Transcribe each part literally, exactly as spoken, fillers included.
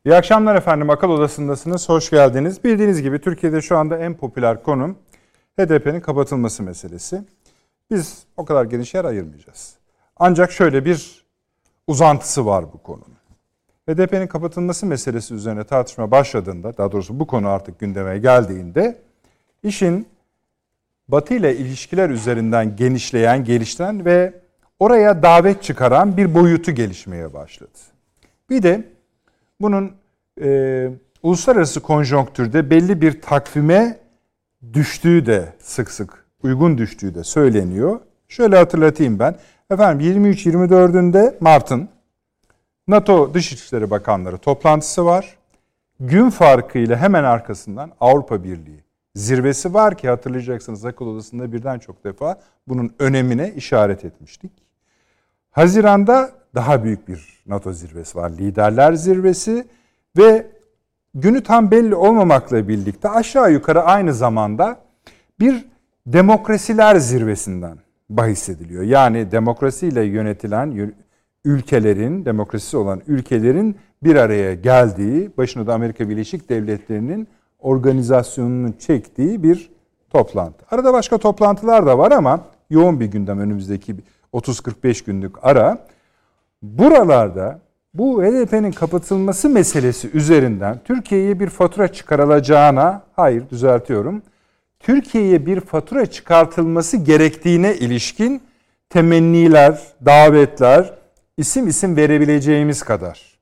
İyi akşamlar efendim. Akıl Odası'ndasınız. Hoş geldiniz. Bildiğiniz gibi Türkiye'de şu anda en popüler konu H D P'nin kapatılması meselesi. Biz o kadar geniş yer ayırmayacağız. Ancak şöyle bir uzantısı var bu konunun. H D P'nin kapatılması meselesi üzerine tartışma başladığında, daha doğrusu bu konu artık gündeme geldiğinde, işin Batı ile ilişkiler üzerinden genişleyen, geliştiren ve oraya davet çıkaran bir boyutu gelişmeye başladı. Bir de bunun e, uluslararası konjonktürde belli bir takvime düştüğü de sık sık uygun düştüğü de söyleniyor. Şöyle hatırlatayım ben. Efendim yirmi üç yirmi dördünde Mart'ın NATO Dışişleri Bakanları toplantısı var. Gün farkıyla hemen arkasından Avrupa Birliği zirvesi var ki hatırlayacaksınız Akıl Odası'nda birden çok defa bunun önemine işaret etmiştik. Haziran'da daha büyük bir NATO zirvesi var. Liderler zirvesi ve günü tam belli olmamakla birlikte aşağı yukarı aynı zamanda bir demokrasiler zirvesinden bahsediliyor. Yani demokrasiyle yönetilen ülkelerin, demokrasisi olan ülkelerin bir araya geldiği, başına da Amerika Birleşik Devletleri'nin organizasyonunu çektiği bir toplantı. Arada başka toplantılar da var ama yoğun bir gündem önümüzdeki otuz kırk beş günlük ara. Buralarda bu H D P'nin kapatılması meselesi üzerinden Türkiye'ye bir fatura çıkarılacağına, hayır düzeltiyorum, Türkiye'ye bir fatura çıkartılması gerektiğine ilişkin temenniler, davetler, isim isim verebileceğimiz kadar.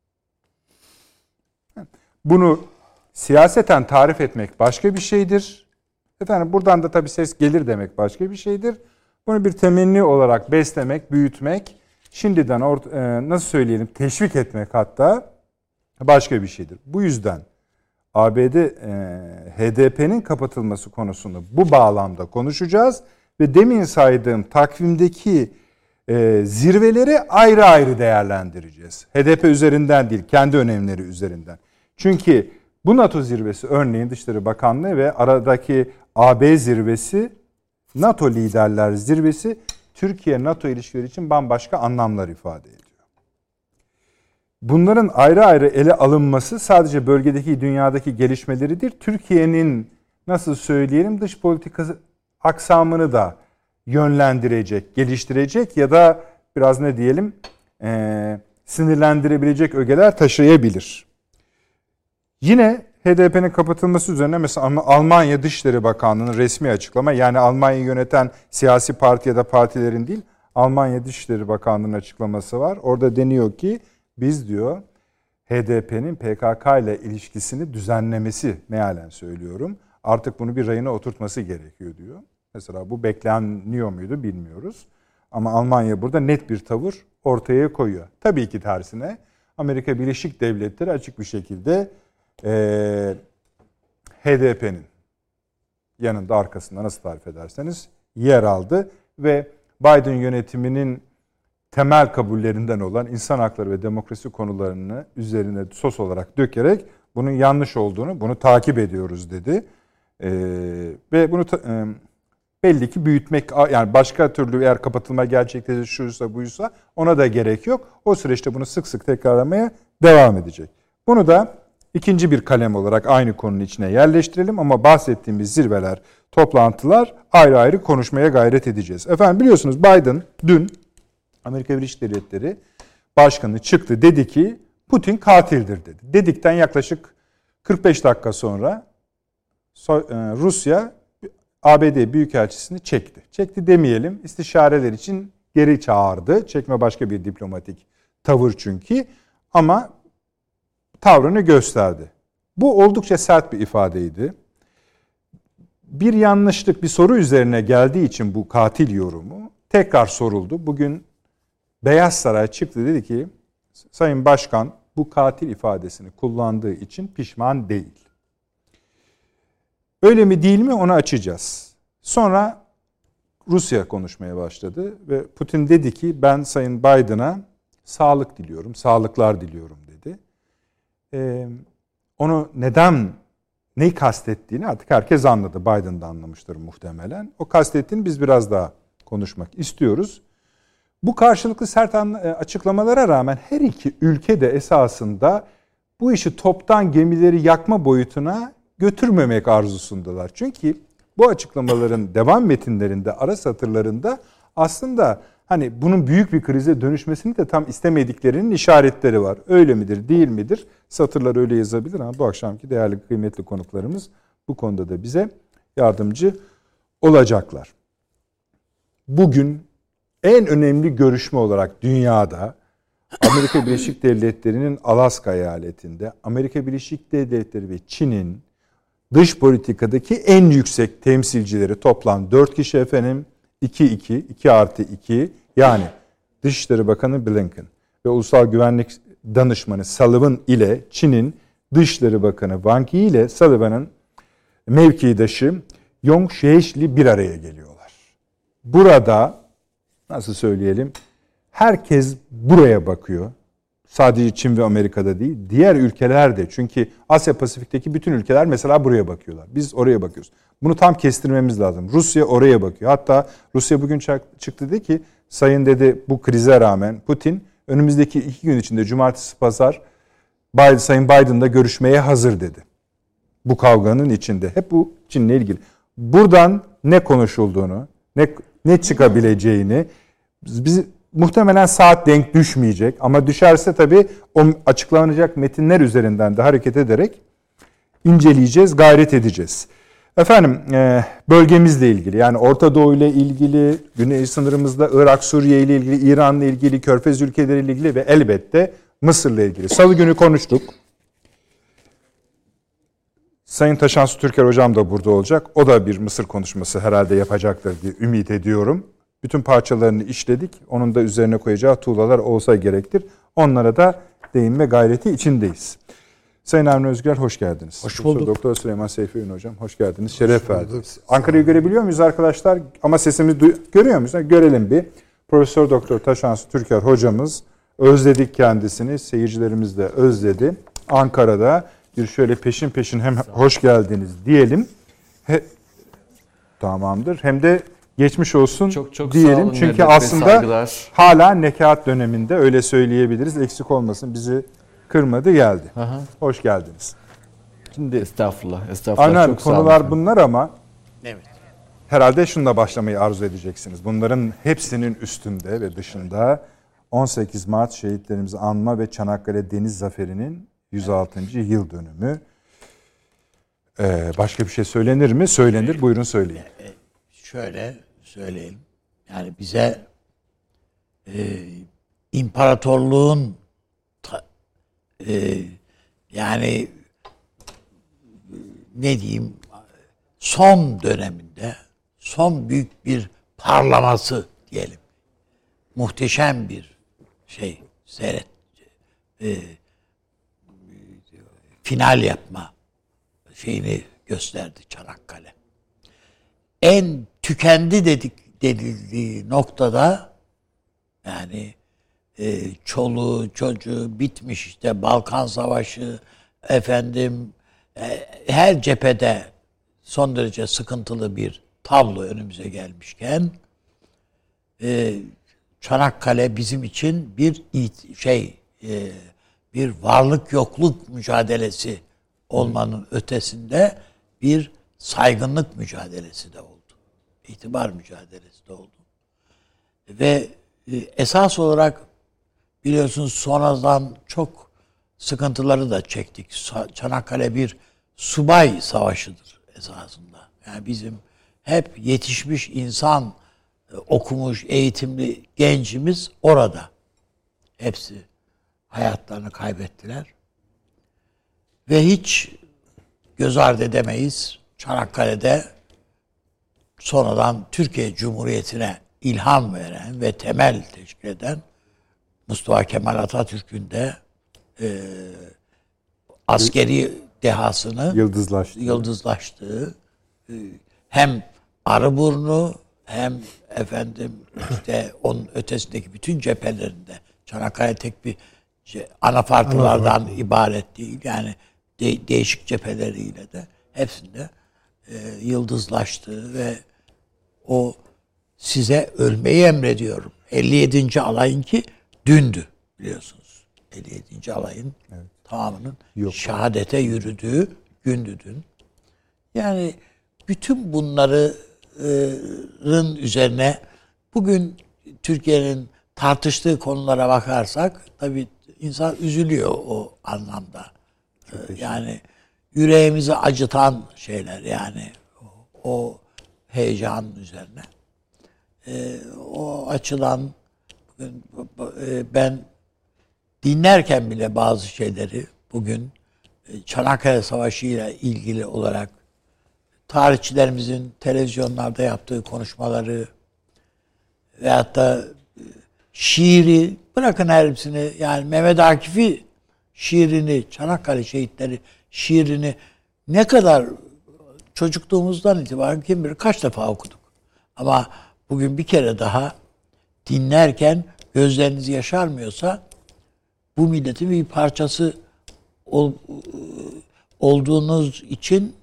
Bunu siyaseten tarif etmek başka bir şeydir. Efendim buradan da tabii ses gelir demek başka bir şeydir. Bunu bir temenni olarak beslemek, büyütmek, şimdiden orta, nasıl söyleyelim teşvik etmek hatta başka bir şeydir. Bu yüzden A B D H D P'nin kapatılması konusunu bu bağlamda konuşacağız ve demin saydığım takvimdeki zirveleri ayrı ayrı değerlendireceğiz. H D P üzerinden değil, kendi önemleri üzerinden. Çünkü bu NATO zirvesi örneğin Dışişleri Bakanlığı ve aradaki A B zirvesi, NATO liderler zirvesi Türkiye-NATO ilişkileri için bambaşka anlamlar ifade ediyor. Bunların ayrı ayrı ele alınması sadece bölgedeki, dünyadaki gelişmeleri değil, Türkiye'nin nasıl söyleyelim dış politikası aksamını da yönlendirecek, geliştirecek ya da biraz ne diyelim e, sinirlendirebilecek ögeler taşıyabilir. Yine H D P'nin kapatılması üzerine mesela Almanya Dışişleri Bakanlığı'nın resmi açıklama, yani Almanya'yı yöneten siyasi parti ya da partilerin değil, Almanya Dışişleri Bakanlığı'nın açıklaması var. Orada deniyor ki biz diyor H D P'nin P K K ile ilişkisini düzenlemesi, mealen söylüyorum, artık bunu bir rayına oturtması gerekiyor diyor. Mesela bu bekleniyor muydu bilmiyoruz. Ama Almanya burada net bir tavır ortaya koyuyor. Tabii ki tersine Amerika Birleşik Devletleri açık bir şekilde Ee, H D P'nin yanında, arkasında nasıl tarif ederseniz yer aldı ve Biden yönetiminin temel kabullerinden olan insan hakları ve demokrasi konularını üzerine sos olarak dökerek bunun yanlış olduğunu, bunu takip ediyoruz dedi. Ee, ve bunu ta, e, belli ki büyütmek, yani başka türlü eğer kapatılma gerçekleşirse buysa ona da gerek yok. O süreçte bunu sık sık tekrarlamaya devam edecek. Bunu da İkinci bir kalem olarak aynı konunun içine yerleştirelim ama bahsettiğimiz zirveler, toplantılar ayrı ayrı konuşmaya gayret edeceğiz. Efendim biliyorsunuz Biden dün Amerika Birleşik Devletleri Başkanı çıktı, dedi ki Putin katildir dedi. Dedikten yaklaşık kırk beş dakika sonra Rusya A B D Büyükelçisini çekti. Çekti demeyelim, istişareler için geri çağırdı. Çekme başka bir diplomatik tavır çünkü, ama tavrını gösterdi. Bu oldukça sert bir ifadeydi. Bir yanlışlık, bir soru üzerine geldiği için bu katil yorumu tekrar soruldu. Bugün Beyaz Saray çıktı, dedi ki Sayın Başkan bu katil ifadesini kullandığı için pişman değil. Öyle mi değil mi onu açacağız. Sonra Rusya konuşmaya başladı ve Putin dedi ki ben Sayın Biden'a sağlık diliyorum, sağlıklar diliyorum dedi. Ee, onu neden, neyi kastettiğini artık herkes anladı. Biden da anlamıştır muhtemelen. O kastettiğini biz biraz daha konuşmak istiyoruz. Bu karşılıklı sert açıklamalara rağmen her iki ülke de esasında bu işi toptan gemileri yakma boyutuna götürmemek arzusundalar. Çünkü bu açıklamaların devam metinlerinde, ara satırlarında aslında hani bunun büyük bir krize dönüşmesini de tam istemediklerinin işaretleri var. Öyle midir, değil midir? Satırlar öyle yazabilir ama bu akşamki değerli, kıymetli konuklarımız bu konuda da bize yardımcı olacaklar. Bugün en önemli görüşme olarak dünyada Amerika Birleşik Devletleri'nin Alaska eyaletinde, Amerika Birleşik Devletleri ve Çin'in dış politikadaki en yüksek temsilcileri, toplam dört kişi efendim, iki iki, iki artı iki, yani Dışişleri Bakanı Blinken ve Ulusal Güvenlik Danışmanı Sullivan ile Çin'in Dışişleri Bakanı Wang Yi ile Sullivan'ın mevkidaşı Yong Shihli bir araya geliyorlar. Burada nasıl söyleyelim, herkes buraya bakıyor. Sadece Çin ve Amerika'da değil, diğer ülkeler de. Çünkü Asya Pasifik'teki bütün ülkeler mesela buraya bakıyorlar. Biz oraya bakıyoruz. Bunu tam kestirmemiz lazım. Rusya oraya bakıyor. Hatta Rusya bugün çıktı dedi ki, sayın dedi bu krize rağmen Putin önümüzdeki iki gün içinde cumartesi pazar Biden, Sayın Biden'la görüşmeye hazır dedi. Bu kavganın içinde. Hep bu Çin'le ilgili. Buradan ne konuşulduğunu, ne ne çıkabileceğini, biz muhtemelen saat denk düşmeyecek ama düşerse tabii o açıklanacak metinler üzerinden de hareket ederek inceleyeceğiz, gayret edeceğiz. Efendim bölgemizle ilgili, yani Orta Doğu ile ilgili, güney sınırımızda Irak, Suriye ile ilgili, İran'la ilgili, Körfez ülkeleriyle ilgili ve elbette Mısır'la ilgili. Salı günü konuştuk. Sayın Taşansu Türker hocam da burada olacak. O da bir Mısır konuşması herhalde yapacaktır diye ümit ediyorum. Bütün parçalarını işledik. Onun da üzerine koyacağı tuğlalar olsa gerektir. Onlara da değinme gayreti içindeyiz. Sayın Avni Özgür, hoş geldiniz. Hoş bulduk. Doktor Süleyman Seyfi Ün hocam, hoş geldiniz. Şeref verdiniz. Ankara'yı görebiliyor muyuz arkadaşlar? Ama sesimizi duy- görüyor muyuz? Görelim bir. Profesör Doktor Taşansu Türker hocamız, özledik kendisini. Seyircilerimiz de özledi. Ankara'da bir şöyle peşin peşin hem hoş geldiniz diyelim. He, tamamdır. Hem de geçmiş olsun çok, çok diyelim. olun, çünkü aslında saygılar. Hala nekat döneminde, öyle söyleyebiliriz. Eksik olmasın, bizi kırmadı geldi. Aha. Hoş geldiniz. Şimdi estağfurullah. Estağfurullah. Aynen, çok konular bunlar ama evet. Herhalde şununla başlamayı arzu edeceksiniz. Bunların hepsinin üstünde ve dışında on sekiz Mart şehitlerimizi anma ve Çanakkale Deniz Zaferi'nin yüz altıncı yıl dönümü. Ee, başka bir şey söylenir mi? Söylenir. Buyurun söyleyin. Şöyle söyleyelim. Yani bize e, imparatorluğun ta, e, yani ne diyeyim, son döneminde son büyük bir parlaması diyelim. Muhteşem bir şey seyret. E, final yapma şeyini gösterdi Çanakkale. En tükendi dedik denildiği noktada, yani e, çoluğu çocuğu bitmiş, işte Balkan Savaşı, efendim e, her cephede son derece sıkıntılı bir tablo önümüze gelmişken e, Çanakkale bizim için bir şey e, bir varlık yokluk mücadelesi olmanın ötesinde bir saygınlık mücadelesi de oldu. İtibar mücadelesi de oldu. Ve e, esas olarak biliyorsunuz sonradan çok sıkıntıları da çektik. Çanakkale bir subay savaşıdır esasında. Yani bizim hep yetişmiş insan, e, okumuş, eğitimli gencimiz orada. Hepsi hayatlarını kaybettiler. Ve hiç göz ardı edemeyiz. Çanakkale'de sonradan Türkiye Cumhuriyeti'ne ilham veren ve temel teşkil eden Mustafa Kemal Atatürk'ün de e, askeri dehasını yıldızlaştı. yıldızlaştığı, e, hem Arıburnu hem efendim işte onun ötesindeki bütün cephelerinde, Çanakkale tek bir şey, anafartılardan Anafart. ibaret değil. Yani de, değişik cepheleriyle de hepsinde e, yıldızlaştığı ve o size ölmeyi emrediyorum. elli yedinci alayın ki dündü biliyorsunuz. elli yedinci alayın evet. tamamının Yok. şehadete yürüdüğü gündü dün. Yani bütün bunların üzerine bugün Türkiye'nin tartıştığı konulara bakarsak tabii insan üzülüyor o anlamda. Yani yüreğimizi acıtan şeyler yani o heyecanın üzerine. Ee, o açıdan bugün ben dinlerken bile bazı şeyleri bugün Çanakkale Savaşı ile ilgili olarak tarihçilerimizin televizyonlarda yaptığı konuşmaları veyahut da şiiri bırakın hepsini yani Mehmet Akif'i şiirini, Çanakkale şehitleri şiirini ne kadar çocukluğumuzdan itibaren kim bilir kaç defa okuduk. Ama bugün bir kere daha dinlerken gözleriniz yaşarmıyorsa bu milletin bir parçası ol, olduğunuz için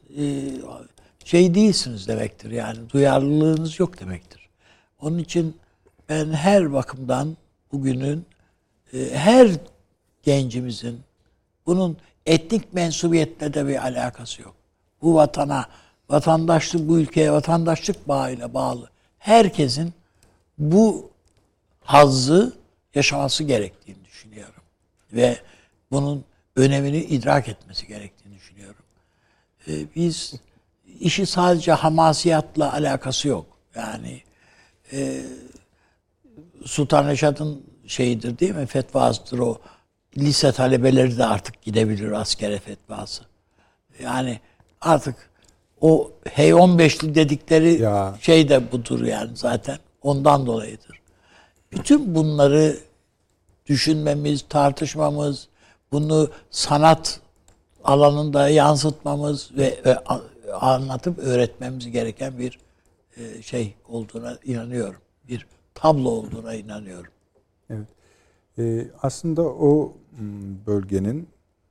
şey değilsiniz demektir. Yani duyarlılığınız yok demektir. Onun için ben her bakımdan bugünün her gencimizin bunun etnik mensubiyetle de bir alakası yok. Bu vatana, vatandaşlık, bu ülkeye vatandaşlık bağıyla bağlı. Herkesin bu hazzı yaşaması gerektiğini düşünüyorum. Ve bunun önemini idrak etmesi gerektiğini düşünüyorum. Ee, biz işi sadece hamasiyatla alakası yok. Yani e, Sultan Reşat'ın şeyidir değil mi? Fetvasıdır o. Lise talebeleri de artık gidebilir askere fetvası. Yani artık o Hey on beşli dedikleri ya. Şey de budur yani zaten. Ondan dolayıdır. Bütün bunları düşünmemiz, tartışmamız, bunu sanat alanında yansıtmamız ve anlatıp öğretmemiz gereken bir şey olduğuna inanıyorum. Bir tablo olduğuna inanıyorum. Evet. Ee, aslında o bölgenin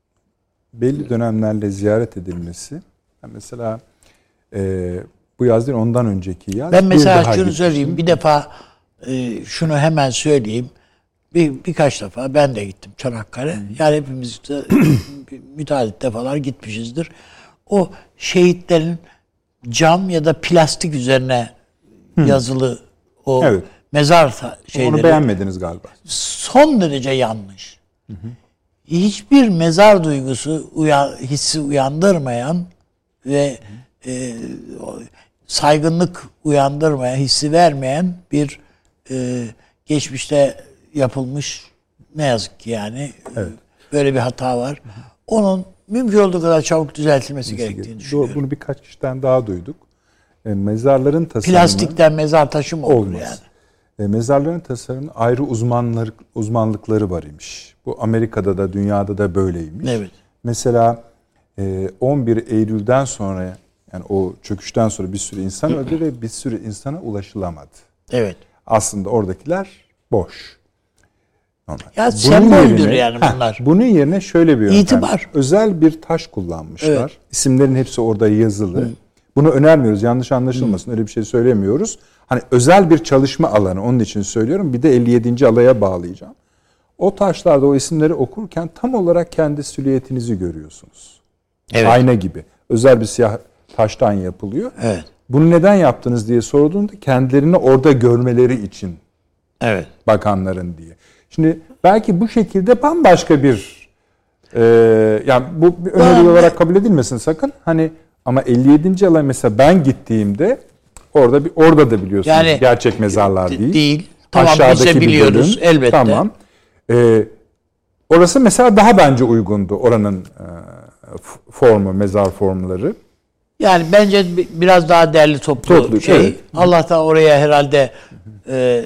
belli dönemlerle ziyaret edilmesi, yani mesela e, bu yaz değil ondan önceki yaz. Ben mesela şunu söyleyeyim, bir defa e, şunu hemen söyleyeyim. Bir birkaç defa ben de gittim Çanakkale. Hı. Yani hepimiz de müteahhit defalar gitmişizdir. O şehitlerin cam ya da plastik üzerine Hı. yazılı o evet. mezar şeyleri. Onu beğenmediniz galiba. Son derece yanlış. Hı hı. Hiçbir mezar duygusu uyan, hissi uyandırmayan ve e, saygınlık uyandırmayan, hissi vermeyen bir e, geçmişte yapılmış ne yazık ki yani evet. böyle bir hata var. Hı hı. Onun mümkün olduğu kadar çabuk düzeltilmesi Nasıl gerektiğini gerek? düşünüyorum. Bunu birkaç kişiden daha duyduk. E, mezarların tasarımı... Plastikten mezar taşı mı olur olmaz. yani? E, mezarların tasarımının ayrı uzmanlar, uzmanlıkları var imiş. Bu Amerika'da da dünyada da böyleymiş. Evet. Mesela e, on bir Eylül'den sonra yani o çöküşten sonra bir sürü insan öldü ve bir sürü insana ulaşılamadı. Evet. Aslında oradakiler boş. Normal. Ya semboldür yani bunlar. Heh, bunun yerine şöyle bir yöntem. İtibar. Özel bir taş kullanmışlar. Evet. İsimlerin hepsi orada yazılı. Hı. Bunu önermiyoruz. Yanlış anlaşılmasın. Hı. Öyle bir şey söylemiyoruz. Hani özel bir çalışma alanı. Onun için söylüyorum. Bir de elli yedinci alaya bağlayacağım. O taşlarda o isimleri okurken tam olarak kendi silüetinizi görüyorsunuz. Evet. Ayna gibi. Özel bir siyah taştan yapılıyor. Evet. Bunu neden yaptınız diye sorduğunda kendilerini orada görmeleri için. Evet. Bakanların diye. Şimdi belki bu şekilde bambaşka bir e, yani bu bir öneri ben, olarak kabul edilmesin sakın. Hani ama elli yedinci alay mesela ben gittiğimde orada bir orada da biliyorsunuz yani, gerçek mezarlar değil. Değil. Tamam biz de biliyoruz bölüm, elbette. Tamam. Ee, orası mesela daha bence uygundu oranın e, formu, mezar formları. Yani bence biraz daha değerli toplu, toplu şey. Evet. Allah'tan oraya herhalde e,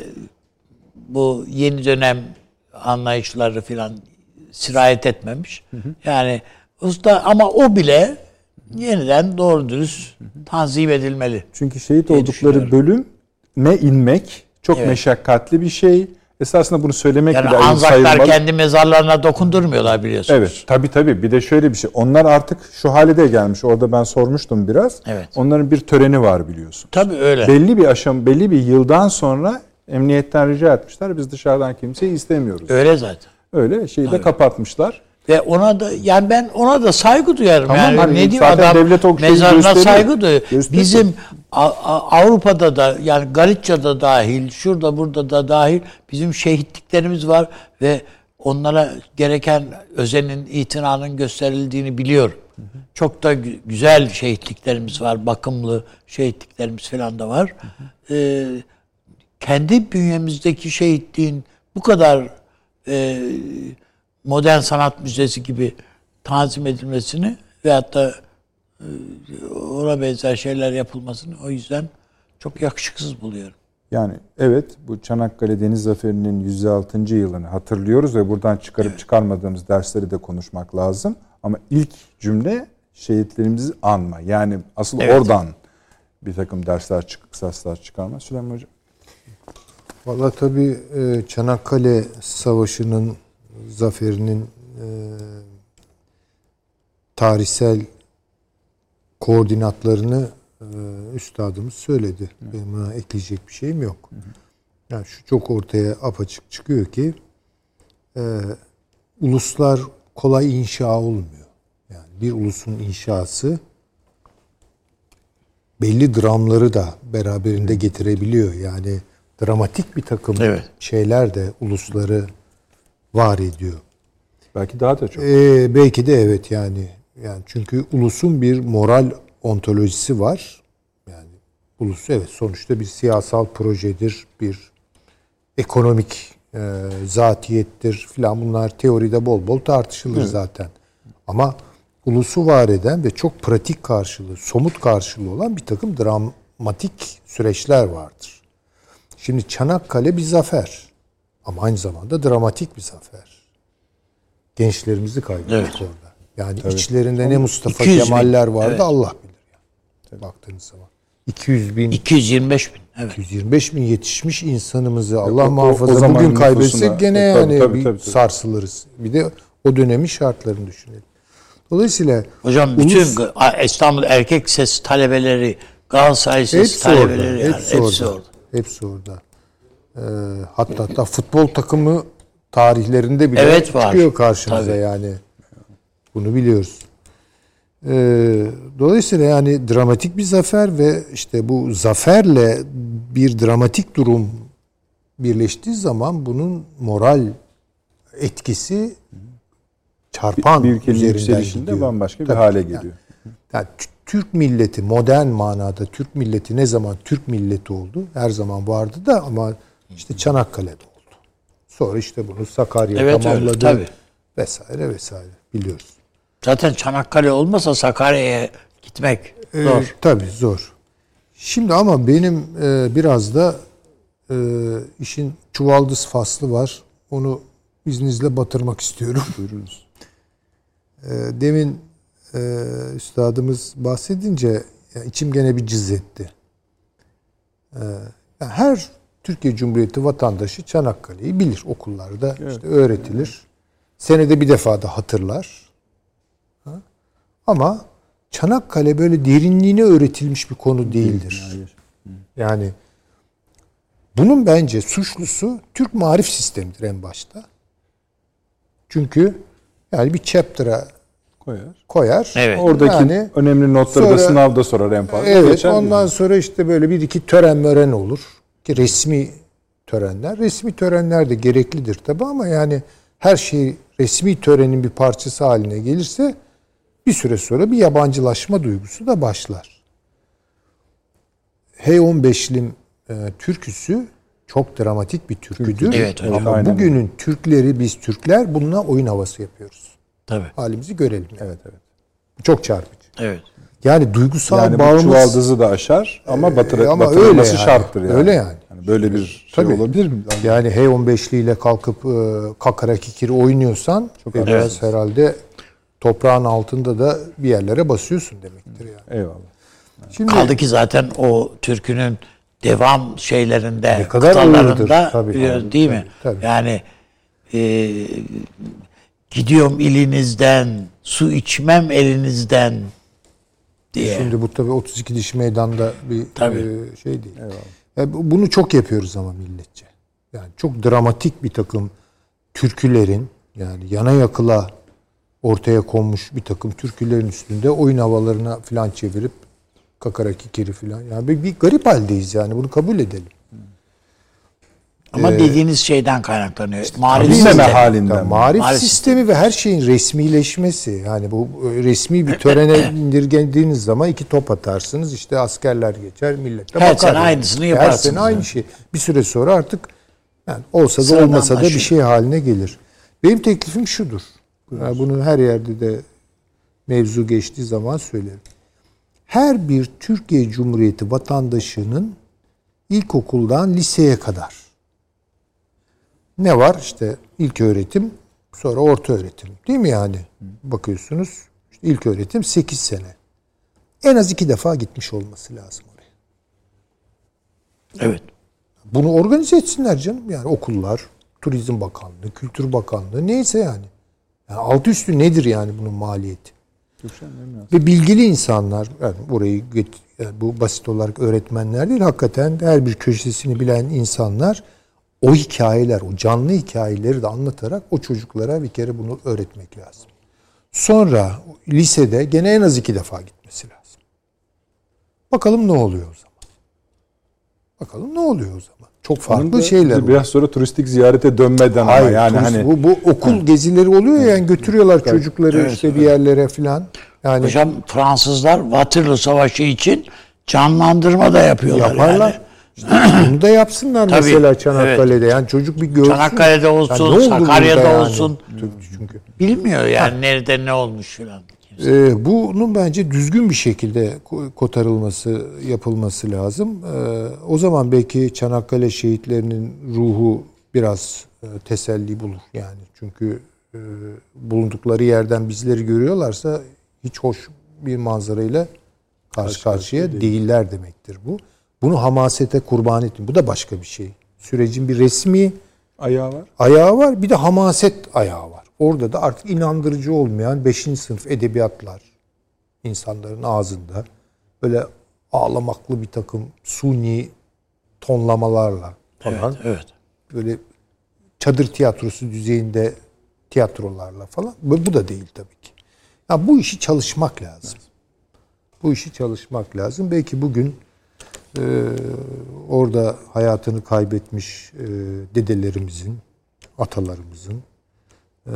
bu yeni dönem anlayışları filan sirayet etmemiş. Hı hı. Yani usta ama o bile yeniden doğru dürüst tanzim edilmeli. Çünkü şehit oldukları bölüme inmek çok evet. meşakkatli bir şey. Esasında bunu söylemek yani bile ayıp sayılmalı. Anzaklar kendi mezarlarına dokundurmuyorlar biliyorsunuz. Evet. Tabii tabii. Bir de şöyle bir şey. Onlar artık şu hale de gelmiş. Orada ben sormuştum biraz. Evet. Onların bir töreni var biliyorsunuz. Tabii öyle. Belli bir aşama, belli bir yıldan sonra emniyetten rica etmişler. Biz dışarıdan kimseyi istemiyoruz. Öyle zaten. Öyle şeyi de kapatmışlar. Ve ona da yani ben ona da saygı duyarım. Tamam, yani hani ne diyeyim, zaten adam devlet o şeyi mezarına gösteriyor. saygı duyuyor. Gösteriyor. Bizim A- A- Avrupa'da da yani Galicia'da dahil, şurada burada da dahil bizim şehitliklerimiz var ve onlara gereken özenin, itinanın gösterildiğini biliyorum. Hı hı. Çok da gü- güzel şehitliklerimiz var, bakımlı şehitliklerimiz falan da var. Hı hı. Ee, kendi bünyemizdeki şehitliğin bu kadar e, modern sanat müzesi gibi tanzim edilmesini veyahut da e, ona benzer şeyler yapılmasını o yüzden çok yakışıksız buluyorum. Yani evet, bu Çanakkale Deniz Zaferi'nin yüz altıncı yılını hatırlıyoruz ve buradan çıkarıp evet. çıkarmadığımız dersleri de konuşmak lazım. Ama ilk cümle şehitlerimizi anma. Yani asıl evet. oradan bir takım dersler, kısaslar çıkarma. Süleyman Hocam. Valla tabii Çanakkale Savaşı'nın, zaferinin e, tarihsel koordinatlarını e, üstadımız söyledi. Hı. Benim buna ekleyecek bir şeyim yok. Hı hı. Yani şu çok ortaya apaçık çıkıyor ki e, uluslar kolay inşa olmuyor. Yani bir ulusun inşası belli dramları da beraberinde getirebiliyor. Yani dramatik bir takım evet. şeyler de ulusları var ediyor. Belki daha da çok. Ee, belki de evet yani. Yani çünkü ulusun bir moral ontolojisi var. Yani ulus evet sonuçta bir siyasal projedir, bir ekonomik e, zatiyettir filan, bunlar teoride bol bol tartışılır evet. zaten. Ama ulusu var eden ve çok pratik karşılığı, somut karşılığı olan bir takım dramatik süreçler vardır. Şimdi Çanakkale bir zafer ama aynı zamanda dramatik bir zafer. Gençlerimizi kaybettik evet. orada. Yani tabii. içlerinde ne Mustafa Kemaller vardı evet. Allah bilir. Yani. Baktığınız zaman. iki yüz bin iki yüz yirmi beş bin Evet. iki yüz yirmi beş bin yetişmiş insanımızı Allah o, muhafaza o, o bugün kaybetsek gene o, tabii, yani tabii, bir tabii, tabii. sarsılırız. Bir de o dönemin şartlarını düşünelim. Dolayısıyla hocam bütün ulus, İstanbul Erkek Lisesi talebeleri, Galatasaray Lisesi talebeleri orada, yani, hepsi, hepsi orada. orada. Hepsi orada. Ee, hatta hatta futbol takımı tarihlerinde bile evet, çıkıyor var. karşımıza tabii. yani. Bunu biliyoruz. Ee, dolayısıyla yani dramatik bir zafer ve işte bu zaferle bir dramatik durum birleştiği zaman bunun moral etkisi çarpan bir, bir ülkenin yükselişinde bambaşka bir tabii, hale geliyor. Yani, yani Türk milleti modern manada Türk milleti ne zaman Türk milleti oldu? Her zaman vardı da ama işte Çanakkale'de oldu. Sonra işte bunu Sakarya evet, tamamladı öyle, vesaire vesaire biliyoruz. Zaten Çanakkale olmasa Sakarya'ya gitmek zor. Ee, tabii zor. Şimdi ama benim e, biraz da e, işin çuvaldız faslı var. Onu izninizle batırmak istiyorum. Buyurunuz. E, demin e, üstadımız bahsedince ya, içim gene bir cız etti. E, yani her Türkiye Cumhuriyeti vatandaşı Çanakkale'yi bilir. Okullarda evet. işte öğretilir. Senede bir defa da hatırlar. Ha? Ama Çanakkale böyle derinliğine öğretilmiş bir konu değildir. Hayır. Yani bunun bence suçlusu Türk marif sistemidir en başta. Çünkü yani bir chapter'a koyar. koyar. Evet. Oradaki yani, önemli notları sonra, da sınavda sorar en fazla. Evet. Geçen ondan gibi. Sonra işte böyle bir iki tören mören olur. Ki resmi törenler. Resmi törenler de gereklidir tabii ama yani her şey resmi törenin bir parçası haline gelirse bir süre sonra bir yabancılaşma duygusu da başlar. H on beşlim e, türküsü çok dramatik bir türküdür. Evet, evet, ama aynen. Bugünün Türkleri, biz Türkler bununla oyun havası yapıyoruz. Tabii. Halimizi görelim. Yani. Evet, evet. Çok çarpıcı. Evet. Yani duygusal yani bağımız... Yani çuvaldızı da aşar ama, batırı, e, ama batırılması öyle yani. şarttır yani. Öyle yani. yani böyle bir şey Tabii. olabilir mi? Yani H on beşli ile kalkıp e, kakara kikiri oynuyorsan çok biraz evet. herhalde toprağın altında da bir yerlere basıyorsun demektir yani. Eyvallah. Şimdi, kaldı ki zaten o türkünün devam şeylerinde, ne kadar kıtalarında tabii, biliyoruz değil tabii, mi? Tabii. Yani e, gidiyorum ilinizden, su içmem elinizden diye. Şimdi bu tabii otuz iki diş meydanda bir e, şey değil. Yani bunu çok yapıyoruz ama milletçe. Yani çok dramatik bir takım türkülerin yani yana yakıla ortaya konmuş bir takım türkülerin üstünde oyun havalarına falan çevirip kakara kikiri falan. Yani bir, bir garip haldeyiz yani, bunu kabul edelim. Ama Ee, dediğiniz şeyden kaynaklanıyor. Marif Bilmeme sistemi. halinden. Ya, marif Marif sistemi ve her şeyin resmileşmesi. Yani bu resmi bir törene indirgediğiniz zaman iki top atarsınız. İşte askerler geçer, millet de Her bakar. sene yani. aynısını Her yaparsınız sene aynı yani. şey. Bir süre sonra artık yani olsa da Sıradan olmasa da bir başlıyor. şey haline gelir. Benim teklifim şudur. Yani bunu her yerde de mevzu geçtiği zaman söylerim. Her bir Türkiye Cumhuriyeti vatandaşının ilkokuldan liseye kadar ne var? İşte ilköğretim, sonra orta öğretim. Değil mi yani? Bakıyorsunuz. İşte ilköğretim sekiz sene. En az iki defa gitmiş olması lazım oraya. Evet. Bunu organize etsinler canım. Yani okullar, Turizm Bakanlığı, Kültür Bakanlığı neyse yani. Yani altı üstü nedir yani bunun maliyeti? Ve bilgili insanlar, yani burayı yani bu basit olarak öğretmenler değil, hakikaten her bir köşesini bilen insanlar o hikayeler, o canlı hikayeleri de anlatarak o çocuklara bir kere bunu öğretmek lazım. Sonra lisede gene en az iki defa gitmesi lazım. Bakalım ne oluyor o zaman? Bakalım ne oluyor o zaman? Çok farklı şeyler. Biraz sonra turistik ziyarete dönmeden Hayır, ama yani turist, hani bu, bu okul hı. gezileri oluyor ya, yani götürüyorlar evet. çocukları evet, işte evet. bir yerlere filan. Yani hocam Fransızlar Waterloo Savaşı için canlandırma da yapıyorlar. Yaparlar. Yani. İşte bunu da yapsınlar tabii, mesela Çanakkale'de. Evet. Yani çocuk bir görsün. Çanakkale'de olsun, yani Sakarya'da yani? olsun. Çünkü bilmiyor yani ha. nerede ne olmuş filan. Ee, bunun bence düzgün bir şekilde kotarılması, yapılması lazım. Ee, o zaman belki Çanakkale şehitlerinin ruhu biraz e, teselli bulur yani. Çünkü e, bulundukları yerden bizleri görüyorlarsa hiç hoş bir manzarayla karşı karşıya değil. değiller demektir bu. Bunu hamasete kurban etmeyin. Bu da başka bir şey. Sürecin bir resmi ayağı var. Ayağı var. Bir de hamaset ayağı var. Orada da artık inandırıcı olmayan beşinci sınıf edebiyatlar insanların ağzında böyle ağlamaklı bir takım suni tonlamalarla falan evet, evet. böyle çadır tiyatrosu düzeyinde tiyatrolarla falan. Bu, bu da değil tabii ki. Ya bu işi çalışmak lazım. Bu işi çalışmak lazım. Belki bugün e, orada hayatını kaybetmiş e, dedelerimizin, atalarımızın e,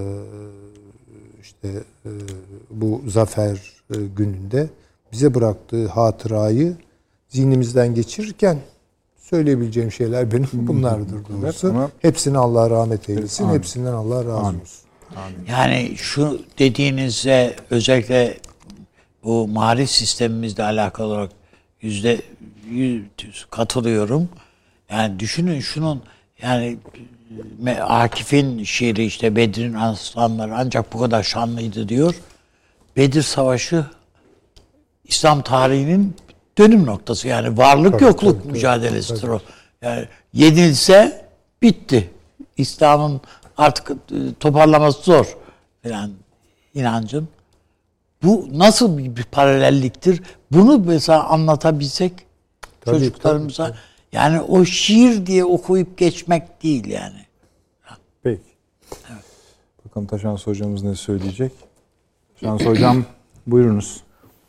işte e, bu zafer e, gününde bize bıraktığı hatırayı zihnimizden geçirirken söyleyebileceğim şeyler benim bunlardır doğrusu. Ama hepsine Allah rahmet eylesin. Amin. Hepsinden Allah razı Amin. olsun. Amin. Yani şu dediğinize özellikle bu marif sistemimizle alakalı olarak yüzde yüz katılıyorum. Yani düşünün şunun yani Akif'in şiiri işte Bedir'in aslanları ancak bu kadar şanlıydı diyor. Bedir Savaşı İslam tarihinin dönüm noktası yani varlık tabii, yokluk tabii, mücadelesidir tabii. o. Yani yenilse bitti. İslam'ın artık toparlaması zor falan inancın. Bu nasıl bir, bir paralelliktir? Bunu mesela anlatabilsek tabii, çocuklarımıza tabii, tabii. Yani o şiir diye okuyup geçmek değil yani. Peki. Evet. Bakalım Taşans hocamız ne söyleyecek? Taşans hocam buyurunuz.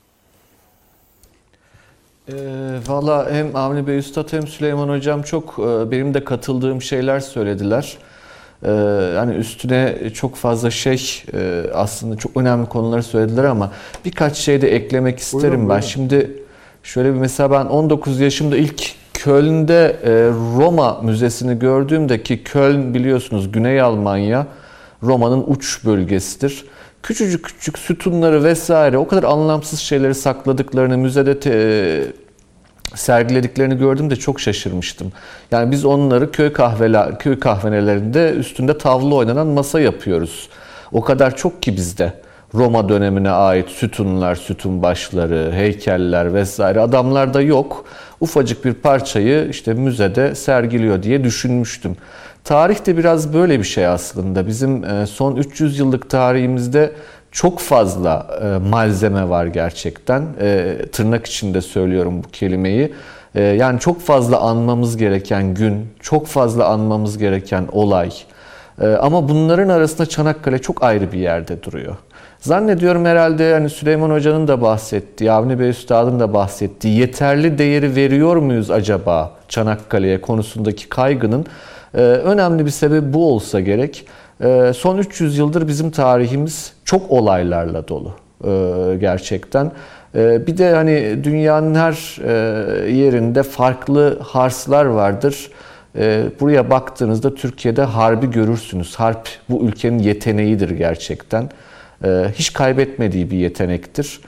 E, Valla hem Avni Bey Üstad hem Süleyman Hocam çok e, benim de katıldığım şeyler söylediler. E, yani üstüne çok fazla şey e, aslında çok önemli konuları söylediler ama birkaç şey de eklemek isterim buyurun, ben. Buyurun. Şimdi şöyle bir mesela ben on dokuz yaşımda ilk Köln'de e, Roma Müzesi'ni gördüğümde ki Köln biliyorsunuz Güney Almanya Roma'nın uç bölgesidir. Küçücük küçük sütunları vesaire o kadar anlamsız şeyleri sakladıklarını müzede te, sergilediklerini gördüğümde çok şaşırmıştım. Yani biz onları köy kahveler, köy kahvenelerinde üstünde tavla oynanan masa yapıyoruz. O kadar çok ki bizde Roma dönemine ait sütunlar, sütun başları, heykeller vesaire adamlarda yok. Ufacık bir parçayı işte müzede sergiliyor diye düşünmüştüm. Tarih de biraz böyle bir şey aslında. Bizim son üç yüz yıllık tarihimizde çok fazla malzeme var gerçekten. Tırnak içinde söylüyorum bu kelimeyi. Yani çok fazla anmamız gereken gün, çok fazla anmamız gereken olay. Ama bunların arasında Çanakkale çok ayrı bir yerde duruyor. Zannediyorum herhalde hani Süleyman Hoca'nın da bahsettiği, Avni Bey Üstad'ın da bahsettiği yeterli değeri veriyor muyuz acaba Çanakkale'ye konusundaki kaygının önemli bir sebebi bu olsa gerek. Son üç yüz yıldır bizim tarihimiz çok olaylarla dolu gerçekten. Bir de hani dünyanın her yerinde farklı harslar vardır. Buraya baktığınızda Türkiye'de harbi görürsünüz. Harp bu ülkenin yeteneğidir gerçekten. Hiç kaybetmediği bir yetenektir.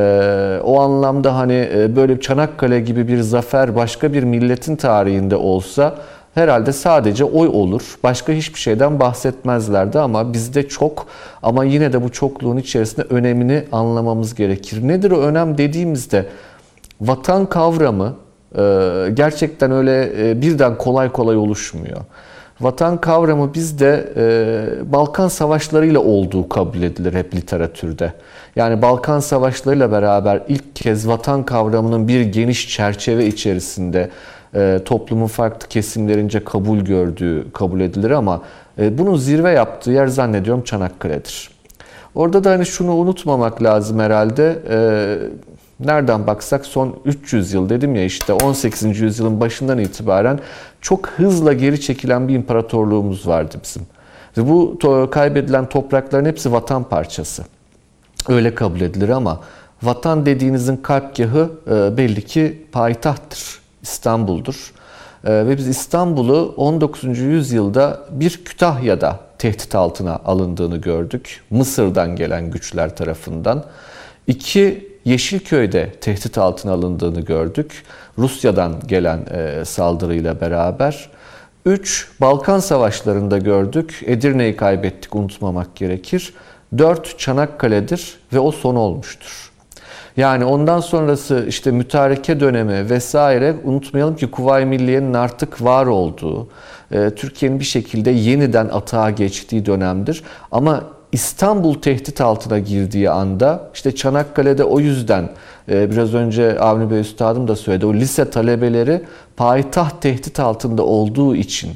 O anlamda hani böyle Çanakkale gibi bir zafer başka bir milletin tarihinde olsa herhalde sadece oy olur. Başka hiçbir şeyden bahsetmezlerdi ama bizde çok, ama yine de bu çokluğun içerisinde önemini anlamamız gerekir. Nedir o önem dediğimizde vatan kavramı gerçekten öyle birden kolay kolay oluşmuyor. Vatan kavramı bizde Balkan Savaşları'yla olduğu kabul edilir hep literatürde. Yani Balkan Savaşları'yla beraber ilk kez vatan kavramının bir geniş çerçeve içerisinde toplumun farklı kesimlerince kabul gördüğü kabul edilir ama bunun zirve yaptığı yer zannediyorum Çanakkale'dir. Orada da hani şunu unutmamak lazım herhalde. Nereden baksak son üç yüz yıl dedim ya, işte on sekizinci yüzyılın başından itibaren çok hızla geri çekilen bir imparatorluğumuz vardı bizim. Ve bu to- kaybedilen toprakların hepsi vatan parçası. Öyle kabul edilir ama vatan dediğinizin kalpgahı e, belli ki payitahttır, İstanbul'dur. E, ve biz İstanbul'u on dokuzuncu yüzyılda bir Kütahya'da tehdit altına alındığını gördük. Mısır'dan gelen güçler tarafından. İki, Yeşilköy'de tehdit altına alındığını gördük. Rusya'dan gelen e, saldırıyla beraber. Üç, Balkan Savaşları'nda gördük. Edirne'yi kaybettik, unutmamak gerekir. Dört, Çanakkale'dir ve o son olmuştur. Yani ondan sonrası işte mütareke dönemi vesaire, unutmayalım ki Kuvayi Milliye'nin artık var olduğu, e, Türkiye'nin bir şekilde yeniden atağa geçtiği dönemdir. Ama İstanbul tehdit altına girdiği anda işte Çanakkale'de o yüzden biraz önce Avni Bey Üstadım da söyledi, o lise talebeleri payitaht tehdit altında olduğu için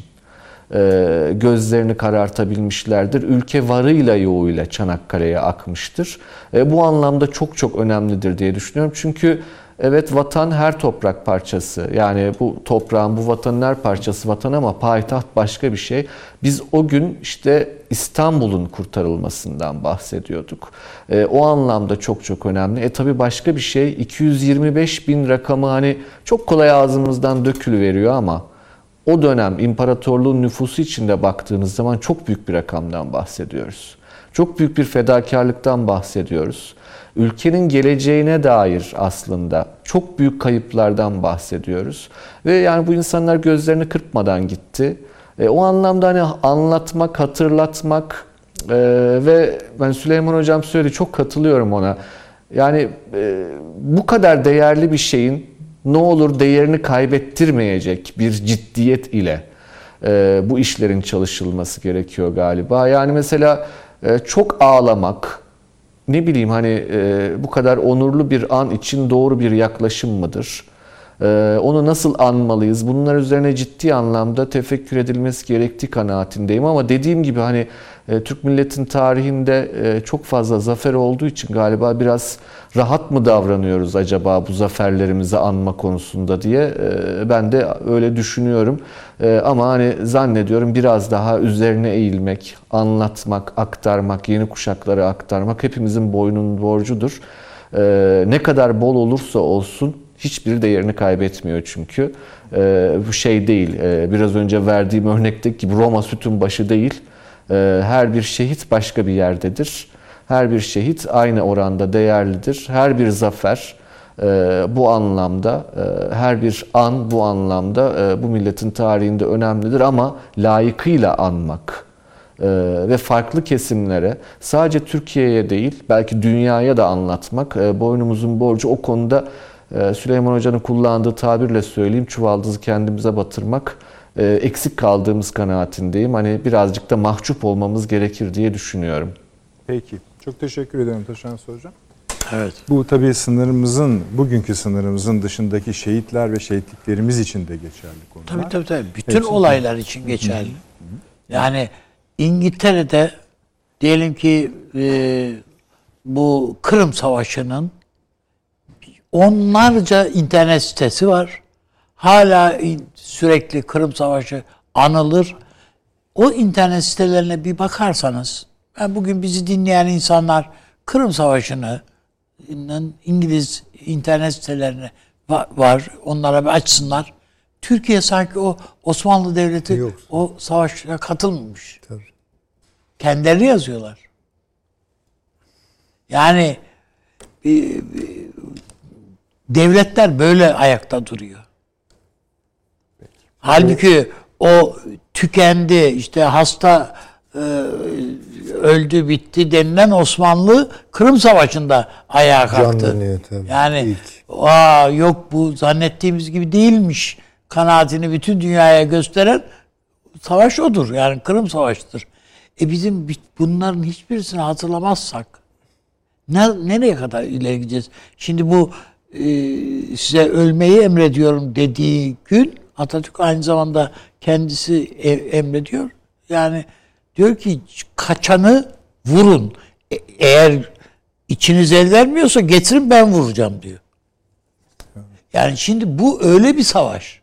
gözlerini karartabilmişlerdir. Ülke varıyla yoğuyla Çanakkale'ye akmıştır. Bu anlamda çok çok önemlidir diye düşünüyorum. Çünkü evet, vatan her toprak parçası. Yani bu toprağın, bu vatanın her parçası vatan ama payitaht başka bir şey. Biz o gün işte İstanbul'un kurtarılmasından bahsediyorduk. E, o anlamda çok çok önemli. E tabi başka bir şey, iki yüz yirmi beş bin rakamı hani çok kolay ağzımızdan dökülüveriyor ama o dönem imparatorluğun nüfusu içinde baktığınız zaman çok büyük bir rakamdan bahsediyoruz. Çok büyük bir fedakarlıktan bahsediyoruz. Ülkenin geleceğine dair aslında çok büyük kayıplardan bahsediyoruz. Ve yani bu insanlar gözlerini kırpmadan gitti. E, o anlamda hani anlatmak, hatırlatmak e, ve ben Süleyman Hocam söyledi, çok katılıyorum ona. Yani e, bu kadar değerli bir şeyin ne olur değerini kaybettirmeyecek bir ciddiyet ile e, bu işlerin çalışılması gerekiyor galiba. Yani mesela e, çok ağlamak, ne bileyim hani e, bu kadar onurlu bir an için doğru bir yaklaşım mıdır? E, onu nasıl anmalıyız? Bunlar üzerine ciddi anlamda tefekkür edilmesi gerektiği kanaatindeyim. Ama dediğim gibi hani e, Türk milletin tarihinde e, çok fazla zafer olduğu için galiba biraz rahat mı davranıyoruz acaba bu zaferlerimizi anma konusunda diye e, ben de öyle düşünüyorum. E, ama hani zannediyorum biraz daha üzerine eğilmek, anlatmak, aktarmak, yeni kuşaklara aktarmak hepimizin boynunun borcudur. E, ne kadar bol olursa olsun hiçbir değerini kaybetmiyor çünkü. E, bu şey değil, e, biraz önce verdiğim örnekteki gibi Roma sütun başı değil. E, her bir şehit başka bir yerdedir. Her bir şehit aynı oranda değerlidir. Her bir zafer e, bu anlamda, e, her bir an bu anlamda e, bu milletin tarihinde önemlidir ama layıkıyla anmak e, ve farklı kesimlere, sadece Türkiye'ye değil belki dünyaya da anlatmak e, boynumuzun borcu. O konuda e, Süleyman Hoca'nın kullandığı tabirle söyleyeyim, çuvaldızı kendimize batırmak, e, eksik kaldığımız kanaatindeyim. Hani birazcık da mahcup olmamız gerekir diye düşünüyorum. Peki. Çok teşekkür ederim Taşansı Hocam. Evet. Bu tabii sınırımızın, bugünkü sınırımızın dışındaki şehitler ve şehitliklerimiz için de geçerli konular. Tabii tabii tabii. Bütün Hepsi, olaylar için geçerli. Yani İngiltere'de diyelim ki e, bu Kırım Savaşı'nın onlarca internet sitesi var. Hala sürekli Kırım Savaşı anılır. O internet sitelerine bir bakarsanız, ben bugün bizi dinleyen insanlar Kırım Savaşı'nın İngiliz internet sitelerine var. Onlara bir açsınlar. Türkiye sanki o Osmanlı Devleti Yok. o savaşa katılmamış. Tabii. Kendileri yazıyorlar. Yani e, e, devletler böyle ayakta duruyor. Peki. Halbuki o tükendi, işte hasta e, öldü bitti denilen Osmanlı Kırım Savaşı'nda ayağa kalktı. Tabii. Yani aa, yok bu zannettiğimiz gibi değilmiş kanaatini bütün dünyaya gösteren savaş odur. Yani Kırım Savaşı'dır. E bizim bunların hiçbirisini hatırlamazsak ne, nereye kadar ileri gideceğiz? Şimdi bu e, size ölmeyi emrediyorum dediği gün Atatürk aynı zamanda kendisi emrediyor. Yani diyor ki kaçanı vurun. E, eğer içiniz el vermiyorsa getirin ben vuracağım diyor. Yani şimdi bu öyle bir savaş.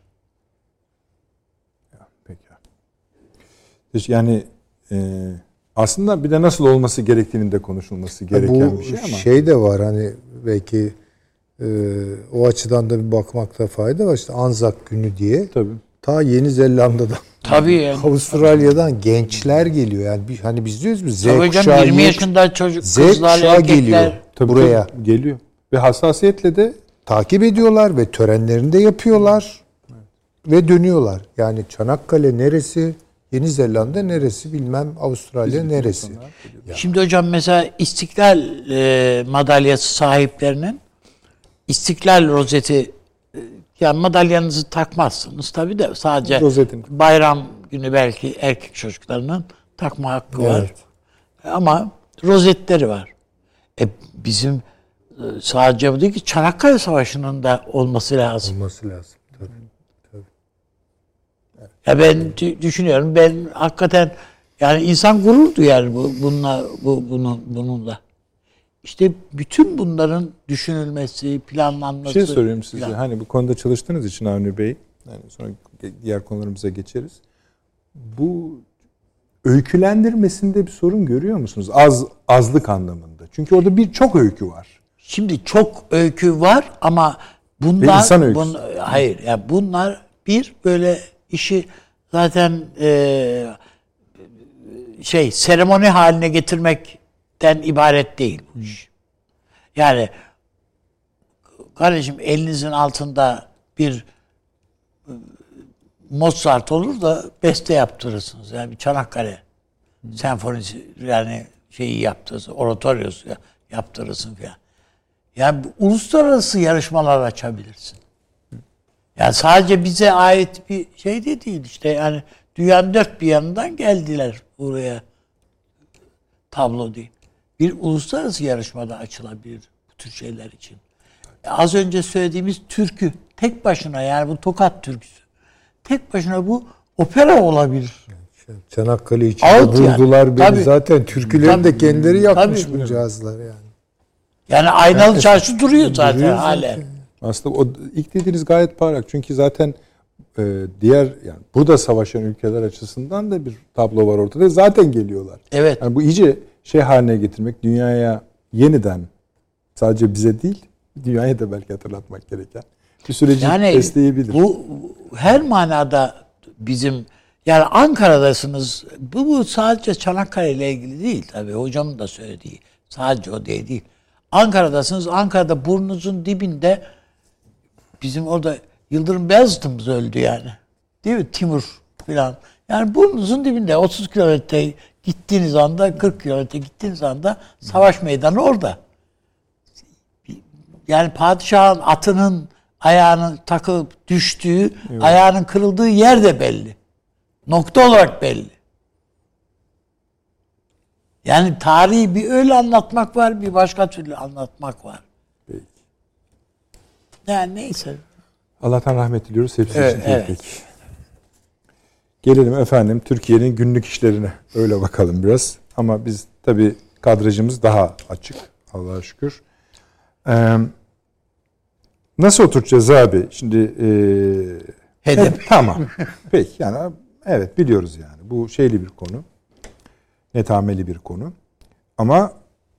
Peki. Yani e, aslında bir de nasıl olması gerektiğinin de konuşulması gereken bu bir şey ama. Şey de var hani belki e, o açıdan da bir bakmakta fayda var. İşte Anzak Günü diye. Tabii. Ta Yeni Zelanda'dan, tabii yani. Avustralya'dan gençler geliyor. Yani bir, hani biz diyoruz mu Z tabii kuşağı canım, yirmi yaşında çocuk, Z kızlar, kuşağı erkekler geliyor tabii, buraya. Tabii, geliyor. Ve hassasiyetle de takip ediyorlar ve törenlerini de yapıyorlar. Evet. Ve dönüyorlar. Yani Çanakkale neresi, Yeni Zelanda neresi, bilmem Avustralya Bizim neresi. Şimdi hocam mesela İstiklal e, madalyası sahiplerinin İstiklal rozeti, e, yani madalyanızı takmazsınız tabii de sadece Rozetin. Bayram günü belki erkek çocuklarının takma hakkı evet. var. Ama rozetleri var. E, bizim e, sadece bu değil ki Çanakkale Savaşı'nın da olması lazım. Olması lazım tabii. tabii. Evet. Ya ben düşünüyorum, ben hakikaten yani insan gurur duyar bu bununla bu bunun bununla. İşte bütün bunların düşünülmesi, planlanması. Bir şey soruyorum size. Plan. Hani bu konuda çalıştığınız için Avni Bey, yani sonra diğer konularımıza geçeriz. Bu öykülendirmesinde bir sorun görüyor musunuz? Az azlık anlamında. Çünkü orada birçok öykü var. Şimdi çok öykü var ama bunlar bun, hayır ya yani bunlar bir böyle işi zaten e, şey seremoni haline getirmekten ibaret değil bu iş. Yani kardeşim elinizin altında bir Mozart olur da beste yaptırırsınız. Yani bir Çanakkale hmm. senfonisi yani şeyi yaptırırsın, oratoryosu yaptırırsın falan. Yani uluslararası yarışmalar açabilirsin. Yani sadece bize ait bir şey de değil işte yani dünyanın dört bir yanından geldiler buraya tablo değil. Bir uluslararası yarışmada açılabilir bu tür şeyler için. Az önce söylediğimiz türkü tek başına yani bu Tokat türküsü tek başına bu opera olabilir. Çanakkale için buldular yani. Beni tabii. Zaten türkülerini de kendileri yapmış bu cihazlar yani. Yani Aynalı yani, Çarşı duruyor zaten duruyor halen. Zaten. Aslında o ilk dediğiniz gayet parlak. Çünkü zaten e, diğer yani burada savaşan ülkeler açısından da bir tablo var ortada. Zaten geliyorlar. Evet. Yani bu iyice şey haline getirmek, dünyaya yeniden sadece bize değil, dünyaya da belki hatırlatmak gereken bir süreci yani besleyebilir. Bu her manada bizim yani Ankara'dasınız. Bu, bu sadece Çanakkale ile ilgili değil tabii. Hocamın da söylediği. Sadece o değil. değil. Ankara'dasınız. Ankara'da burnunuzun dibinde bizim orada Yıldırım Beyazıt'ımız öldü yani. Değil mi? Timur falan. Yani burnunuzun dibinde otuz kilometre gittiğiniz anda, kırk kilometre gittiğiniz anda savaş meydanı orada. Yani padişahın atının ayağının takılıp düştüğü, evet. ayağının kırıldığı yer de belli. Nokta olarak belli. Yani tarihi bir öyle anlatmak var, bir başka türlü anlatmak var. Peki. Yani neyse. Allah'tan rahmet diliyoruz hepsi evet, için. Evet. Peki. Gelelim efendim Türkiye'nin günlük işlerine. Öyle bakalım biraz. Ama biz tabii kadrajımız daha açık. Allah'a şükür. Ee, nasıl oturacağız abi? Şimdi e, Hedef. evet, tamam. Peki yani evet biliyoruz yani. Bu şeyli bir konu. Netameli bir konu. Ama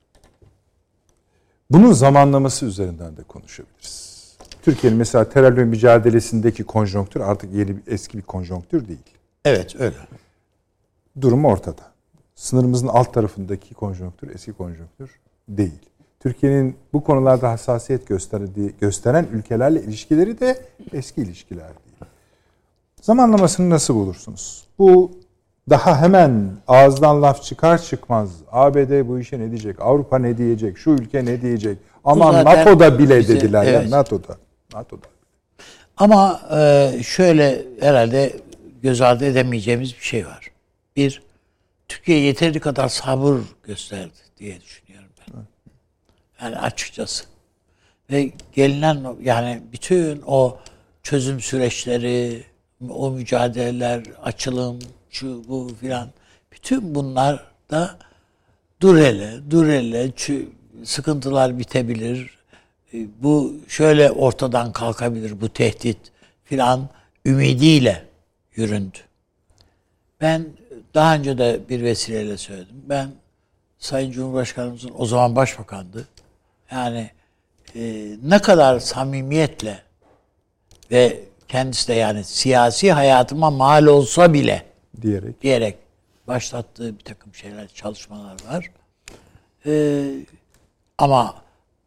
bunun zamanlaması üzerinden de konuşabiliriz. Türkiye'nin mesela terörle mücadelesindeki konjonktür artık yeni eski bir konjonktür değil. Evet öyle. Durum ortada. Sınırımızın alt tarafındaki konjonktür eski konjonktür değil. Türkiye'nin bu konularda hassasiyet gösterdiği, gösteren ülkelerle ilişkileri de eski ilişkiler değil. Zamanlamasını nasıl bulursunuz? Bu daha hemen ağızdan laf çıkar çıkmaz A B D bu işe ne diyecek, Avrupa ne diyecek, şu ülke ne diyecek, ama NATO'da bile bize, dediler evet. ya NATO'da. NATO'da. Ama e, şöyle herhalde göz ardı edemeyeceğimiz bir şey var. Bir, Türkiye yeteri kadar sabır gösterdi diye düşünüyorum ben. Yani açıkçası. Ve gelinen yani bütün o çözüm süreçleri, o mücadeleler, açılım, şu bu filan, bütün bunlar da dur hele, dur hele, sıkıntılar bitebilir, bu şöyle ortadan kalkabilir, bu tehdit filan ümidiyle yüründü. Ben daha önce de bir vesileyle söyledim. Ben Sayın Cumhurbaşkanımızın o zaman başbakandı. Yani e, ne kadar samimiyetle ve kendisi de yani siyasi hayatıma mal olsa bile diyerek diyerek başlattığı bir takım şeyler, çalışmalar var. Ee, ama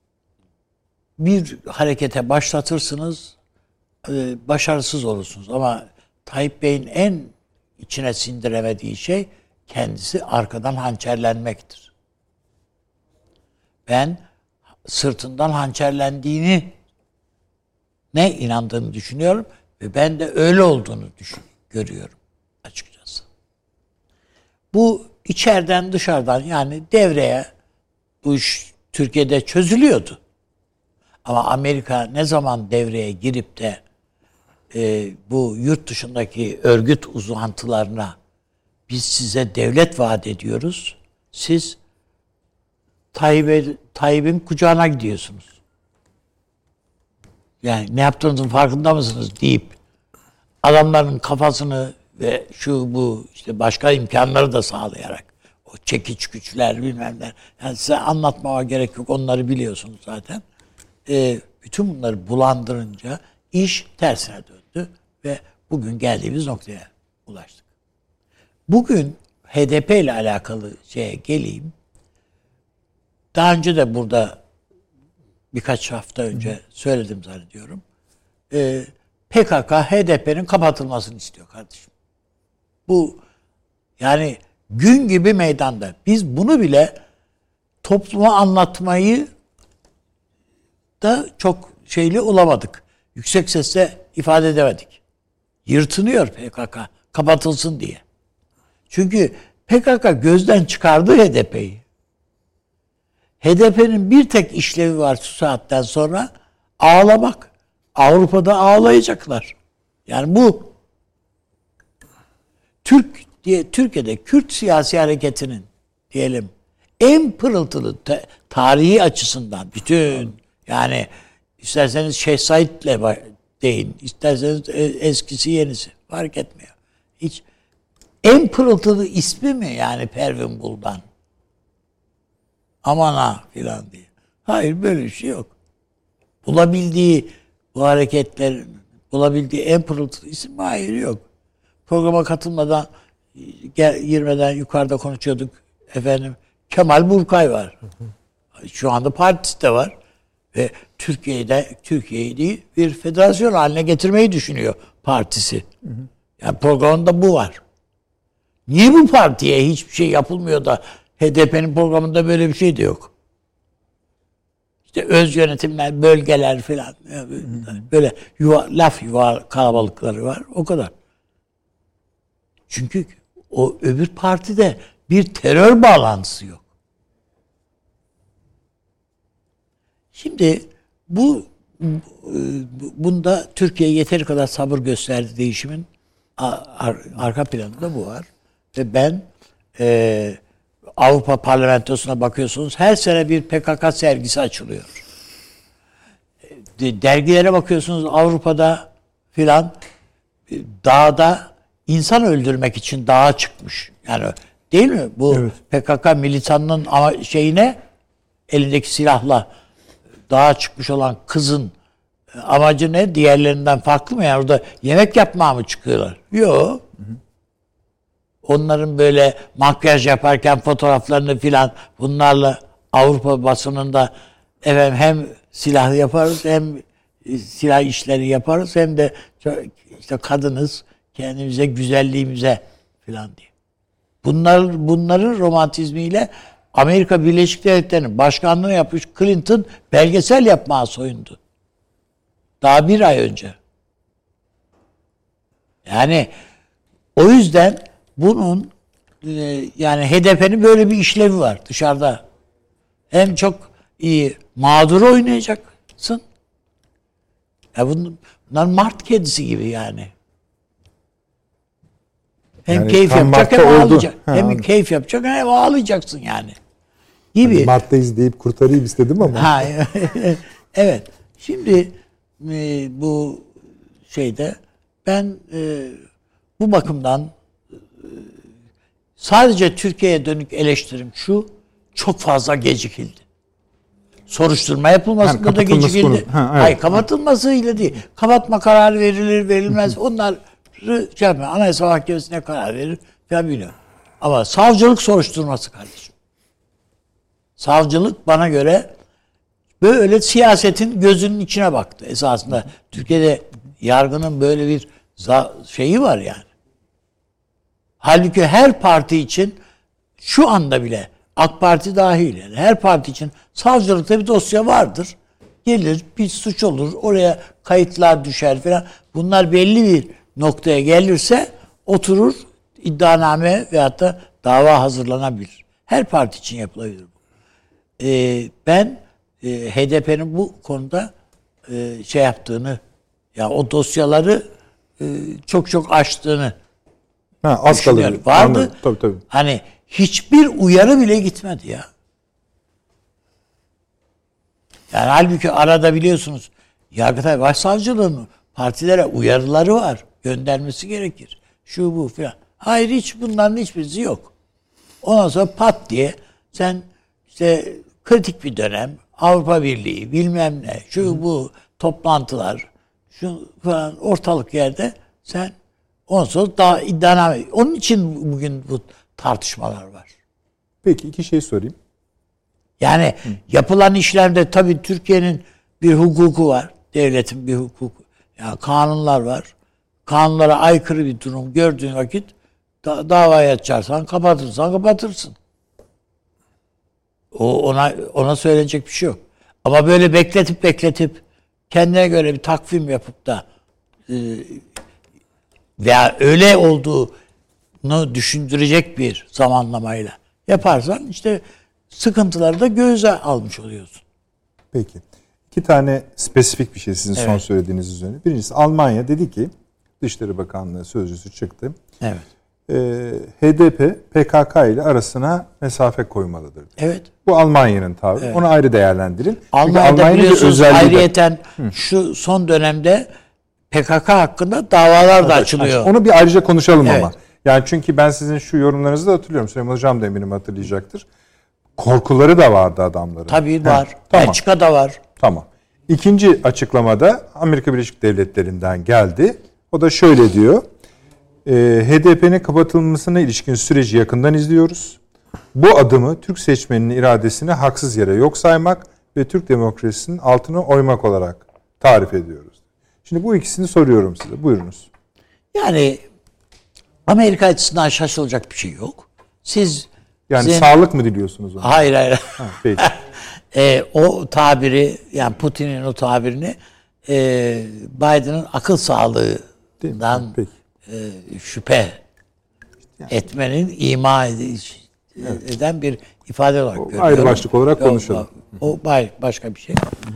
bir harekete başlatırsınız, e, başarısız olursunuz. Ama Tayyip Bey'in en içine sindiremediği şey kendisi arkadan hançerlenmektir. Ben sırtından hançerlendiğini ne inandığını düşünüyorum ve ben de öyle olduğunu düşün, görüyorum açıkçası. Bu içeriden dışarıdan yani devreye bu iş Türkiye'de çözülüyordu. Ama Amerika ne zaman devreye girip de e, bu yurt dışındaki örgüt uzantılarına biz size devlet vaat ediyoruz, siz Tayyip'e, Tayyip'in kucağına gidiyorsunuz. Yani ne yaptığınızın farkında mısınız deyip adamların kafasını ve şu bu işte başka imkanları da sağlayarak o çekiç güçler bilmem ne. Yani size anlatmama gerek yok. Onları biliyorsunuz zaten. Ee, bütün bunları bulandırınca iş tersine döndü ve bugün geldiğimiz noktaya ulaştık. Bugün H D P ile alakalı şeye geleyim. Daha önce de burada birkaç hafta önce hı hı. söyledim zannediyorum. Ee, P K K H D P'nin kapatılmasını istiyor kardeşim. Bu yani gün gibi meydanda. Biz bunu bile topluma anlatmayı da çok şeyli olamadık. Yüksek sesle ifade edemedik. Yırtınıyor P K K kapatılsın diye. Çünkü P K K gözden çıkardı H D P'yi. H D P'nin bir tek işlevi var şu saatten sonra ağlamak. Avrupa'da ağlayacaklar. Yani bu Türk diye Türkiye'de Kürt siyasi hareketinin diyelim en pırıltılı te, tarihi açısından bütün yani isterseniz Şeyh Said'le deyin, isterseniz eskisi yenisi fark etmiyor. Hiç en pırıltılı ismi mi yani Pervin Buldan? Aman ha filan diye. Hayır böyle bir şey yok. Bulabildiği bu hareketler, bulabildiği en pırıltılı isim hayır yok. Programa katılmadan, girmeden yukarıda konuşuyorduk. Efendim Kemal Burkay var. Şu anda partisi de var. Ve Türkiye'de, Türkiye'yi bir federasyon haline getirmeyi düşünüyor partisi. Yani programında bu var. Niye bu partiye hiçbir şey yapılmıyor da H D P'nin programında böyle bir şey de yok? İşte öz yönetimler, bölgeler falan. Böyle yuva, laf yuva kalabalıkları var. O kadar. Çünkü o öbür partide bir terör bağlantısı yok. Şimdi bu bunda Türkiye yeteri kadar sabır gösterdi değişimin Ar- arka planında bu var. Ve ben e, Avrupa Parlamentosu'na bakıyorsunuz, her sene bir P K K sergisi açılıyor. De, dergilere bakıyorsunuz, Avrupa'da filan dağda insan öldürmek için dağa çıkmış. Yani değil mi? Bu evet. P K K militanının ama şeyine elindeki silahla dağa çıkmış olan kızın amacı ne? Diğerlerinden farklı mı? Yani orada yemek yapmaya mı çıkıyorlar? Yok. Onların böyle makyaj yaparken fotoğraflarını filan bunlarla Avrupa basınında efendim hem silah yaparız hem silah işleri yaparız hem de işte kadınız kendimize güzelliğimize filan diye. Bunlar bunların romantizmiyle Amerika Birleşik Devletleri'nin başkanlığını yapmış Clinton belgesel yapmaya soyundu. Daha bir ay önce. Yani o yüzden bunun yani H D P'nin böyle bir işlevi var dışarıda. Hem çok iyi mağdur oynayacaksın. Ya bunlar mart kedisi gibi yani. Hem yani keyif yapacak hem ağlayacak. Ha, hem anladım. Keyif yapacak hem ağlayacaksın yani. Gibi. Hani Mart'tayız deyip kurtarayım istedim ama. Ha, evet. Şimdi e, bu şeyde ben e, bu bakımdan e, sadece Türkiye'ye dönük eleştirim şu: çok fazla gecikildi. Soruşturma yapılmasında da gecikildi. Ha, evet. Hayır, kapatılmasıyla değil. Kapatma kararı verilir, verilmez. Onlar şey yapmıyor. Anayasa Mahkemesi'ne karar verir. Ben biliyorum. Ama savcılık soruşturması kardeşim. Savcılık bana göre böyle siyasetin gözünün içine baktı. Esasında Türkiye'de yargının böyle bir şeyi var yani. Halbuki her parti için şu anda bile AK Parti dahil yani her parti için savcılıkta bir dosya vardır. Gelir bir suç olur, oraya kayıtlar düşer falan. Bunlar belli bir noktaya gelirse oturur iddianame veyahut da dava hazırlanabilir. Her parti için yapılabilir bu. Ee, ben e, H D P'nin bu konuda e, şey yaptığını, ya o dosyaları e, çok çok açtığını ha, az düşünüyorum. Vardı. Tabii, tabii. Hani hiçbir uyarı bile gitmedi ya. Yani halbuki arada biliyorsunuz Yargıtay Başsavcılığı'nın partilere uyarıları var. Göndermesi gerekir. Şu bu filan. Hayır, hiç bunların hiçbirisi yok. Ondan sonra pat diye sen işte kritik bir dönem, Avrupa Birliği bilmem ne, şu bu toplantılar, şu falan ortalık yerde sen ondan sonra daha iddianame. Onun için bugün bu tartışmalar var. Peki iki şey sorayım. Yani Hı. yapılan işlemde tabii Türkiye'nin bir hukuku var. Devletin bir hukuku. Yani kanunlar var. Kanunlara aykırı bir durum gördüğün vakit da, davaya açarsan, kapatırsan kapatırsın. O ona ona söylenecek bir şey yok. Ama böyle bekletip bekletip kendine göre bir takvim yapıp da e, veya öyle olduğunu düşündürecek bir zamanlamayla yaparsan işte sıkıntıları da göze almış oluyorsun. Peki. İki tane spesifik bir şey sizin evet. son söylediğiniz üzerine. Birincisi Almanya dedi ki, Dışişleri Bakanlığı sözcüsü çıktı. Evet. Ee, H D P P K K ile arasına mesafe koymalıdır. Evet. Bu Almanya'nın tavrı. Evet. Onu ayrı değerlendirin. Almanya'da biliyorsunuz ayrıyeten şu son dönemde P K K hakkında davalar evet, da açılıyor. Onu bir ayrıca konuşalım evet. ama. Yani çünkü ben sizin şu yorumlarınızı da hatırlıyorum. Süleyman Hocam da eminim hatırlayacaktır. Korkuları da vardı adamların. Tabii var. He, tamam. Belçika'da var. Tamam. İkinci açıklamada Amerika Birleşik Devletleri'nden geldi. O da şöyle diyor. E, H D P'nin kapatılmasına ilişkin süreci yakından izliyoruz. Bu adımı Türk seçmeninin iradesini haksız yere yok saymak ve Türk demokrasisinin altına oymak olarak tarif ediyoruz. Şimdi bu ikisini soruyorum size. Buyurunuz. Yani Amerika açısından şaşılacak bir şey yok. Siz yani sizin... sağlık mı diliyorsunuz ona? Hayır hayır. Ha, peki. e, o tabiri yani Putin'in o tabirini e, Biden'ın akıl sağlığından e, şüphe yani. etmenin ima ediş, evet. eden bir ifade olarak görüyorum. Ayrı başlık olarak yok, konuşalım. O, o başka bir şey. Hı hı.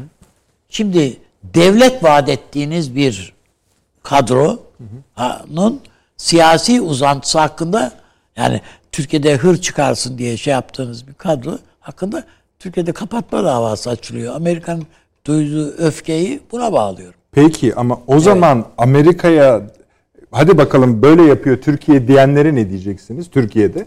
Şimdi devlet vaat ettiğiniz bir kadronun siyasi uzantısı hakkında, yani Türkiye'de hır çıkarsın diye şey yaptığınız bir kadro hakkında Türkiye'de kapatma davası açılıyor. Amerika'nın duyduğu öfkeyi buna bağlıyorum. Peki ama o zaman evet. Amerika'ya hadi bakalım böyle yapıyor Türkiye diyenlere ne diyeceksiniz Türkiye'de?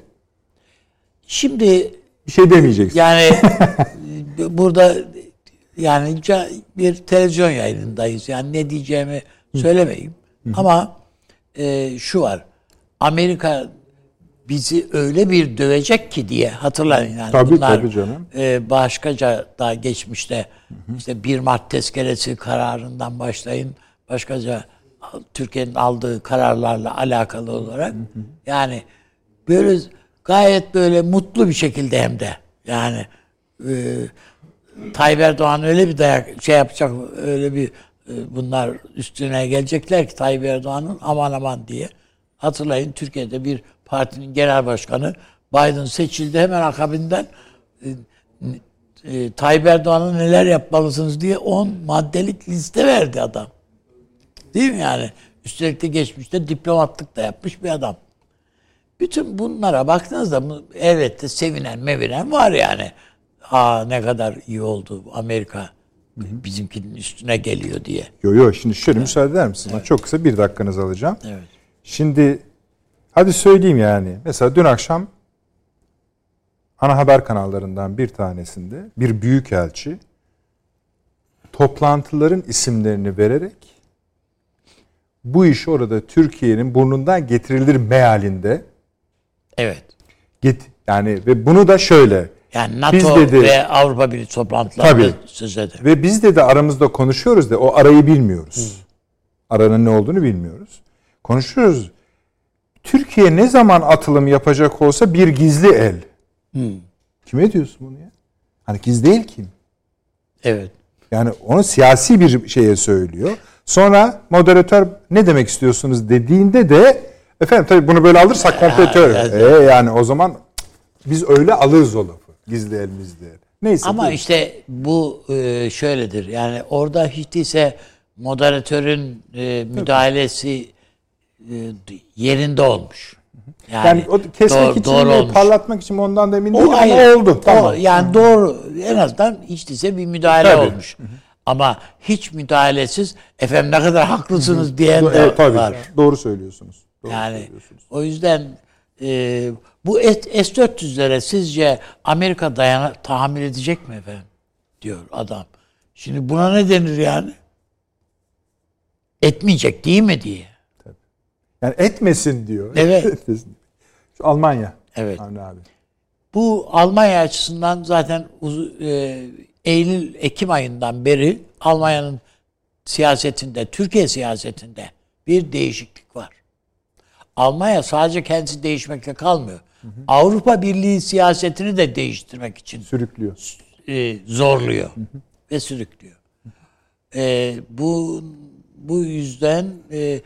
Şimdi bir şey demeyeceksiniz. Yani burada yani bir televizyon yayınındayız. Yani ne diyeceğimi söylemeyeyim. Hı. Ama e, şu var. Amerika bizi öyle bir dövecek ki diye hatırlayın. Yani tabii bunlar, tabii canım. E, başkaca da geçmişte hı hı. işte bir Mart tezkeresi kararından başlayın. Başkaca Türkiye'nin aldığı kararlarla alakalı olarak. Hı hı. Yani böyle gayet böyle mutlu bir şekilde hem de yani e, Tayyip Erdoğan öyle bir dayak şey yapacak, öyle bir e, bunlar üstüne gelecekler ki Tayyip Erdoğan'ın aman aman diye. Hatırlayın Türkiye'de bir partinin genel başkanı Biden seçildi, hemen akabinden e, e, Tayyip Erdoğan'a neler yapmalısınız diye on maddelik liste verdi adam. Değil mi yani? Üstelik de geçmişte diplomatlık da yapmış bir adam. Bütün bunlara baktığınızda elbette sevinen mevinen var yani. Aa ne kadar iyi oldu Amerika bizimkinin üstüne geliyor diye. Yok yok şimdi şöyle evet. müsaade eder misiniz? Evet. Çok kısa bir dakikanızı alacağım. Evet. Şimdi hadi söyleyeyim yani. Mesela dün akşam ana haber kanallarından bir tanesinde bir büyükelçi toplantıların isimlerini vererek bu iş orada Türkiye'nin burnundan getirilir mealinde. Evet. Git yani ve bunu da şöyle. Yani NATO dedi, ve Avrupa Birliği toplantılarında söz eder. Ve biz de de aramızda konuşuyoruz da o arayı bilmiyoruz. Hı. Aranın ne olduğunu bilmiyoruz. Konuşuyoruz. Türkiye ne zaman atılım yapacak olsa bir gizli el. Hı. Kime diyorsun bunu ya? Hani gizli el kim? Evet. Yani onu siyasi bir şeye söylüyor. Sonra moderatör ne demek istiyorsunuz dediğinde de efendim tabii bunu böyle alırsak kompletör. Ee, yani o zaman biz öyle alırız o lafı. Gizli el mizli el. Neyse. Ama değil. işte bu şöyledir. Yani orada hiç değilse moderatörün müdahalesi yerinde olmuş. Yani, yani o kesmek doğru, için doğru parlatmak için ondan da emin değilim ama ayrı, oldu. Tamam. O, yani doğru en azından hiç değilse bir müdahale tabii. olmuş. Hı hı. Ama hiç müdahalesiz efendim ne kadar haklısınız hı hı. diyen de evet, tabii. var. Doğru söylüyorsunuz. Doğru yani söylüyorsunuz. O yüzden e, bu S dört yüzlere sizce Amerika dayana tahammül edecek mi efendim? Diyor adam. Şimdi buna ne denir yani? Etmeyecek değil mi diye. Tabii. Yani etmesin diyor. Evet. Etmesin. Şu Almanya. Evet. Avni abi. Bu Almanya açısından zaten uz- e, Eylül Ekim ayından beri Almanya'nın siyasetinde, Türkiye siyasetinde bir değişiklik var. Almanya sadece kendisi değişmekle kalmıyor. Hı hı. Avrupa Birliği siyasetini de değiştirmek için sürüklüyor. E, zorluyor hı hı. ve sürüklüyor. E, bu bu yüzden e, e,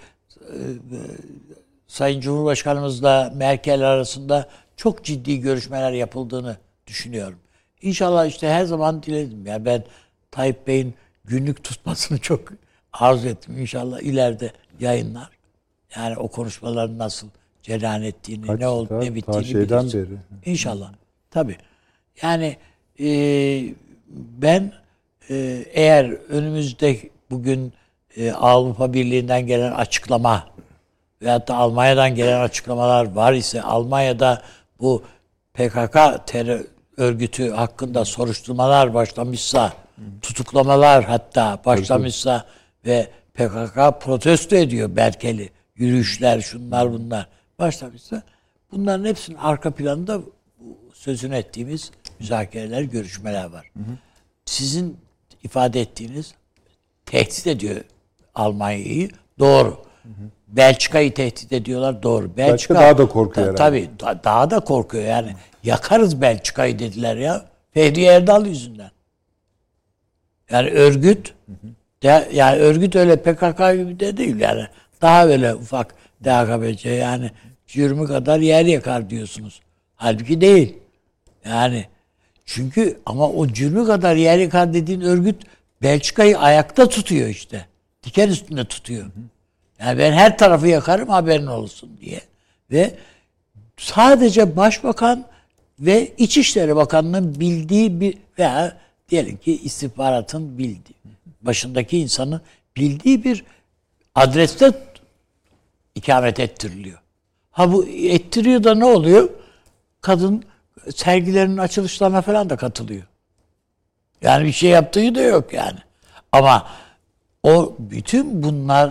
Sayın Cumhurbaşkanımızla Merkel arasında çok ciddi görüşmeler yapıldığını düşünüyorum. İnşallah işte her zaman diledim. Yani ben Tayyip Bey'in günlük tutmasını çok arzu ettim. İnşallah ileride yayınlar. Yani o konuşmaların nasıl cereyan ettiğini, kaç, ne oldu, ne bittiğini biliriz. Beri. İnşallah. Tabii. Yani e, ben e, eğer önümüzde bugün e, Avrupa Birliği'nden gelen açıklama veyahut da Almanya'dan gelen açıklamalar var ise Almanya'da bu P K K terör örgütü hakkında soruşturmalar başlamışsa, tutuklamalar hatta başlamışsa ve P K K protesto ediyor Merkel'i, yürüyüşler, şunlar bunlar başlamışsa, bunların hepsinin arka planında sözünü ettiğimiz müzakereler, görüşmeler var. Hı hı. Sizin ifade ettiğiniz tehdit ediyor Almanya'yı, doğru. Hı hı. Belçika'yı tehdit ediyorlar, doğru. Belçika, Belçika daha da korkuyor ta, tabii da, daha da korkuyor yani. Hı. Yakarız Belçika'yı dediler ya. Fehriye Erdal yüzünden. Yani örgüt hı hı. De, yani örgüt öyle P K K gibi de değil yani. Daha böyle ufak D H K P C yani cürmü kadar yer yakar diyorsunuz. Halbuki değil. Yani çünkü ama o cürmü kadar yer yakar dediğin örgüt Belçika'yı ayakta tutuyor işte. Diken üstünde tutuyor. Hı hı. Yani ben her tarafı yakarım haberin olsun diye. Ve sadece Başbakan ve İçişleri Bakanı'nın bildiği bir veya diyelim ki istihbaratın bildiği, başındaki insanın bildiği bir adreste ikamet ettiriliyor. Ha bu ettiriyor da ne oluyor? Kadın sergilerinin açılışlarına falan da katılıyor. Yani bir şey yaptığı da yok yani. Ama o bütün bunları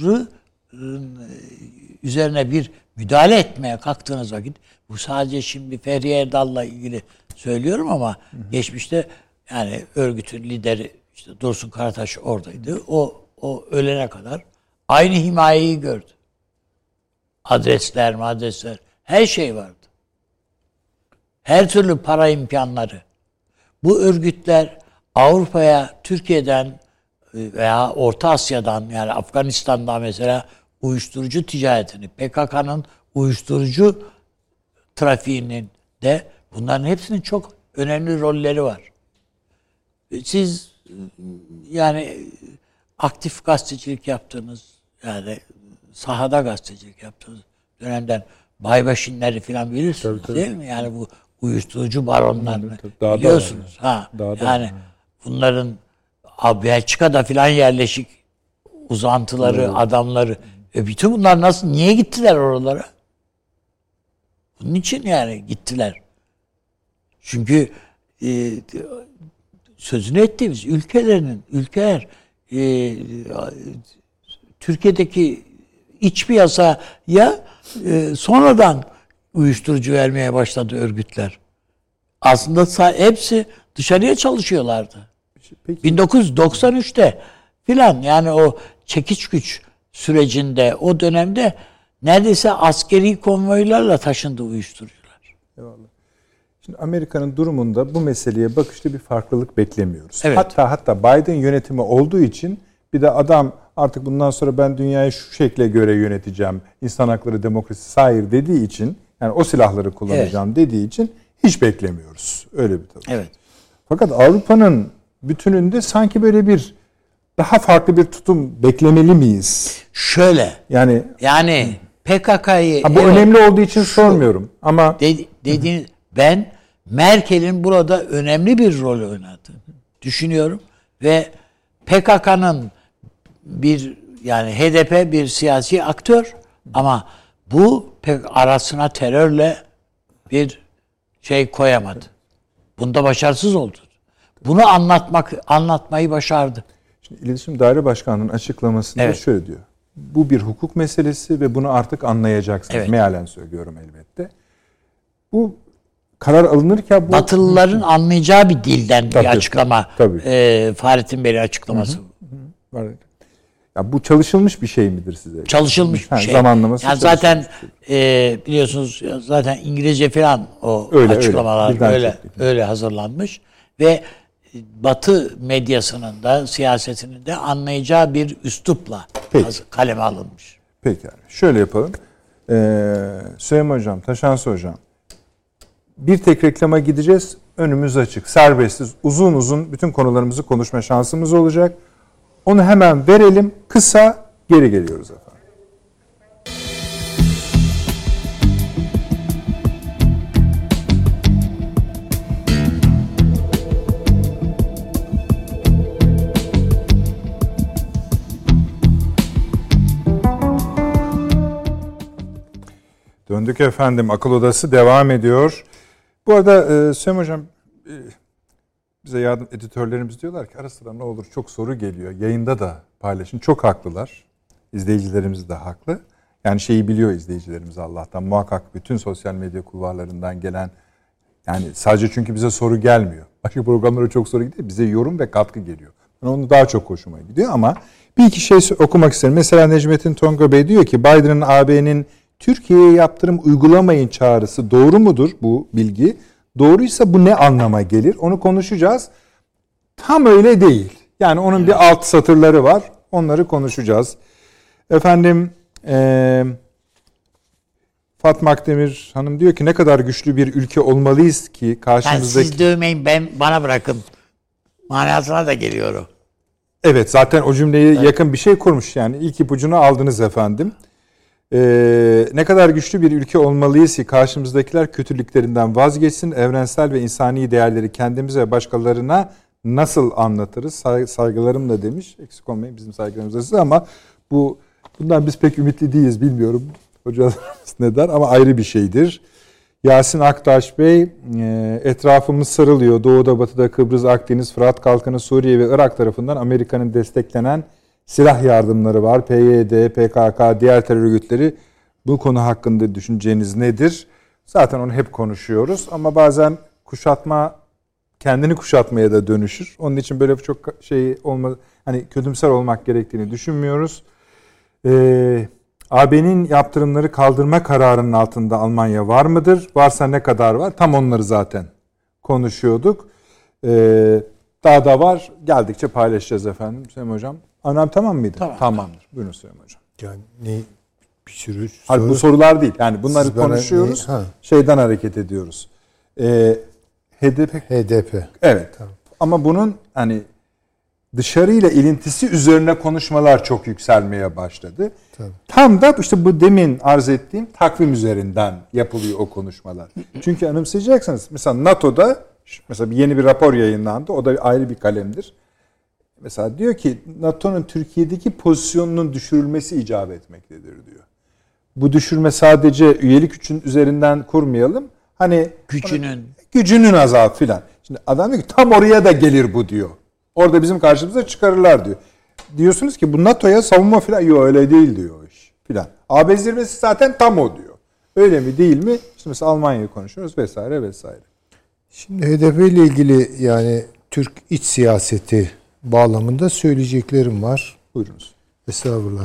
üzerine bir müdahale etmeye kalktığınız vakit, bu sadece şimdi Fehriye Erdal'la ilgili söylüyorum ama hı hı. geçmişte yani örgütün lideri işte Dursun Karataş oradaydı. O o ölene kadar aynı himayeyi gördü. Adresler, adresler, her şey vardı. Her türlü para imkanları. Bu örgütler Avrupa'ya, Türkiye'den veya Orta Asya'dan yani Afganistan'dan mesela uyuşturucu ticaretini, P K K'nın uyuşturucu trafiğinin de bunların hepsinin çok önemli rolleri var. Siz yani aktif gazetecilik yaptığınız yani sahada gazetecilik yaptığınız dönemden Baybaşinleri falan bilirsiniz tabii, tabii. değil mi? Yani bu uyuşturucu baronlarını tabii, biliyorsunuz. Yani. Ha. Dağda yani yani. Bunların Belçika'da falan yerleşik uzantıları, evet. adamları. E bütün bunlar nasıl, niye gittiler oralara? Bunun için yani gittiler. Çünkü e, sözünü ettiğimiz ülkelerinin, ülkeler e, Türkiye'deki iç piyasaya e, sonradan uyuşturucu vermeye başladı örgütler. Aslında hepsi dışarıya çalışıyorlardı. Peki. bin dokuz yüz doksan üçte filan yani o çekiç güç sürecinde o dönemde neredeyse askeri konvoylarla taşındı uyuşturucular. Eyvallah. Şimdi Amerika'nın durumunda bu meseleye bakışta bir farklılık beklemiyoruz. Evet. Hatta hatta Biden yönetimi olduğu için bir de adam artık bundan sonra ben dünyayı şu şekle göre yöneteceğim, İnsan hakları, demokrasi, sair dediği için yani o silahları kullanacağım evet. dediği için hiç beklemiyoruz. Öyle bir tabii. Evet. Fakat Avrupa'nın bütününde sanki böyle bir daha farklı bir tutum beklemeli miyiz? Şöyle. Yani yani P K K'yı bu evet, önemli olduğu için şu, sormuyorum ama dedi, dediğiniz ben Merkel'in burada önemli bir rol oynadığını düşünüyorum ve P K K'nın bir yani H D P bir siyasi aktör ama bu pek arasına terörle bir şey koyamadı. Bunda başarısız oldu. Bunu anlatmak anlatmayı başardı. Şimdi İletişim Daire Başkanlığı'nın açıklamasında evet. şöyle diyor. Bu bir hukuk meselesi ve bunu artık anlayacaksınız. Evet. Mealen söylüyorum elbette. Bu karar alınırken bu Batılıların anlayacağı bir dilden tabii, bir açıklama. Tabii. E, Fahrettin Bey'in açıklaması. Hı hı. Var. Ya bu çalışılmış bir şey midir size? Çalışılmış bir ha, şey. Zamanlaması. Yani zaten e, biliyorsunuz zaten İngilizce falan o öyle, açıklamalar öyle öyle, öyle hazırlanmış ve Batı medyasının da siyasetinin de anlayacağı bir üslupla kaleme alınmış. Peki yani şöyle yapalım. Ee, Süleyman Hocam, Taşansı Hocam. Bir tek reklama gideceğiz. Önümüz açık. Serbestiz. Uzun uzun bütün konularımızı konuşma şansımız olacak. Onu hemen verelim. Kısa geri geliyoruz efendim. Döndük efendim. Akıl Odası devam ediyor. Bu arada e, Süleyman Hocam e, bize yardım editörlerimiz diyorlar ki ara sıra ne olur çok soru geliyor. Yayında da paylaşın. Çok haklılar. İzleyicilerimiz de haklı. Yani şeyi biliyor izleyicilerimiz Allah'tan. Muhakkak bütün sosyal medya kulvarlarından gelen yani sadece çünkü bize soru gelmiyor. Başka programlara çok soru gidiyor. Bize yorum ve katkı geliyor. Yani onu daha çok hoşuma gidiyor ama bir iki şey okumak isterim. Mesela Necmettin Tonga Bey diyor ki Biden'ın A B'nin Türkiye'ye yaptırım uygulamayın çağrısı doğru mudur bu bilgi? Doğruysa bu ne anlama gelir? Onu konuşacağız. Tam öyle değil. Yani onun bir alt satırları var. Onları konuşacağız. Efendim e, Fatma Akdemir Hanım diyor ki ne kadar güçlü bir ülke olmalıyız ki karşımızdaki... Yani siz dövmeyin ben bana bırakın. Manasına da geliyor o. Evet, zaten o cümleyi evet. yakın bir şey kurmuş yani. İlk ipucunu aldınız efendim. Ee, ne kadar güçlü bir ülke olmalıyız ki karşımızdakiler kötülüklerinden vazgeçsin, evrensel ve insani değerleri kendimize ve başkalarına nasıl anlatırız? Say- saygılarımla demiş. Eksik olmayın, bizim saygılarımız size, ama bu bundan biz pek ümitli değiliz, bilmiyorum hocalarımız ne der, ama ayrı bir şeydir. Yasin Aktaş Bey, etrafımız sarılıyor. Doğuda, batıda, Kıbrıs, Akdeniz, Fırat Kalkanı, Suriye ve Irak tarafından Amerika'nın desteklenen silah yardımları var. P Y D, P K K, diğer terör örgütleri. Bu konu hakkında düşünceniz nedir? Zaten onu hep konuşuyoruz ama bazen kuşatma kendini kuşatmaya da dönüşür. Onun için böyle çok şey olma, hani kötümser olmak gerektiğini düşünmüyoruz. Ee, A B'nin yaptırımları kaldırma kararının altında Almanya var mıdır? Varsa ne kadar var? Tam onları zaten konuşuyorduk. Ee, daha da var. Geldikçe paylaşacağız efendim. Süleyman Hocam. Anam tamam mıydı? Tamam. Tamamdır. Buyurun Süleyman Hocam. Yani ne bir sürü soru. Hayır, bu sorular değil. Yani bunları Siz bana konuşuyoruz. Ne, şeyden hareket ediyoruz. Ee, H D P. H D P. Evet. Tamam. Ama bunun hani dışarıyla ilintisi üzerine konuşmalar çok yükselmeye başladı. Tabii. Tam da işte bu demin arz ettiğim takvim üzerinden yapılıyor o konuşmalar. Çünkü anımsayacaksınız. Mesela NATO'da mesela yeni bir rapor yayınlandı. O da ayrı bir kalemdir. Mesela diyor ki NATO'nun Türkiye'deki pozisyonunun düşürülmesi icap etmektedir diyor. Bu düşürme sadece üyelik için üzerinden kurmayalım. Hani gücünün gücünün azalt filan. Şimdi adam diyor ki tam oraya da gelir bu diyor. Orada bizim karşımıza çıkarırlar diyor. Diyorsunuz ki bu NATO'ya savunma filan, yok öyle değil diyor o iş filan. A B zirvesi zaten tam o diyor. Öyle mi değil mi? İşte mesela Almanya'yı konuşuyoruz vesaire vesaire. Şimdi H D P ile ilgili yani Türk iç siyaseti bağlamında söyleyeceklerim var. Buyurunuz. Estağfurullah.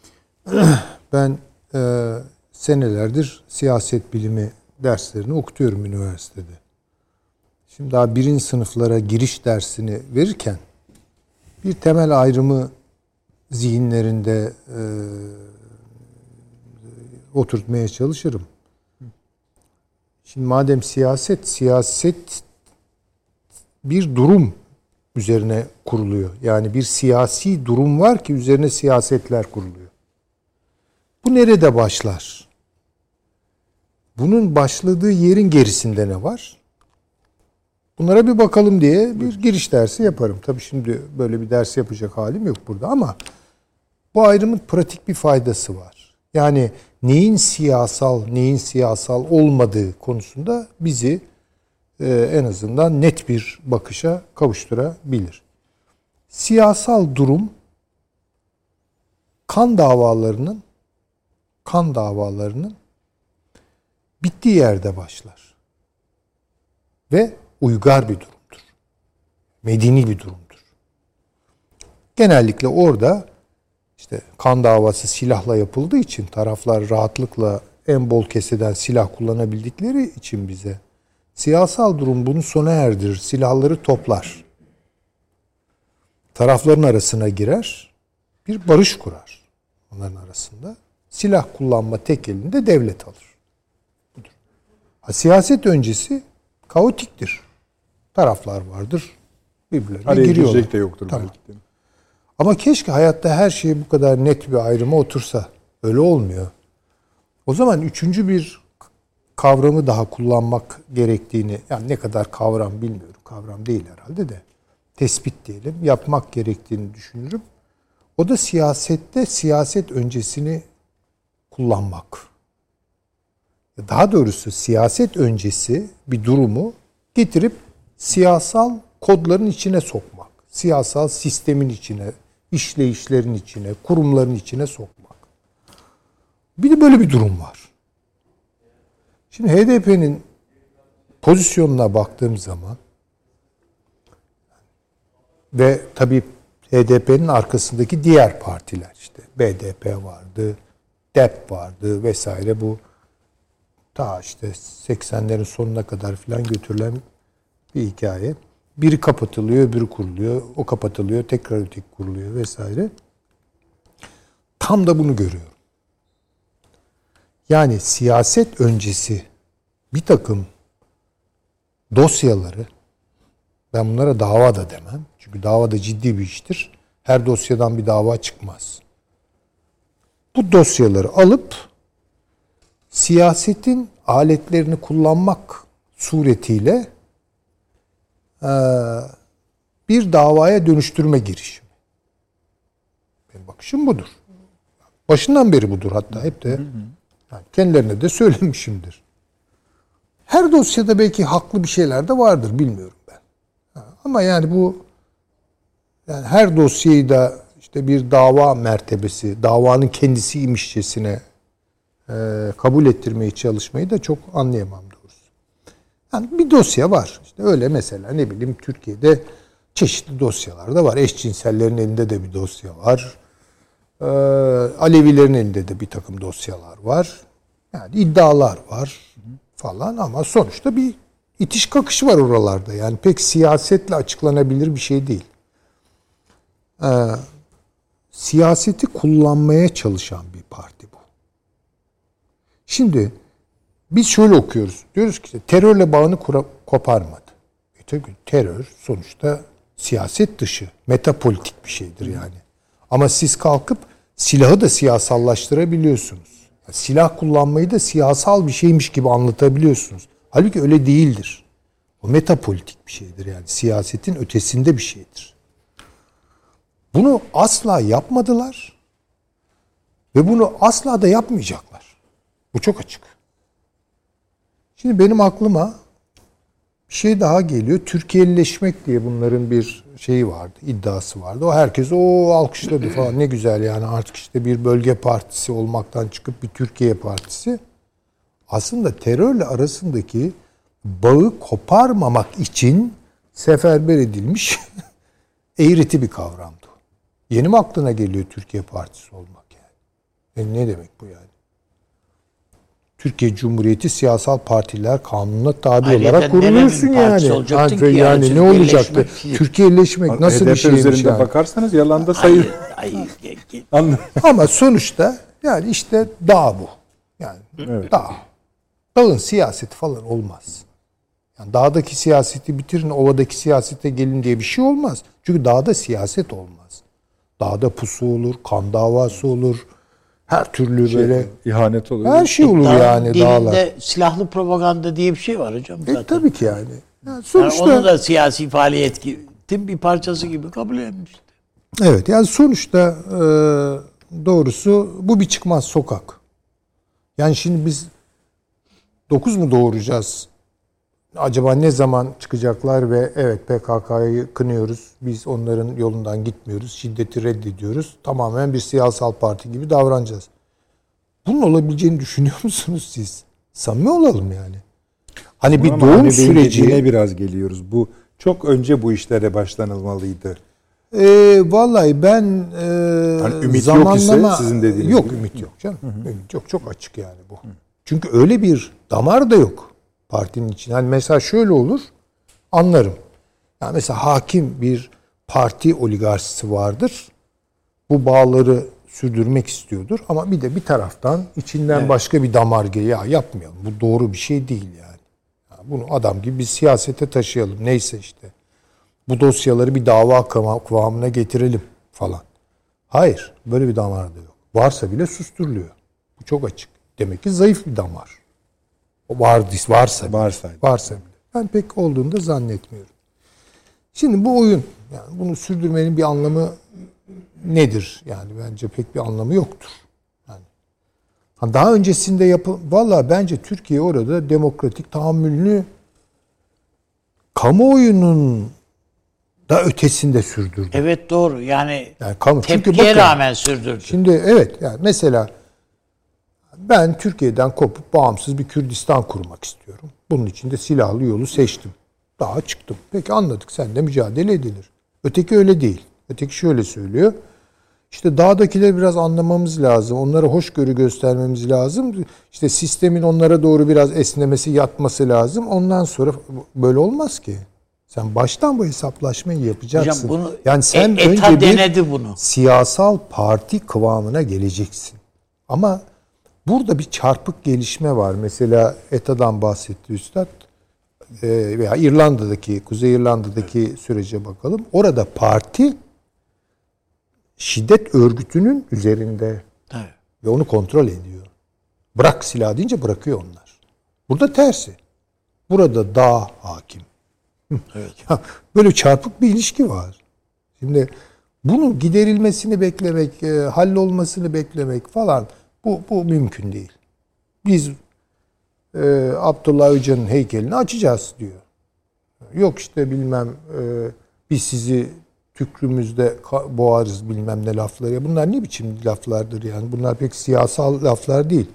Ben e, senelerdir siyaset bilimi derslerini okutuyorum üniversitede. Şimdi daha birinci sınıflara giriş dersini verirken bir temel ayrımı zihinlerinde e, oturtmaya çalışırım. Şimdi madem siyaset, siyaset bir durum üzerine kuruluyor. Yani bir siyasi durum var ki üzerine siyasetler kuruluyor. Bu nerede başlar? Bunun başladığı yerin gerisinde ne var? Bunlara bir bakalım diye bir giriş dersi yaparım. Tabii şimdi böyle bir ders yapacak halim yok burada ama bu ayrımın pratik bir faydası var. Yani neyin siyasal, neyin siyasal olmadığı konusunda bizi e, en azından net bir bakışa kavuşturabilir. Siyasal durum kan davalarının kan davalarının bittiği yerde başlar. Ve uygar bir durumdur. Medeni bir durumdur. Genellikle orada işte kan davası silahla yapıldığı için taraflar rahatlıkla en bol keseden silah kullanabildikleri için bize siyasal durum bunu sona erdirir. Silahları toplar. Tarafların arasına girer. Bir barış kurar. Onların arasında. Silah kullanma tek elinde devlet alır. Budur. Ha, siyaset öncesi kaotiktir. Taraflar vardır. Birbirlerine Araya giriyorlar. girecek de yoktur tamam. belki. Ama keşke hayatta her şey bu kadar net bir ayrıma otursa. Öyle olmuyor. O zaman üçüncü bir kavramı daha kullanmak gerektiğini, yani ne kadar kavram bilmiyorum. Kavram değil herhalde de. Tespit diyelim. Yapmak gerektiğini düşünürüm. O da siyasette siyaset öncesini kullanmak. Daha doğrusu siyaset öncesi bir durumu getirip siyasal kodların içine sokmak. Siyasal sistemin içine, işleyişlerin içine, kurumların içine sokmak. Bir de böyle bir durum var. Şimdi H D P'nin pozisyonuna baktığım zaman ve tabii H D P'nin arkasındaki diğer partiler, işte B D P vardı, D E P vardı vesaire, bu ta işte seksenlerin sonuna kadar filan götürülen bir hikaye. Biri kapatılıyor, öbürü kuruluyor. O kapatılıyor, tekrar öteki kuruluyor vesaire. Tam da bunu görüyorum. Yani siyaset öncesi bir takım dosyaları, ben bunlara dava da demem. Çünkü dava da ciddi bir iştir. Her dosyadan bir dava çıkmaz. Bu dosyaları alıp siyasetin aletlerini kullanmak suretiyle e, bir davaya dönüştürme girişimi. Benim bakışım budur. Başından beri budur hatta. Hep de yani kendilerine de söylemişimdir. Her dosyada belki haklı bir şeyler de vardır. Bilmiyorum ben. Ama yani bu yani her dosyayı da işte bir dava mertebesi, davanın kendisiymişçesine e, kabul ettirmeye çalışmayı da çok anlayamam doğrusu. Yani bir dosya var. İşte öyle mesela ne bileyim Türkiye'de çeşitli dosyalar da var. Eşcinsellerin elinde de bir dosya var. Ee, Alevilerin elinde de bir takım dosyalar var. Yani iddialar var falan ama sonuçta bir itiş kakış var oralarda. Yani pek siyasetle açıklanabilir bir şey değil. Ee, siyaseti kullanmaya çalışan bir parti bu. Şimdi biz şöyle okuyoruz. Diyoruz ki işte, terörle bağını kura, koparmadı. E tabii terör sonuçta siyaset dışı, metapolitik bir şeydir yani. Ama siz kalkıp silahı da siyasallaştırabiliyorsunuz. Yani silah kullanmayı da siyasal bir şeymiş gibi anlatabiliyorsunuz. Halbuki öyle değildir. O metapolitik bir şeydir yani. Siyasetin ötesinde bir şeydir. Bunu asla yapmadılar. Ve bunu asla da yapmayacaklar. Bu çok açık. Şimdi benim aklıma bir şey daha geliyor. Türkiye'lileşmek diye bunların bir şeyi vardı, iddiası vardı. O herkes o alkışladı falan. Ne güzel yani artık işte bir bölge partisi olmaktan çıkıp bir Türkiye partisi. Aslında terörle arasındaki bağı koparmamak için seferber edilmiş eğreti bir kavramdı. Yeni mi aklına geliyor Türkiye partisi olmak yani? E ne demek bu yani? Türkiye Cumhuriyeti Siyasal Partiler Kanunu'na tabi Ayrıca olarak kuruluyorsun yani. Yani, yani, yani ne olacaktı? Türkiye'leşmek nasıl bir şeymiş üzerinde yani? bakarsanız yalanda sayı. Hayır, hayır. Ama sonuçta yani işte dağ bu. Yani evet. Dağ. Dağın siyaseti falan olmaz. Yani dağdaki siyaseti bitirin, ovadaki siyasete gelin diye bir şey olmaz. Çünkü dağda siyaset olmaz. Dağda pusu olur, kan davası olur. Her türlü şey, böyle ihanet olur. Her şey olur Dağın yani dağlar. Dilinde silahlı propaganda diye bir şey var hocam zaten. E, tabii ki yani. Yani sonuçta yani onu da siyasi faaliyetin bir parçası gibi kabul etmişti. Evet yani sonuçta e, doğrusu bu bir çıkmaz sokak. Yani şimdi biz dokuz mu doğuracağız? Acaba ne zaman çıkacaklar ve evet P K K'yı kınıyoruz. Biz onların yolundan gitmiyoruz. Şiddeti reddediyoruz. Tamamen bir siyasal parti gibi davranacağız. Bunun olabileceğini düşünüyor musunuz siz? Samimi olalım yani. Hani bir ama doğum hani süreci biraz geliyoruz. Bu çok önce bu işlere başlanılmalıydı. E, vallahi ben e, hani ümit zamanlama yok ise sizin dediğiniz yok gibi. ümit yok canım. Hı hı. Ümit yok, çok açık yani bu. Hı. Çünkü öyle bir damar da yok partinin için. Hani mesela şöyle olur, anlarım. Yani mesela hakim bir parti oligarşisi vardır. Bu bağları sürdürmek istiyordur ama bir de bir taraftan içinden evet. başka bir damar geliyor. Ya yapmayalım. Bu doğru bir şey değil yani. yani. Bunu adam gibi biz siyasete taşıyalım. Neyse işte. Bu dosyaları bir dava kıvamına getirelim falan. Hayır. Böyle bir damar da yok. Varsa bile susturuluyor. Bu çok açık. Demek ki zayıf bir damar. O var, varsa bile. Varsa, varsa bile. Ben pek olduğunu da zannetmiyorum. Şimdi bu oyun, yani bunu sürdürmenin bir anlamı nedir? Yani bence pek bir anlamı yoktur. Yani daha öncesinde yapı, valla bence Türkiye orada demokratik tahammülünü kamuoyunun da ötesinde sürdürdü. Evet doğru. Yani, yani kamu, tepkiye çünkü bakın, rağmen sürdürdü. Şimdi evet yani mesela ben Türkiye'den kopup bağımsız bir Kürdistan kurmak istiyorum. Bunun için de silahlı yolu seçtim. Daha çıktım. Peki anladık. Seninle mücadele edilir. Öteki öyle değil. Öteki şöyle söylüyor. İşte dağdakileri biraz anlamamız lazım. Onlara hoşgörü göstermemiz lazım. İşte sistemin onlara doğru biraz esnemesi, yatması lazım. Ondan sonra böyle olmaz ki. Sen baştan bu hesaplaşmayı yapacaksın. Hocam bunu yani sen e, önce denedi bir bunu. siyasal parti kıvamına geleceksin. Ama burada bir çarpık gelişme var. Mesela E T A'dan bahsetti Üstad. Ee, veya İrlanda'daki, Kuzey İrlanda'daki sürece bakalım. Orada parti şiddet örgütünün üzerinde. Tabii. Ve onu kontrol ediyor. Bırak silah deyince bırakıyor onlar. Burada tersi. Burada daha hakim. Evet. Ya böyle çarpık bir ilişki var. Şimdi bunun giderilmesini beklemek, e, hallolmasını beklemek falan bu bu mümkün değil. Biz e, Abdullah Öcalan'ın heykelini açacağız diyor. Yok işte bilmem e, biz sizi tükrümüzde boğarız bilmem ne lafları. Ya bunlar ne biçim laflardır yani? Bunlar pek siyasal laflar değil.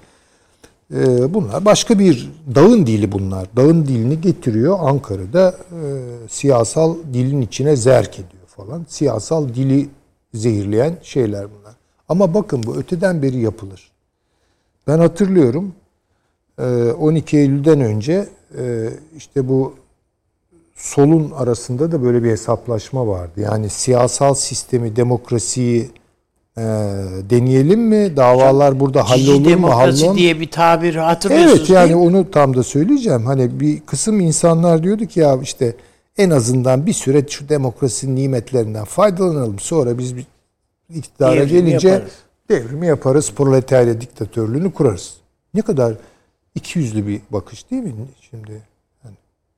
Ee, bunlar başka bir dağın dili bunlar. Dağın dilini getiriyor Ankara'da e, siyasal dilin içine zerk ediyor falan. Siyasal dili zehirleyen şeyler bunlar. Ama bakın bu öteden beri yapılır. Ben hatırlıyorum e, on iki Eylül'den önce e, işte bu solun arasında da böyle bir hesaplaşma vardı. Yani siyasal sistemi, demokrasiyi e, deneyelim mi? Davalar burada hallolur mu? Demokrasi Hallolur diye bir tabir hatırlıyorsunuz. Evet yani değil mi? onu tam da söyleyeceğim. Hani bir kısım insanlar diyordu ki ya işte en azından bir süre şu demokrasinin nimetlerinden faydalanalım. Sonra biz bir iktidara Devrimi gelince yaparız. devrimi yaparız. Proletarya diktatörlüğünü kurarız. Ne kadar ikiyüzlü bir bakış değil mi şimdi? Yani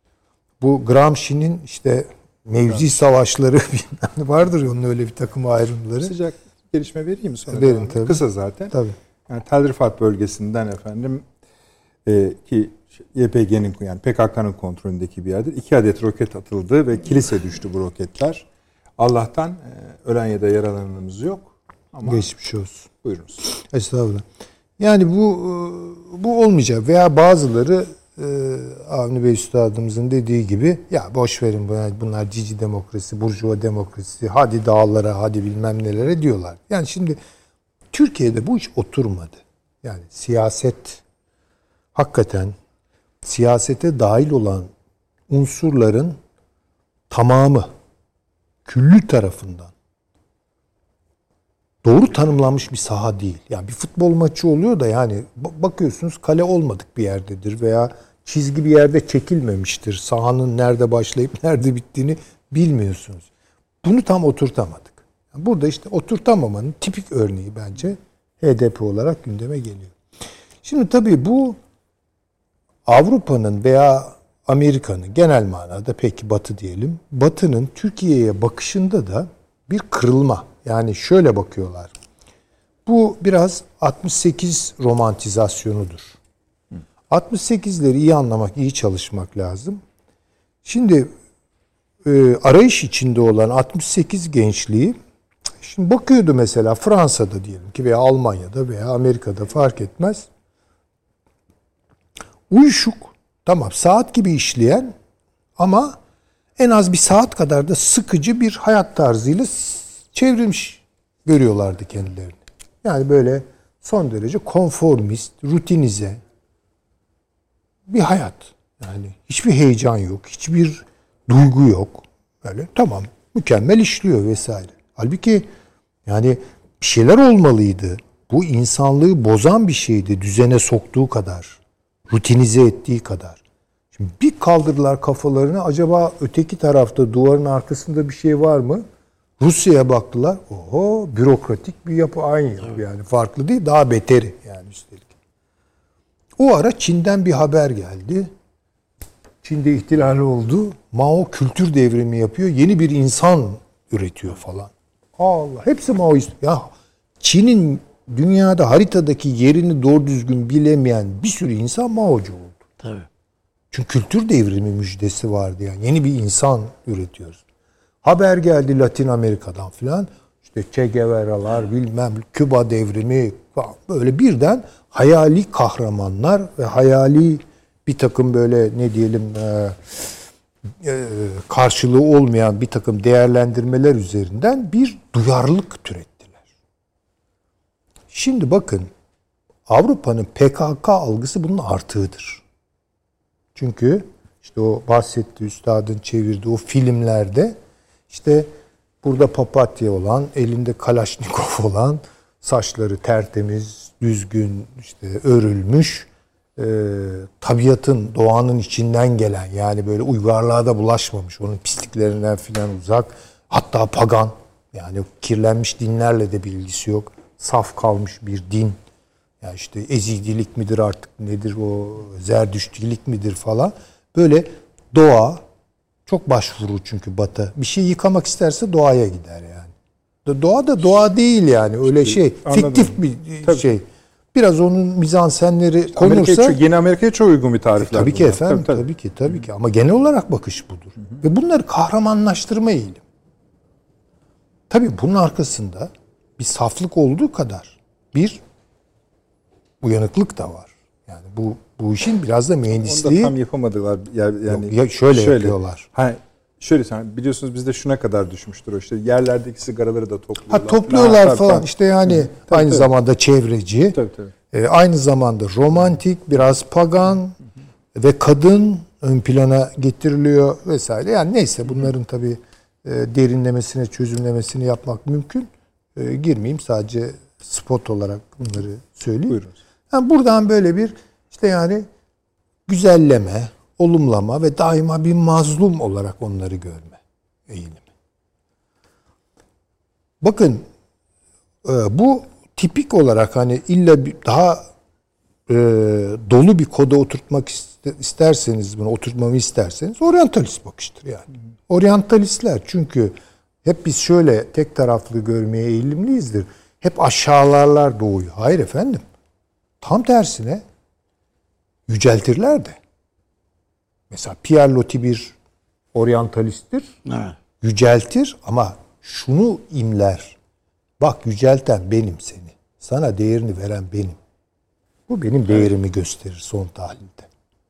bu Gramsci'nin işte mevzi savaşları bilmem ne vardır ya onun öyle bir takım ayrımları. Sıcak gelişme vereyim mi sonra? Verin tabii. Kısa zaten. Tabii. Yani Tel Rifat bölgesinden efendim e, ki Y P G'nin yani P K K'nın kontrolündeki bir yerdir. İki adet roket atıldı ve kilise düştü bu roketler. Allah'tan e, ölen ya da yaralananımız yok. Ama Geçmiş olsun. buyurunuz. Estağfurullah. Yani bu bu olmayacak veya bazıları e, Avni Bey Üstadımızın dediği gibi ya boş verin bunlar cici demokrasi, burjuva demokrasi, hadi dağlara, hadi bilmem nelere diyorlar. Yani şimdi Türkiye'de bu iş oturmadı. Yani siyaset hakikaten siyasete dahil olan unsurların tamamı küllü tarafından doğru tanımlanmış bir saha değil. Yani bir futbol maçı oluyor da yani bakıyorsunuz kale olmadık bir yerdedir veya çizgi bir yerde çekilmemiştir. Sahanın nerede başlayıp nerede bittiğini bilmiyorsunuz. Bunu tam oturtamadık. Burada işte oturtamamanın tipik örneği bence H D P olarak gündeme geliyor. Şimdi tabii bu Avrupa'nın veya Amerika'nın genel manada peki Batı diyelim. Batı'nın Türkiye'ye bakışında da bir kırılma. Yani şöyle bakıyorlar. Bu biraz altmış sekiz romantizasyonudur. altmış sekizleri iyi anlamak, iyi çalışmak lazım. Şimdi e, arayış içinde olan altmış sekiz gençliği şimdi bakıyordu mesela Fransa'da diyelim ki veya Almanya'da veya Amerika'da fark etmez. Uyuşuk, tamam saat gibi işleyen ama en az bir saat kadar da sıkıcı bir hayat tarzıyla çevrilmiş görüyorlardı kendilerini. Yani böyle son derece konformist, rutinize bir hayat. Yani hiçbir heyecan yok, hiçbir duygu yok. Böyle tamam mükemmel işliyor vesaire. Halbuki yani bir şeyler olmalıydı. Bu insanlığı bozan bir şeydi düzene soktuğu kadar, rutinize ettiği kadar. Şimdi bir kaldırdılar kafalarını, acaba öteki tarafta duvarın arkasında bir şey var mı? Rusya'ya baktılar. Oho, bürokratik bir yapı aynı yapı yani. Farklı değil, daha beteri yani üstelik. O ara Çin'den bir haber geldi. Çin'de ihtilal oldu. Mao kültür devrimi yapıyor. Yeni bir insan üretiyor falan. Allah, hepsi Maoist. Ya Çin'in dünyada haritadaki yerini doğru düzgün bilemeyen bir sürü insan Mao'cu oldu. Tabii. Çünkü kültür devrimi müjdesi vardı yani. Yeni bir insan üretiyoruz. Haber geldi Latin Amerika'dan filan. İşte Che Guevara'lar, bilmem Küba devrimi falan. Böyle birden hayali kahramanlar ve hayali bir takım böyle ne diyelim e, e, karşılığı olmayan bir takım değerlendirmeler üzerinden bir duyarlılık türettiler. Şimdi bakın Avrupa'nın P K K algısı bunun artığıdır. Çünkü işte o bahsettiği üstadın çevirdiği o filmlerde işte burada papatya olan, elinde Kalaşnikov olan, saçları tertemiz, düzgün, işte örülmüş, e, tabiatın, doğanın içinden gelen yani böyle uygarlığa da bulaşmamış, onun pisliklerinden filan uzak, hatta pagan Yani kirlenmiş dinlerle de bir ilgisi yok. Saf kalmış bir din. Yani işte Ezidilik midir artık nedir o, Zerdüştilik midir falan. Böyle doğa çok başvurur çünkü Batı. Bir şey yıkamak isterse doğaya gider yani. Doğa da doğa değil yani öyle şey. Anladım. Fiktif bir Tabii. şey. Biraz onun mizansenleri konursa... Amerika'ya, yeni Amerika'ya çok uygun bir tarifler. E, tabii ki efendim, tabii, tabii. tabii ki, tabii ki. Ama genel olarak bakış budur. Hı hı. Ve bunları kahramanlaştırma eğilim. Tabii bunun arkasında bir saflık olduğu kadar bir uyanıklık da var. Yani bu bu işin biraz da mühendisliği... Onu da tam yapamadılar. Yani, Yok, ya şöyle, şöyle yapıyorlar. Ha, şöyle sen biliyorsunuz bizde şuna kadar düşmüştür o işte yerlerdeki sigaraları da topluyorlar. Ha topluyorlar ha, falan tabii, işte yani Hı, tabii, aynı tabii. zamanda çevreci. Tabii tabii. E, aynı zamanda romantik, biraz pagan hı hı. ve kadın ön plana getiriliyor vesaire. Yani neyse bunların tabii e, derinlemesine, çözümlemesini yapmak mümkün. E, girmeyeyim sadece spot olarak bunları söyleyeyim. Buyurun. Yani buradan böyle bir işte yani güzelleme, olumlama ve daima bir mazlum olarak onları görme eğilimi. Bakın bu tipik olarak hani illa bir daha e, dolu bir koda oturtmak isterseniz, bunu oturtmamı isterseniz oryantalist bakıştır yani. Oryantalistler çünkü hep biz şöyle tek taraflı görmeye eğilimliyizdir. Hep aşağılarlar doğuyu. Hayır efendim. Tam tersine yüceltirler de. Mesela Pierre Loti bir oryantalisttir. Evet. Yüceltir ama şunu imler. Bak yücelten benim seni. Sana değerini veren benim. Bu benim değerimi gösterir son tahlilde.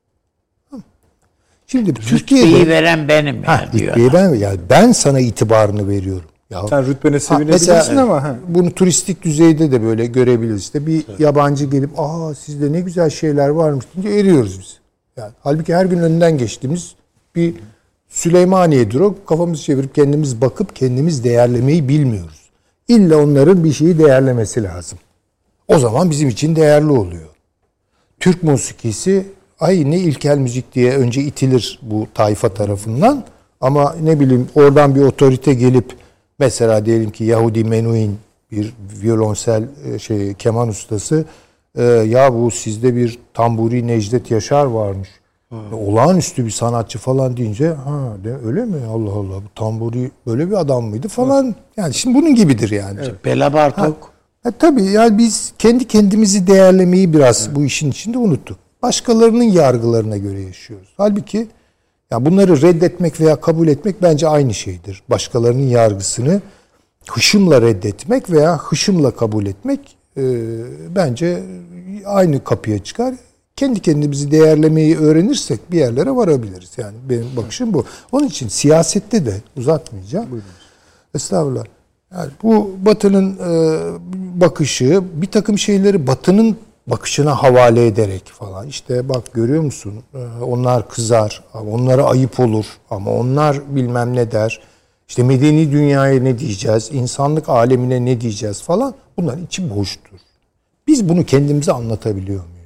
Şimdi Türkiye'de rütbeyi veren benim yani ha, diyor. Rütbeyi ben yani ben sana itibarını veriyorum. Ya, sen rütbene sevinebilirsin ha, ama. Ha. Bunu turistik düzeyde de böyle görebiliriz. İşte bir evet. yabancı gelip aa sizde ne güzel şeyler varmış deyince eriyoruz biz. Yani, halbuki her gün önünden geçtiğimiz bir Süleymaniye'dir o. Kafamızı çevirip kendimiz bakıp kendimiz değerlemeyi bilmiyoruz. İlla onların bir şeyi değerlemesi lazım. O zaman bizim için değerli oluyor. Türk musikisi ay ne ilkel müzik diye önce itilir bu tayfa tarafından. Ama ne bileyim oradan bir otorite gelip mesela diyelim ki Yahudi Menuhin bir violonsel şey keman ustası e, ya bu sizde bir tamburi Necdet Yaşar varmış. Hmm. Olağanüstü bir sanatçı falan deyince ha de, öyle mi? Allah Allah bu tamburi böyle bir adam mıydı falan. Evet. Yani şimdi bunun gibidir yani. Evet. Bela Bartok. Ha, tabii yani biz kendi kendimizi değerlemeyi biraz evet. bu işin içinde unuttuk. Başkalarının yargılarına göre yaşıyoruz. Halbuki ya bunları reddetmek veya kabul etmek bence aynı şeydir. Başkalarının yargısını hışımla reddetmek veya hışımla kabul etmek e, bence aynı kapıya çıkar. Kendi kendimizi değerlemeyi öğrenirsek bir yerlere varabiliriz. Yani benim bakışım bu. Onun için siyasette de uzatmayacağım. Buyurun. Estağfurullah. Yani bu Batı'nın e, bakışı bir takım şeyleri Batı'nın bakışına havale ederek falan. İşte bak görüyor musun? E, onlar kızar. Ama onlara ayıp olur. Ama onlar bilmem ne der. İşte medeni dünyaya ne diyeceğiz? İnsanlık alemine ne diyeceğiz falan. Bunların içi boştur. Biz bunu kendimize anlatabiliyor muyuz?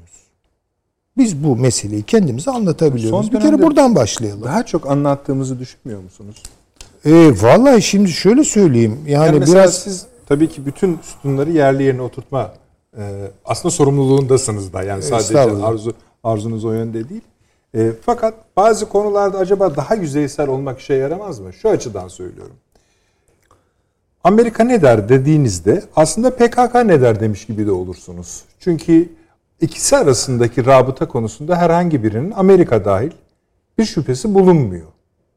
Biz bu meseleyi kendimize anlatabiliyor muyuz? Bir kere buradan başlayalım. Daha çok anlattığımızı düşünmüyor musunuz? E, vallahi şimdi şöyle söyleyeyim. Yani, yani mesela biraz siz tabii ki bütün sütunları yerli yerine oturtma e, aslında sorumluluğundasınız da. Yani sadece arzu arzunuz o yönde değil. E, fakat bazı konularda acaba daha yüzeysel olmak işe yaramaz mı? Şu açıdan söylüyorum. Amerika ne der dediğinizde aslında P K K ne der demiş gibi de olursunuz. Çünkü ikisi arasındaki rabıta konusunda herhangi birinin Amerika dahil bir şüphesi bulunmuyor.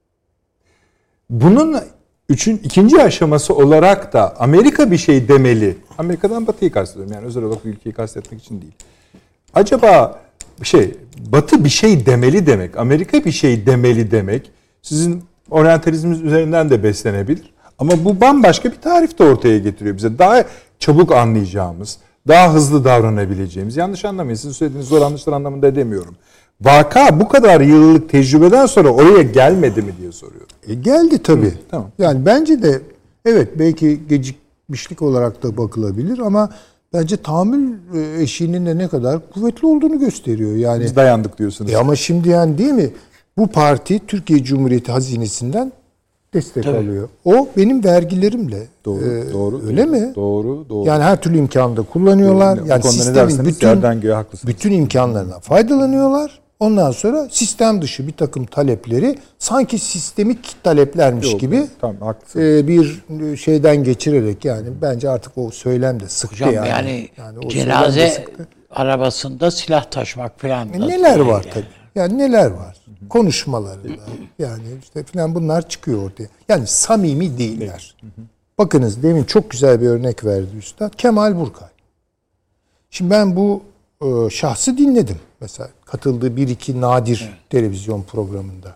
Bunun üçün, ikinci aşaması olarak da Amerika bir şey demeli. Amerika'dan Batı'yı kastediyorum. Yani özel olarak ülkeyi kastetmek için değil. Acaba şey Batı bir şey demeli demek, Amerika bir şey demeli demek sizin oryantalizminiz üzerinden de beslenebilir. Ama bu bambaşka bir tarif de ortaya getiriyor bize. Daha çabuk anlayacağımız, daha hızlı davranabileceğimiz. Yanlış anlamayın. Sizin söylediğiniz zor anlaşılır anlamında demiyorum. Vaka bu kadar yıllık tecrübeden sonra oraya gelmedi mi diye soruyorum. E geldi tabii. Hı, tamam. Yani bence de evet belki gecikmişlik olarak da bakılabilir ama bence tahammül eşiğinin de ne kadar kuvvetli olduğunu gösteriyor. Yani biz dayandık diyorsunuz. E ama şimdi yani değil mi? Bu parti Türkiye Cumhuriyeti hazinesinden destek Tabii. alıyor. O benim vergilerimle. Doğru, Ee, doğru. Öyle doğru, mi? Doğru, doğru. Yani her türlü imkanı da kullanıyorlar. Bu Yani konuda ne sistemin derseniz bütün yerden göğe haklısınız. bütün imkanlarından faydalanıyorlar. Ondan sonra sistem dışı bir takım talepleri sanki sistemik taleplermiş Yok, gibi tamam, haklısınız. e, bir şeyden geçirerek, yani bence artık o söylem de sıktı. Hocam yani. yani, Yani o söylem de cenaze sıktı. arabasında silah taşımak falan. E, da neler değil var yani. tabii. Yani neler var. Konuşmalarında yani işte falan bunlar çıkıyor ortaya. Yani samimi değiller. Bakınız demin çok güzel bir örnek verdi Üstad. Kemal Burkay. Şimdi ben bu e, şahsı dinledim. Mesela katıldığı bir iki nadir evet. televizyon programında.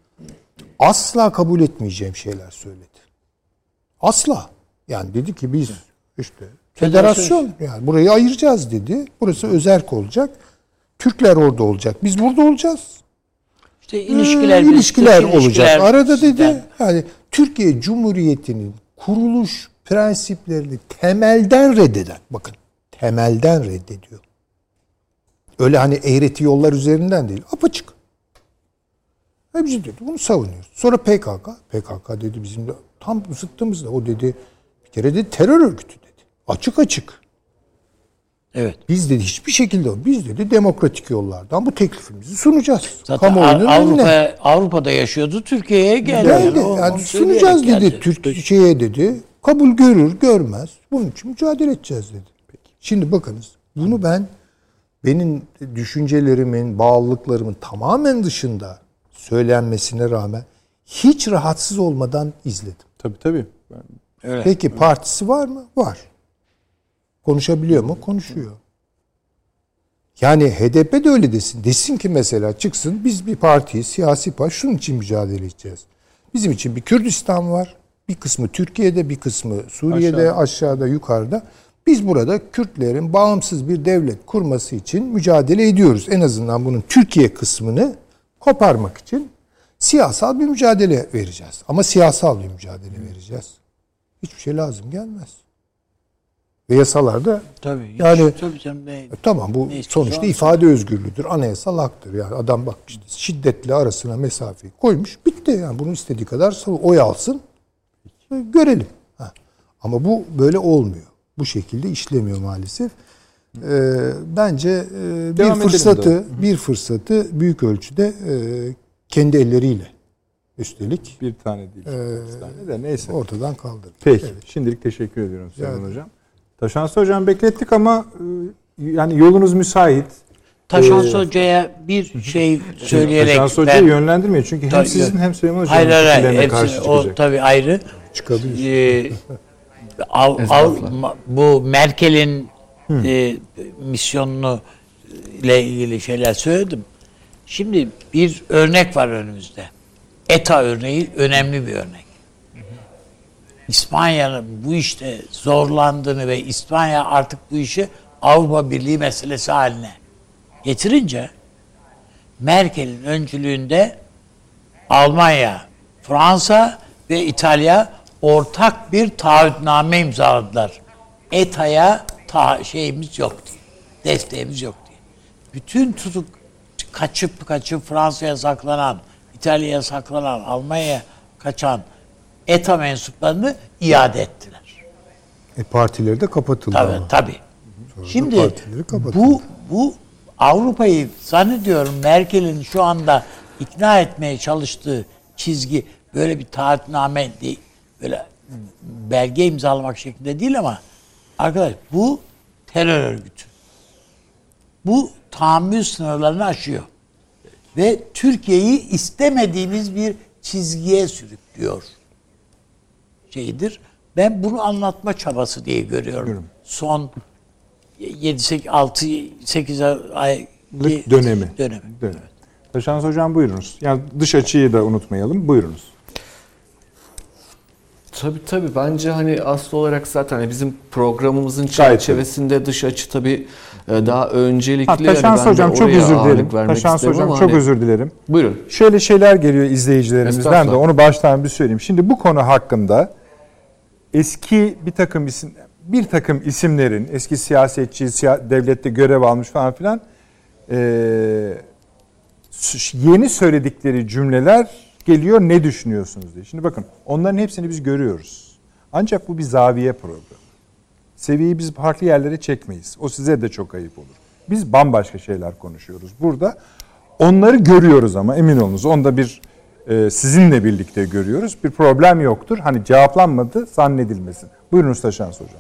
Asla kabul etmeyeceğim şeyler söyledi. Asla. Yani dedi ki biz işte federasyon, yani burayı ayıracağız dedi. Burası özerk olacak. Türkler orada olacak. Biz burada olacağız. İşte ilişkiler, ee, ilişkiler olacak. ilişkiler Arada dedi sizden. yani Türkiye Cumhuriyeti'nin kuruluş prensiplerini temelden reddeden, bakın temelden reddediyor. Öyle hani eğreti yollar üzerinden değil, apaçık. Hepsi dedi, bunu savunuyoruz. Sonra P K K, P K K dedi bizim de tam zıttımızda. O dedi bir kere dedi terör örgütü dedi. Açık açık. Evet. Biz dedi hiçbir şekilde, biz dedi demokratik yollardan bu teklifimizi sunacağız. Zaten Kamuoyunun Avrupa, önüne. Avrupa'da yaşıyordu, Türkiye'ye geldi. Geldi. Yani, Yani onu sunacağız söyleyerek dedi. geldi. Türk şeye dedi. Kabul görür, görmez. Bunun için mücadele edeceğiz dedi. Peki. Şimdi bakınız. Bunu ben benim düşüncelerimin, bağlılıklarımın tamamen dışında söylenmesine rağmen hiç rahatsız olmadan izledim. Tabii tabii. Ben... Öyle. Peki partisi var mı? Var. Konuşabiliyor mu? Konuşuyor. Yani H D P de öyle desin. Desin ki mesela çıksın biz bir partiyiz, siyasi parti, şunun için mücadele edeceğiz. Bizim için bir Kürdistan var. Bir kısmı Türkiye'de, bir kısmı Suriye'de, aşağıda, aşağıda yukarıda. Biz burada Kürtlerin bağımsız bir devlet kurması için mücadele ediyoruz. En azından bunun Türkiye kısmını koparmak için siyasal bir mücadele vereceğiz. Ama siyasal bir mücadele vereceğiz. Hiçbir şey lazım gelmez. Ve yasalarda tabii, yani tabii canım, ne, e, tamam bu ne sonuçta ifade özgürlüğüdür. Anayasal haktır. Yani adam bak işte şiddetle arasına mesafeyi koymuş. Bitti yani. Bunu istediği kadar oy alsın. Görelim. Ha. Ama bu böyle olmuyor. Bu şekilde işlemiyor maalesef. Ee, bence e, bir fırsatı bir fırsatı büyük ölçüde e, kendi elleriyle üstelik bir tane değil. E, bir tane de neyse. Ortadan kaldırdı. Peki. Evet. Şimdilik teşekkür ediyorum Süleyman Yani. Hocam. Taşansı Hocam beklettik ama yani yolunuz müsait. Taşansı ee, Hoca'ya bir şey söyleyerek Taşansı Hoca'yı yönlendirmiyor. Çünkü hem tabii, sizin hem Süleyman Hoca'nın hayır, hayır, fikirlerine hepsi, karşı çıkacak. o tabii ayrı. Çıkabilir. Ee, av, av, bu Merkel'in e, misyonunu ile ilgili şeyler söyledim. Şimdi bir örnek var önümüzde. ETA örneği önemli bir örnek. İspanya'nın bu işte zorlandığını ve İspanya artık bu işi Avrupa Birliği meselesi haline getirince Merkel'in öncülüğünde Almanya, Fransa ve İtalya ortak bir taahhütname imzaladılar. ETA'ya ta şeyimiz yok diye. Desteğimiz yok diye. Bütün tutuk kaçıp kaçıp Fransa'ya saklanan, İtalya'ya saklanan, Almanya'ya kaçan ETA mensuplarını iade ettiler. E, partileri de kapatıldı. Tabii ama. tabii. Sonra şimdi bu bu Avrupa'yı zannediyorum Merkel'in şu anda ikna etmeye çalıştığı çizgi böyle bir taahhütname değil, böyle belge imzalamak şeklinde değil ama arkadaş bu terör örgütü. Bu tahammül sınırlarını aşıyor. Ve Türkiye'yi istemediğimiz bir çizgiye sürüklüyor. Şeydir. Ben bunu anlatma çabası diye görüyorum. Görüm. Son yedi sekiz altı sekiz ay dönemi. Dönemi. Dönemi. Evet. Taşansı Hocam buyurunuz. Yani dış açıyı da unutmayalım. Buyurunuz. Tabii tabii. Bence hani asıl olarak zaten bizim programımızın çerçevesinde dış açı tabii daha öncelikli. Ha, Taşansı yani Hocam çok özür dilerim. Taşansı Hocam çok hani... özür dilerim. Buyurun. Şöyle şeyler geliyor izleyicilerimizden de onu baştan bir söyleyeyim. Şimdi bu konu hakkında eski bir takım isim, bir takım isimlerin eski siyasetçi, siya, devlette görev almış falan filan e, yeni söyledikleri cümleler geliyor ne düşünüyorsunuz diye. Şimdi bakın onların hepsini biz görüyoruz. Ancak bu bir zaviye programı. Seviyeyi biz farklı yerlere çekmeyiz. O size de çok ayıp olur. Biz bambaşka şeyler konuşuyoruz burada. Onları görüyoruz ama emin olunuz. Onda bir e, sizinle birlikte görüyoruz. Bir problem yoktur. Hani cevaplanmadı zannedilmesin. Buyurun Usta Şans Hocam.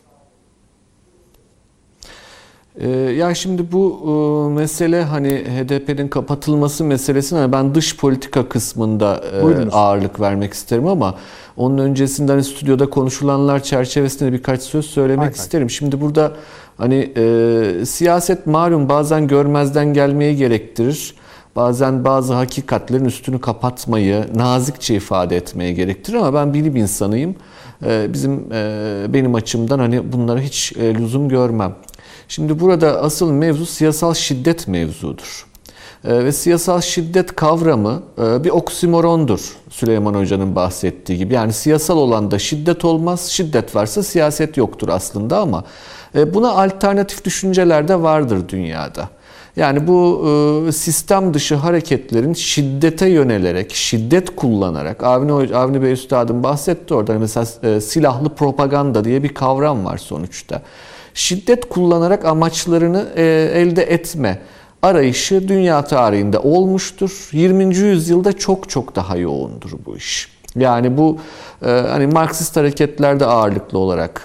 Ee, ya şimdi bu e, mesele hani H D P'nin kapatılması meselesine hani ben dış politika kısmında e, ağırlık vermek isterim ama onun öncesinde hani stüdyoda konuşulanlar çerçevesinde birkaç söz söylemek hay isterim. Hay. Şimdi burada hani e, siyaset malum bazen görmezden gelmeyi gerektirir. Bazen bazı hakikatlerin üstünü kapatmayı, nazikçe ifade etmeye gerektirir ama ben bilim insanıyım. E, bizim e, benim açımdan hani bunlara hiç e, lüzum görmem. Şimdi burada asıl mevzu siyasal şiddet mevzudur. Ee, ve siyasal şiddet kavramı e, bir oksimorondur Süleyman Hoca'nın bahsettiği gibi. Yani siyasal olanda şiddet olmaz, şiddet varsa siyaset yoktur aslında ama e, buna alternatif düşünceler de vardır dünyada. Yani bu e, sistem dışı hareketlerin şiddete yönelerek, şiddet kullanarak, Avni, Avni Bey Üstad'ın bahsetti orada mesela e, silahlı propaganda diye bir kavram var sonuçta. Şiddet kullanarak amaçlarını e, elde etme arayışı dünya tarihinde olmuştur. yirminci yüzyılda çok çok daha yoğundur bu iş. Yani bu e, hani Marksist hareketlerde ağırlıklı olarak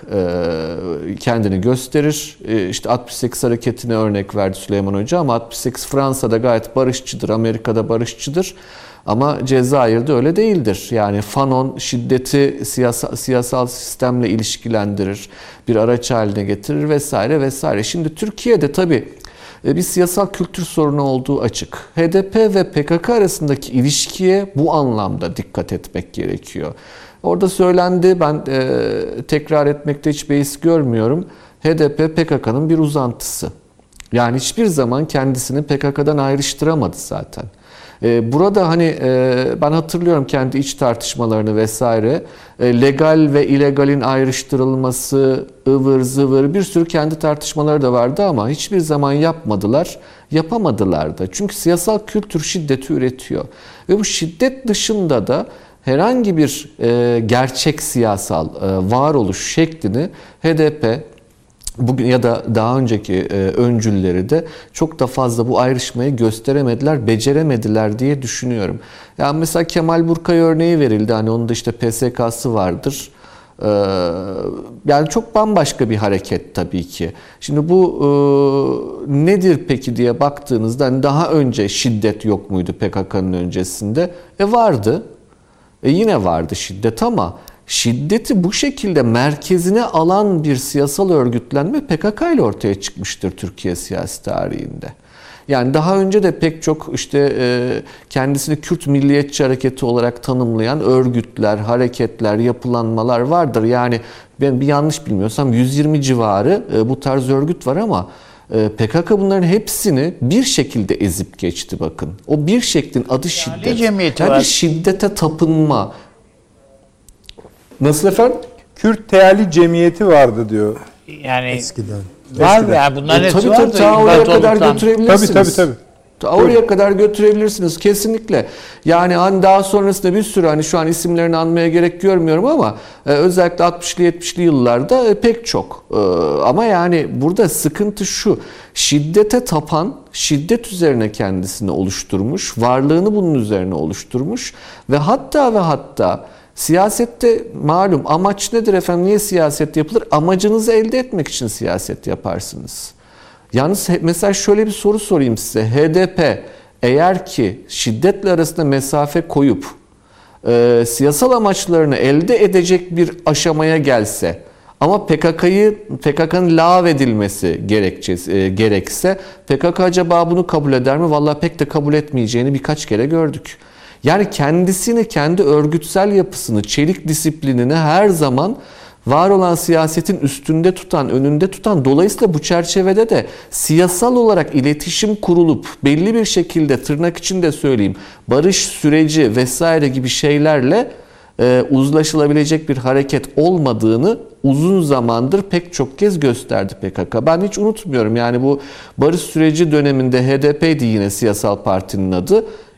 e, kendini gösterir. E, işte altmış sekiz hareketine örnek verdi Süleyman Hoca ama altmış sekiz Fransa'da gayet barışçıdır, Amerika'da barışçıdır. Ama Cezayir'de öyle değildir. Yani Fanon şiddeti siyasal, siyasal sistemle ilişkilendirir, bir araç haline getirir vesaire vesaire. Şimdi Türkiye'de tabii bir siyasal kültür sorunu olduğu açık. H D P ve P K K arasındaki ilişkiye bu anlamda dikkat etmek gerekiyor. Orada söylendi, ben e, tekrar etmekte hiç beis görmüyorum. H D P P K K'nın bir uzantısı. Yani hiçbir zaman kendisini P K K'dan ayrıştıramadı zaten. Burada hani ben hatırlıyorum kendi iç tartışmalarını vesaire, legal ve illegalin ayrıştırılması, ıvır zıvır bir sürü kendi tartışmaları da vardı ama hiçbir zaman yapmadılar, yapamadılar da. Çünkü siyasal kültür şiddeti üretiyor ve bu şiddet dışında da herhangi bir gerçek siyasal varoluş şeklini H D P bugün ya da daha önceki e, öncülleri de çok da fazla bu ayrışmayı gösteremediler, beceremediler diye düşünüyorum. Yani mesela Kemal Burkay örneği verildi. Hani onun da işte P S K'sı vardır. Ee, yani çok bambaşka bir hareket tabii ki. Şimdi bu e, nedir peki diye baktığınızda hani daha önce şiddet yok muydu P K K'nın öncesinde? E vardı. E yine vardı şiddet ama şiddeti bu şekilde merkezine alan bir siyasal örgütlenme P K K ile ortaya çıkmıştır Türkiye siyasi tarihinde. Yani daha önce de pek çok işte kendisini Kürt milliyetçi hareketi olarak tanımlayan örgütler, hareketler, yapılanmalar vardır. Yani ben bir yanlış bilmiyorsam yüz yirmi civarı bu tarz örgüt var ama P K K bunların hepsini bir şekilde ezip geçti bakın. O bir şeklin adı şiddet. Yani şiddete tapınma. Nasıl efendim? Kürt Teali Cemiyeti vardı diyor. Yani eskiden. Var mı ya? Bunların e, hepsi tabii, var tabii, ta oraya kadar götürebilirsiniz. Tabii tabii tabii. Ta oraya Buyurun. kadar götürebilirsiniz kesinlikle. Yani hani daha sonrasında bir sürü hani şu an isimlerini anmaya gerek görmüyorum ama e, özellikle altmışlı yetmişli yıllarda e, pek çok. E, ama yani burada sıkıntı şu. Şiddete tapan, şiddet üzerine kendisini oluşturmuş, varlığını bunun üzerine oluşturmuş ve hatta ve hatta siyasette malum amaç nedir efendim? Niye siyaset yapılır? Amacınızı elde etmek için siyaset yaparsınız. Yalnız mesela şöyle bir soru sorayım size. H D P eğer ki şiddetle arasında mesafe koyup e, siyasal amaçlarını elde edecek bir aşamaya gelse ama P K K'yı P K K'nın lağvedilmesi gerekçesi e, gerekse P K K acaba bunu kabul eder mi? Vallahi pek de kabul etmeyeceğini birkaç kere gördük. Yani kendisini, kendi örgütsel yapısını, çelik disiplinini her zaman var olan siyasetin üstünde tutan, önünde tutan, dolayısıyla bu çerçevede de siyasal olarak iletişim kurulup belli bir şekilde tırnak içinde söyleyeyim barış süreci vesaire gibi şeylerle e, uzlaşılabilecek bir hareket olmadığını uzun zamandır pek çok kez gösterdi P K K. Ben hiç unutmuyorum yani bu barış süreci döneminde H D P'ydi yine siyasal partinin adı.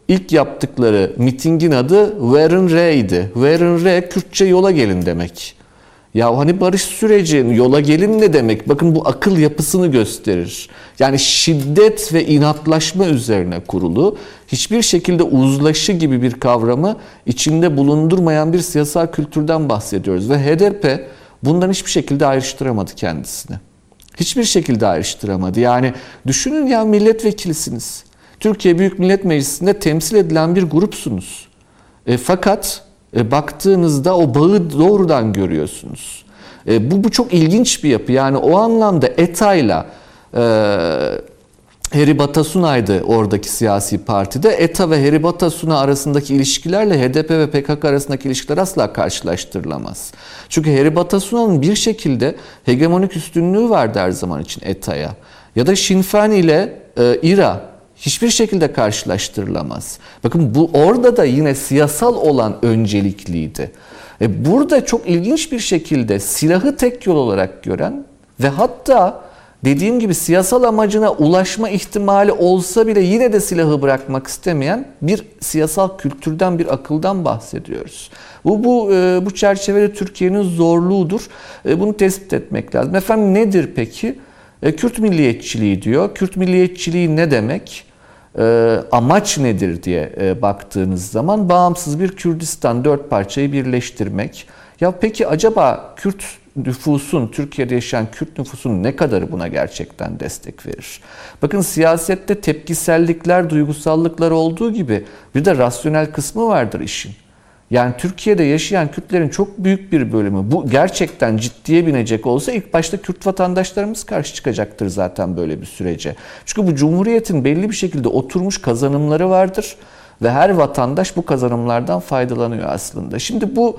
ilk yaptıkları mitingin adı Verin Re'ydi. Verin Re Kürtçe yola gelin demek. Ya hani barış süreci, yola gelin ne demek? Bakın bu akıl yapısını gösterir. Yani şiddet ve inatlaşma üzerine kurulu, hiçbir şekilde uzlaşı gibi bir kavramı içinde bulundurmayan bir siyasal kültürden bahsediyoruz. Ve H D P bundan hiçbir şekilde ayrıştıramadı kendisini. Hiçbir şekilde ayrıştıramadı. Yani düşünün ya, milletvekilisiniz. Türkiye Büyük Millet Meclisi'nde temsil edilen bir grupsunuz. E, fakat e, baktığınızda o bağı doğrudan görüyorsunuz. E, bu, bu çok ilginç bir yapı. Yani o anlamda E T A'yla e, Heri Batasunay'dı oradaki siyasi partide. E T A ve Heri Batasunay arasındaki ilişkilerle H D P ve P K K arasındaki ilişkiler asla karşılaştırılamaz. Çünkü Heri Batasunay'ın bir şekilde hegemonik üstünlüğü vardı her zaman için E T A'ya. Ya da Sinn Féin ile e, İ R A hiçbir şekilde karşılaştırılamaz. Bakın bu orada da yine siyasal olan öncelikliydi. E, burada çok ilginç bir şekilde silahı tek yol olarak gören ve hatta dediğim gibi siyasal amacına ulaşma ihtimali olsa bile yine de silahı bırakmak istemeyen bir siyasal kültürden, bir akıldan bahsediyoruz. Bu bu bu çerçevede Türkiye'nin zorluğudur. Bunu tespit etmek lazım. Efendim nedir peki? Kürt milliyetçiliği diyor. Kürt milliyetçiliği ne demek? Amaç nedir diye baktığınız zaman bağımsız bir Kürdistan, dört parçayı birleştirmek. Ya peki acaba Kürt nüfusun, Türkiye'de yaşayan Kürt nüfusun ne kadarı buna gerçekten destek verir? Bakın siyasette tepkisellikler, duygusallıklar olduğu gibi bir de rasyonel kısmı vardır işin. Yani Türkiye'de yaşayan Kürtlerin çok büyük bir bölümü bu gerçekten ciddiye binecek olsa ilk başta Kürt vatandaşlarımız karşı çıkacaktır zaten böyle bir sürece. Çünkü bu Cumhuriyet'in belli bir şekilde oturmuş kazanımları vardır ve her vatandaş bu kazanımlardan faydalanıyor aslında. Şimdi bu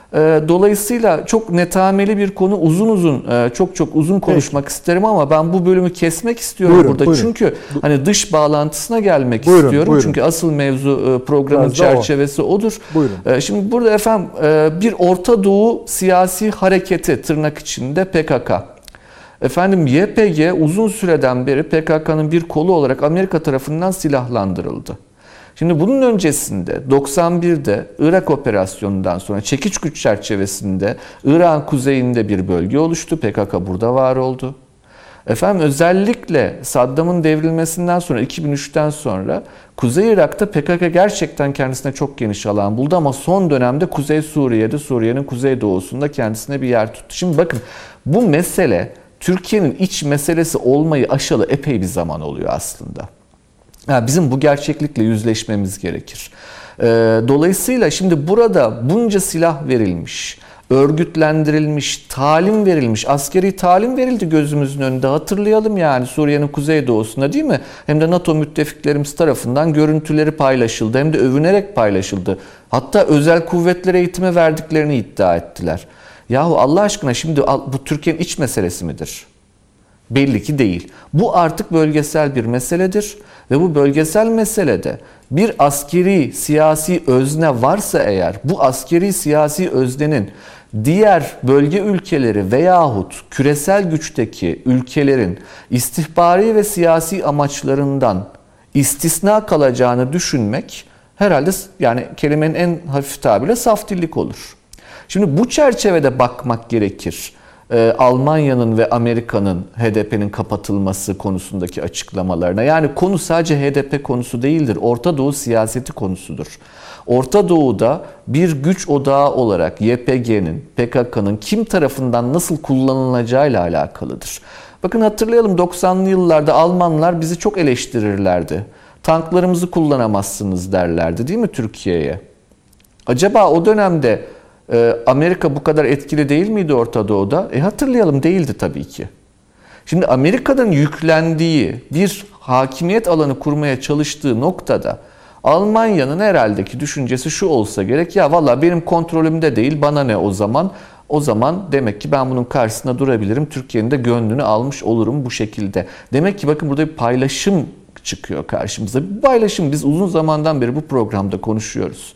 dolayısıyla çok netameli bir konu, uzun uzun çok çok uzun konuşmak Peki. isterim ama ben bu bölümü kesmek istiyorum buyurun, burada. Buyurun. Çünkü hani dış bağlantısına gelmek buyurun, istiyorum. Buyurun. Çünkü asıl mevzu programın Biraz çerçevesi o. odur. Buyurun. Şimdi burada efendim bir Orta Doğu siyasi hareketi tırnak içinde P K K. Efendim Y P G uzun süreden beri P K K'nın bir kolu olarak Amerika tarafından silahlandırıldı. Şimdi bunun öncesinde doksan birde Irak operasyonundan sonra çekiç güç çerçevesinde Irak'ın kuzeyinde bir bölge oluştu. P K K burada var oldu. Efendim özellikle Saddam'ın devrilmesinden sonra iki bin üçten sonra Kuzey Irak'ta P K K gerçekten kendisine çok geniş alan buldu ama son dönemde Kuzey Suriye'de, Suriye'nin kuzeydoğusunda kendisine bir yer tuttu. Şimdi bakın bu mesele Türkiye'nin iç meselesi olmayı aşalı epey bir zaman oluyor aslında. Yani bizim bu gerçeklikle yüzleşmemiz gerekir. Dolayısıyla şimdi burada bunca silah verilmiş, örgütlendirilmiş, talim verilmiş, askeri talim verildi gözümüzün önünde. Hatırlayalım yani Suriye'nin kuzeydoğusunda değil mi? Hem de NATO müttefiklerimiz tarafından görüntüleri paylaşıldı hem de övünerek paylaşıldı. Hatta özel kuvvetlere eğitime verdiklerini iddia ettiler. Yahu Allah aşkına şimdi bu Türkiye'nin iç meselesi midir? Belli ki değil. Bu artık bölgesel bir meseledir ve bu bölgesel meselede bir askeri siyasi özne varsa eğer bu askeri siyasi öznenin diğer bölge ülkeleri veyahut küresel güçteki ülkelerin istihbari ve siyasi amaçlarından istisna kalacağını düşünmek herhalde yani kelimenin en hafif tabiriyle saftillik olur. Şimdi bu çerçevede bakmak gerekir. Almanya'nın ve Amerika'nın H D P'nin kapatılması konusundaki açıklamalarına. Yani konu sadece H D P konusu değildir. Orta Doğu siyaseti konusudur. Orta Doğu'da bir güç odağı olarak Y P G'nin, P K K'nın kim tarafından nasıl kullanılacağıyla alakalıdır. Bakın hatırlayalım doksanlı yıllarda Almanlar bizi çok eleştirirlerdi. Tanklarımızı kullanamazsınız derlerdi değil mi Türkiye'ye? Acaba o dönemde Amerika bu kadar etkili değil miydi Orta Doğu'da? E hatırlayalım değildi tabii ki. Şimdi Amerika'nın yüklendiği bir hakimiyet alanı kurmaya çalıştığı noktada Almanya'nın herhalde ki düşüncesi şu olsa gerek. Ya valla benim kontrolümde değil bana ne o zaman? O zaman demek ki ben bunun karşısında durabilirim. Türkiye'nin de gönlünü almış olurum bu şekilde. Demek ki bakın burada bir paylaşım çıkıyor karşımıza. Bir paylaşım biz uzun zamandan beri bu programda konuşuyoruz.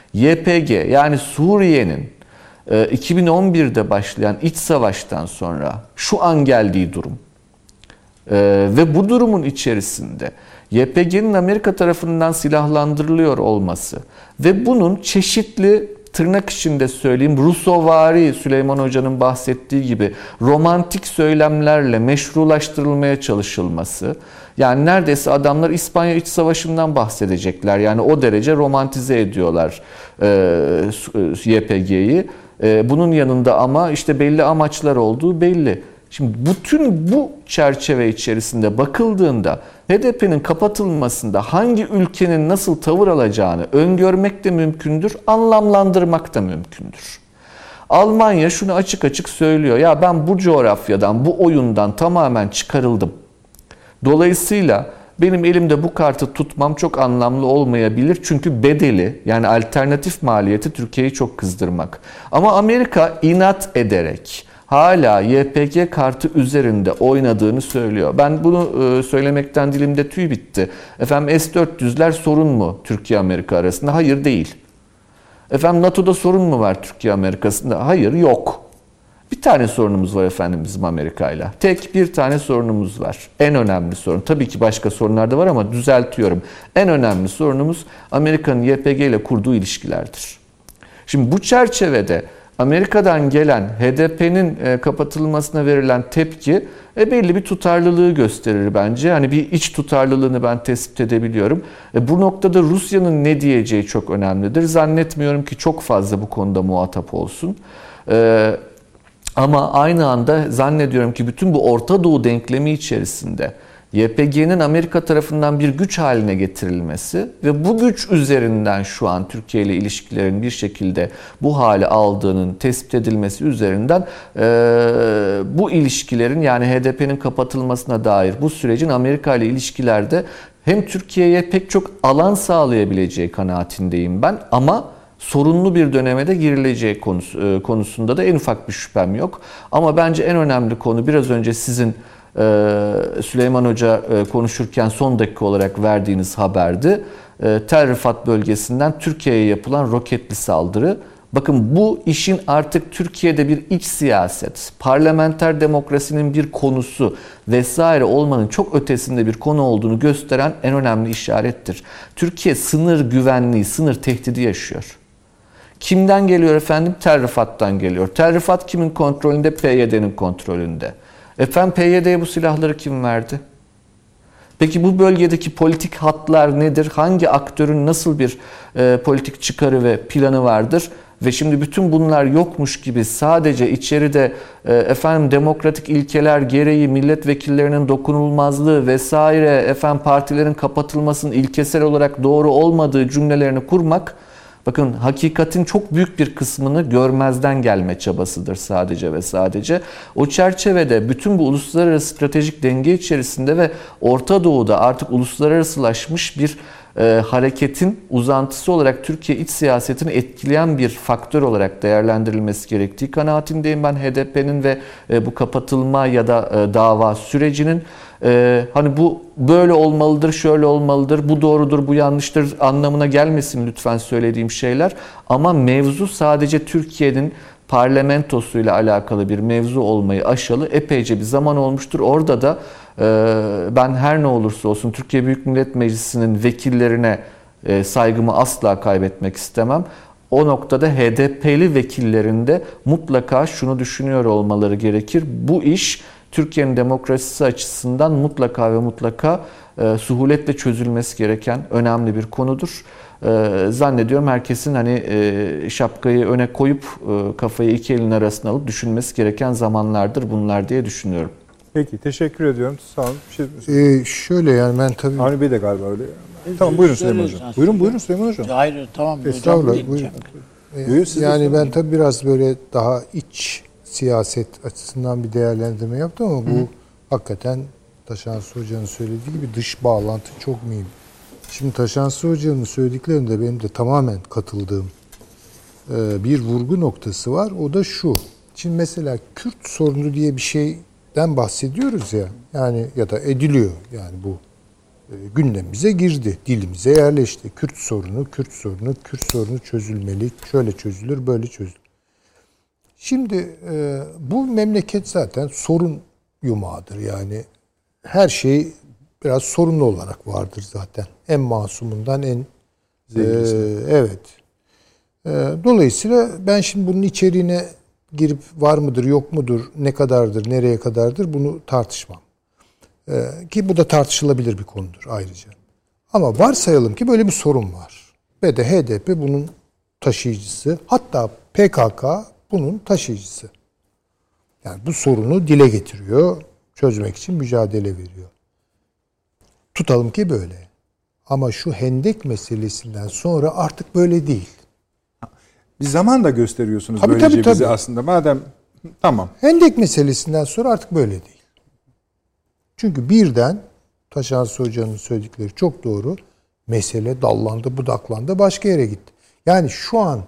Y P G yani Suriye'nin iki bin on birde başlayan iç savaştan sonra şu an geldiği durum ve bu durumun içerisinde Y P G'nin Amerika tarafından silahlandırılıyor olması ve bunun çeşitli, tırnak içinde söyleyeyim, Rusovari, Süleyman Hoca'nın bahsettiği gibi romantik söylemlerle meşrulaştırılmaya çalışılması. Yani neredeyse adamlar İspanya İç Savaşı'ndan bahsedecekler. Yani o derece romantize ediyorlar e, Y P G'yi. E, bunun yanında ama işte belli amaçlar olduğu belli. Şimdi bütün bu çerçeve içerisinde bakıldığında H D P'nin kapatılmasında hangi ülkenin nasıl tavır alacağını öngörmek de mümkündür, anlamlandırmak da mümkündür. Almanya şunu açık açık söylüyor. Ya ben bu coğrafyadan, bu oyundan tamamen çıkarıldım. Dolayısıyla benim elimde bu kartı tutmam çok anlamlı olmayabilir. Çünkü bedeli, yani alternatif maliyeti Türkiye'yi çok kızdırmak. Ama Amerika inat ederek hala Y P G kartı üzerinde oynadığını söylüyor. Ben bunu söylemekten dilimde tüy bitti. Efendim S dört yüzler sorun mu Türkiye-Amerika arasında? Hayır, değil. Efendim NATO'da sorun mu var Türkiye-Amerika arasında? Hayır, yok. Bir tane sorunumuz var efendim bizim Amerika'yla. Tek bir tane sorunumuz var. En önemli sorun. Tabii ki başka sorunlar da var ama düzeltiyorum. En önemli sorunumuz Amerika'nın Y P G ile kurduğu ilişkilerdir. Şimdi bu çerçevede Amerika'dan gelen H D P'nin kapatılmasına verilen tepki e, belli bir tutarlılığı gösterir bence. Hani bir iç tutarlılığını ben tespit edebiliyorum. E, bu noktada Rusya'nın ne diyeceği çok önemlidir. Zannetmiyorum ki çok fazla bu konuda muhatap olsun. E, ama aynı anda zannediyorum ki bütün bu Orta Doğu denklemi içerisinde Y P G'nin Amerika tarafından bir güç haline getirilmesi ve bu güç üzerinden şu an Türkiye ile ilişkilerin bir şekilde bu hale aldığının tespit edilmesi üzerinden e, bu ilişkilerin, yani H D P'nin kapatılmasına dair bu sürecin Amerika ile ilişkilerde hem Türkiye'ye pek çok alan sağlayabileceği kanaatindeyim ben, ama sorunlu bir döneme de girileceği konusu, konusunda da en ufak bir şüphem yok. Ama bence en önemli konu biraz önce sizin Süleyman Hoca konuşurken son dakika olarak verdiğiniz haberdi. Tel Rifat bölgesinden Türkiye'ye yapılan roketli saldırı. Bakın, bu işin artık Türkiye'de bir iç siyaset, parlamenter demokrasinin bir konusu vesaire olmanın çok ötesinde bir konu olduğunu gösteren en önemli işarettir. Türkiye sınır güvenliği, sınır tehdidi yaşıyor. Kimden geliyor efendim? Tel Rifat'tan geliyor. Tel Rifat kimin kontrolünde? P Y D'nin kontrolünde. Efendim P Y D'ye bu silahları kim verdi? Peki bu bölgedeki politik hatlar nedir? Hangi aktörün nasıl bir e, politik çıkarı ve planı vardır? Ve şimdi bütün bunlar yokmuş gibi sadece içeride e, efendim demokratik ilkeler gereği milletvekillerinin dokunulmazlığı vesaire, efendim partilerin kapatılmasının ilkesel olarak doğru olmadığı cümlelerini kurmak, bakın hakikatin çok büyük bir kısmını görmezden gelme çabasıdır sadece ve sadece. O çerçevede bütün bu uluslararası stratejik denge içerisinde ve Orta Doğu'da artık uluslararasılaşmış bir e, hareketin uzantısı olarak Türkiye iç siyasetini etkileyen bir faktör olarak değerlendirilmesi gerektiği kanaatindeyim ben H D P'nin ve e, bu kapatılma ya da e, dava sürecinin. Ee, hani bu böyle olmalıdır, şöyle olmalıdır, bu doğrudur, bu yanlıştır anlamına gelmesin lütfen söylediğim şeyler. Ama mevzu sadece Türkiye'nin parlamentosuyla alakalı bir mevzu olmayı aşalı epeyce bir zaman olmuştur. Orada da e, ben her ne olursa olsun Türkiye Büyük Millet Meclisi'nin vekillerine e, saygımı asla kaybetmek istemem. O noktada H D P'li vekillerin de mutlaka şunu düşünüyor olmaları gerekir. Bu iş Türkiye'nin demokrasisi açısından mutlaka ve mutlaka e, suhuletle çözülmesi gereken önemli bir konudur. E, zannediyorum herkesin hani e, şapkayı öne koyup e, kafayı iki elin arasına alıp düşünmesi gereken zamanlardır bunlar diye düşünüyorum. Peki, teşekkür ediyorum. Sağ olun. Bir şey... Ee, şöyle yani ben tabii... Avni Bey de galiba öyle. Yani. Tamam, buyurun Süleyman Hocam. Buyurun buyurun Süleyman Hocam. Hayır, tamam. Estağfurullah. Buyurun. Ee, yani ben tabii biraz böyle daha iç siyaset açısından bir değerlendirme yaptım ama bu Hı. hakikaten Taşansı Hoca'nın söylediği gibi dış bağlantı çok mühim. Şimdi Taşansı Hoca'nın söylediklerinde benim de tamamen katıldığım bir vurgu noktası var. O da şu. Şimdi mesela Kürt sorunu diye bir şeyden bahsediyoruz ya. Yani ya da ediliyor. Yani bu gündemimize girdi. Dilimize yerleşti. Kürt sorunu, Kürt sorunu, Kürt sorunu çözülmeli. Şöyle çözülür, böyle çözülür. Şimdi e, bu memleket zaten sorun yumağıdır. Yani her şey biraz sorunlu olarak vardır zaten. En masumundan en e, evet. E, dolayısıyla ben şimdi bunun içeriğine girip var mıdır, yok mudur, ne kadardır, nereye kadardır bunu tartışmam. E, ki bu da tartışılabilir bir konudur ayrıca. Ama varsayalım ki böyle bir sorun var. Ve de H D P bunun taşıyıcısı, hatta P K K bunun taşıyıcısı. Yani bu sorunu dile getiriyor, çözmek için mücadele veriyor. Tutalım ki böyle. Ama şu Hendek meselesinden sonra artık böyle değil. Bir zaman da gösteriyorsunuz Tabii, böylece tabii, bize tabii. aslında. Madem tamam. Hendek meselesinden sonra artık böyle değil. Çünkü birden Taşansı Hoca'nın söyledikleri çok doğru. Mesele dallandı, budaklandı, başka yere gitti. Yani şu an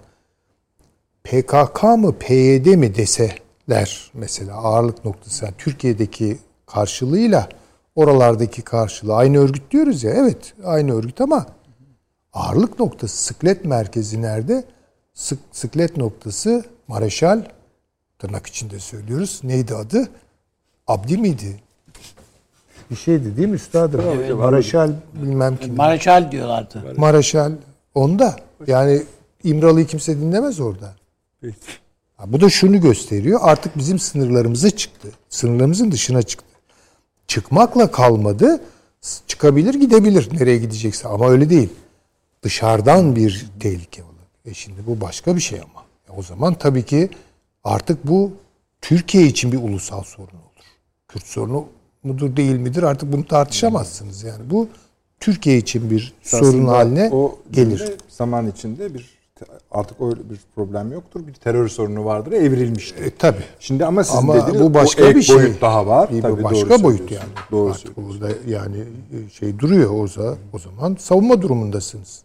P K K mı P Y D mi deseler mesela ağırlık noktası, yani Türkiye'deki karşılığıyla oralardaki karşılığı aynı örgüt diyoruz ya, evet aynı örgüt ama ağırlık noktası, sıklet merkezi nerede? Sık, sıklet noktası Mareşal, tırnak içinde söylüyoruz. Neydi adı? Abdi miydi? Bir şeydi değil mi üstadım? Evet, Mareşal bilmem kim. Mareşal diyorlardı. Mareşal onda. Yani İmralı'yı kimse dinlemez orada. Peki. Bu da şunu gösteriyor. Artık bizim sınırlarımıza çıktı. Sınırlarımızın dışına çıktı. Çıkmakla kalmadı. Çıkabilir, gidebilir nereye gidecekse. Ama öyle değil. Dışarıdan bir tehlike olur. E şimdi bu başka bir şey ama. E o zaman tabii ki artık bu Türkiye için bir ulusal sorun olur. Kürt sorunu mudur değil midir artık bunu tartışamazsınız. Yani bu Türkiye için bir Aslında sorun haline o gelir. Zaman içinde bir artık öyle bir problem yoktur. Bir terör sorunu vardır, evrilmiştir. E, tabii. Şimdi ama sizin Ama dediğiniz bu başka o ek bir şey. boyut daha var. Bir Tabii başka doğru boyut söylüyorsun. yani. Doğru Artık söylüyorsun. burada yani şey duruyor o zaman, o zaman savunma durumundasınız.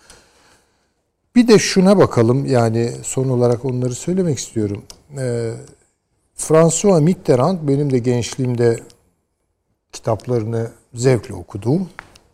Bir de şuna bakalım, yani son olarak onları söylemek istiyorum. Ee, François Mitterrand benim de gençliğimde kitaplarını zevkle okuduğum,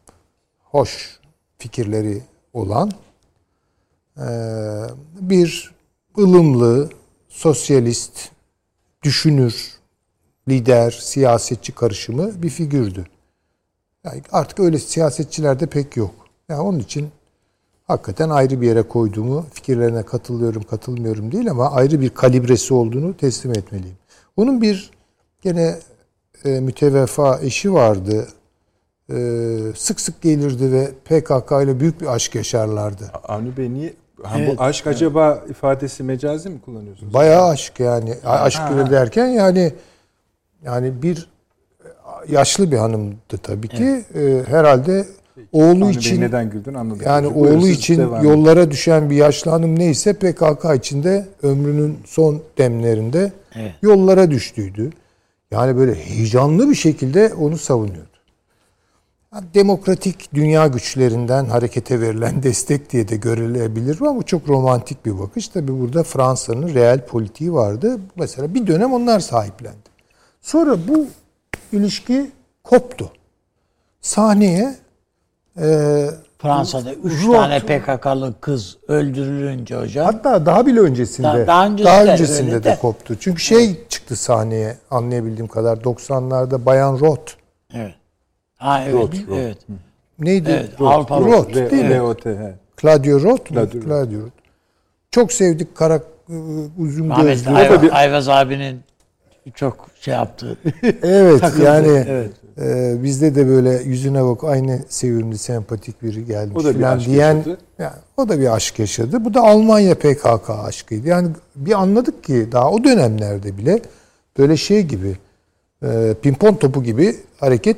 hoş fikirleri olan e, bir ılımlı, sosyalist, düşünür, lider, siyasetçi karışımı bir figürdü. Yani artık öyle siyasetçiler de pek yok. Yani onun için hakikaten ayrı bir yere koyduğumu, fikirlerine katılıyorum, katılmıyorum değil ama ayrı bir kalibresi olduğunu teslim etmeliyim. Onun bir gene e, mütevefa eşi vardı. E, sık sık gelirdi ve P K K ile büyük bir aşk yaşarlardı. Avni Bey niye? Ha, Evet, bu aşk evet. Acaba ifadesi mecazi mi kullanıyorsunuz? Bayağı aşk yani. Aşk ha. derken yani yani bir yaşlı bir hanımdı tabii ki. Evet. E, herhalde oğlu Avni için Bey neden güldün anladım. Yani Çünkü oğlu buyurun, için devam yollara edin. Düşen bir yaşlı hanım neyse P K K içinde ömrünün son demlerinde evet. yollara düştüydü. Yani böyle heyecanlı bir şekilde onu savunuyordu. Yani demokratik dünya güçlerinden harekete verilen destek diye de görülebilir ama çok romantik bir bakış. Tabii burada Fransa'nın reel politiği vardı. Mesela bir dönem onlar sahiplendi. Sonra bu ilişki koptu. Sahneye Ee, Fransa'da üç tane P K K'lı kız öldürülünce hocam. Hatta daha bile öncesinde. Daha, daha öncesinde, daha öncesinde de, de koptu. Çünkü şey evet. çıktı sahneye anlayabildiğim kadar doksanlarda Bayan Roth. Evet. Ha evet. Roth, Roth. Evet. Neydi? Evet, Roth, Avrupa Roth, Roth değil mi? R O T H. Claudio Roth. Claudio Roth. Claudio Roth. Çok sevdik kara uzun gözlü. Ayvaz, Ayvaz abinin çok şey yaptı. Evet takıldı. Yani evet. E, bizde de böyle yüzüne bak aynı sevimli sempatik biri gelmiş falan diyen yani, o da bir aşk yaşadı. Bu da Almanya P K K aşkıydı. Yani bir anladık ki daha o dönemlerde bile böyle şey gibi e, pimpon topu gibi hareket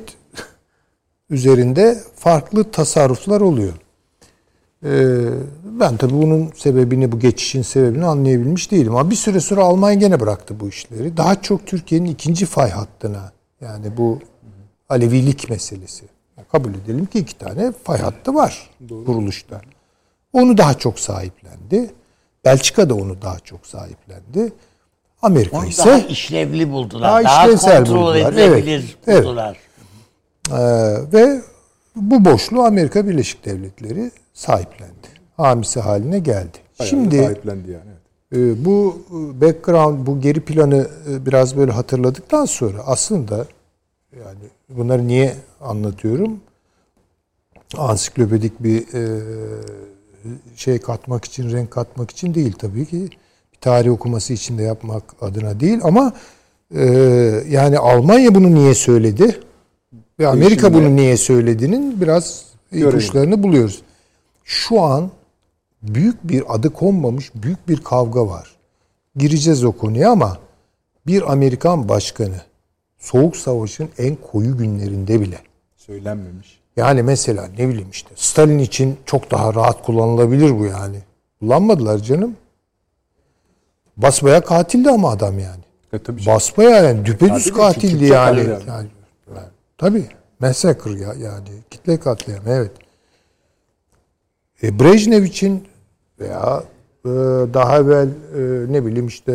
üzerinde farklı tasarruflar oluyor. E, ben tabii bunun sebebini, bu geçişin sebebini anlayabilmiş değilim. Ama bir süre sonra Almanya gene bıraktı bu işleri. Daha çok Türkiye'nin ikinci fay hattına, yani bu Alevilik meselesi. Kabul edelim ki iki tane fay hattı var Doğru. kuruluşta. Onu daha çok sahiplendi. Belçika da onu daha çok sahiplendi. Amerika onu ise daha işlevli buldular. Daha, daha işlevsel kontrol buldular. edilebilir evet, buldular. Evet. Ee, ve bu boşluğu Amerika Birleşik Devletleri sahiplendi. Hamisi haline geldi. Bayağı Şimdi sahiplendi yani. Evet. E, bu background, bu geri planı e, biraz böyle hatırladıktan sonra aslında Yani bunları niye anlatıyorum? Ansiklopedik bir e, şey katmak için, renk katmak için değil tabii ki. Bir tarih okuması için de yapmak adına değil ama e, yani Almanya bunu niye söyledi ve Amerika Şimdi, bunu niye söylediğinin biraz ipuçlarını buluyoruz. Şu an büyük bir adı konmamış büyük bir kavga var. Gireceğiz o konuya ama bir Amerikan başkanı Soğuk Savaş'ın en koyu günlerinde bile söylenmemiş. Yani mesela ne bileyim işte Stalin için çok daha rahat kullanılabilir bu yani. Kullanmadılar canım. Basbayağı katildi ama adam yani. E, tabii Basbayağı yani düpedüz Tabii, katildi kitle yani. yani. yani. yani tabii. Massacre ya yani. Kitle katliamı evet. E, Brejnev için veya e, daha evvel e, ne bileyim işte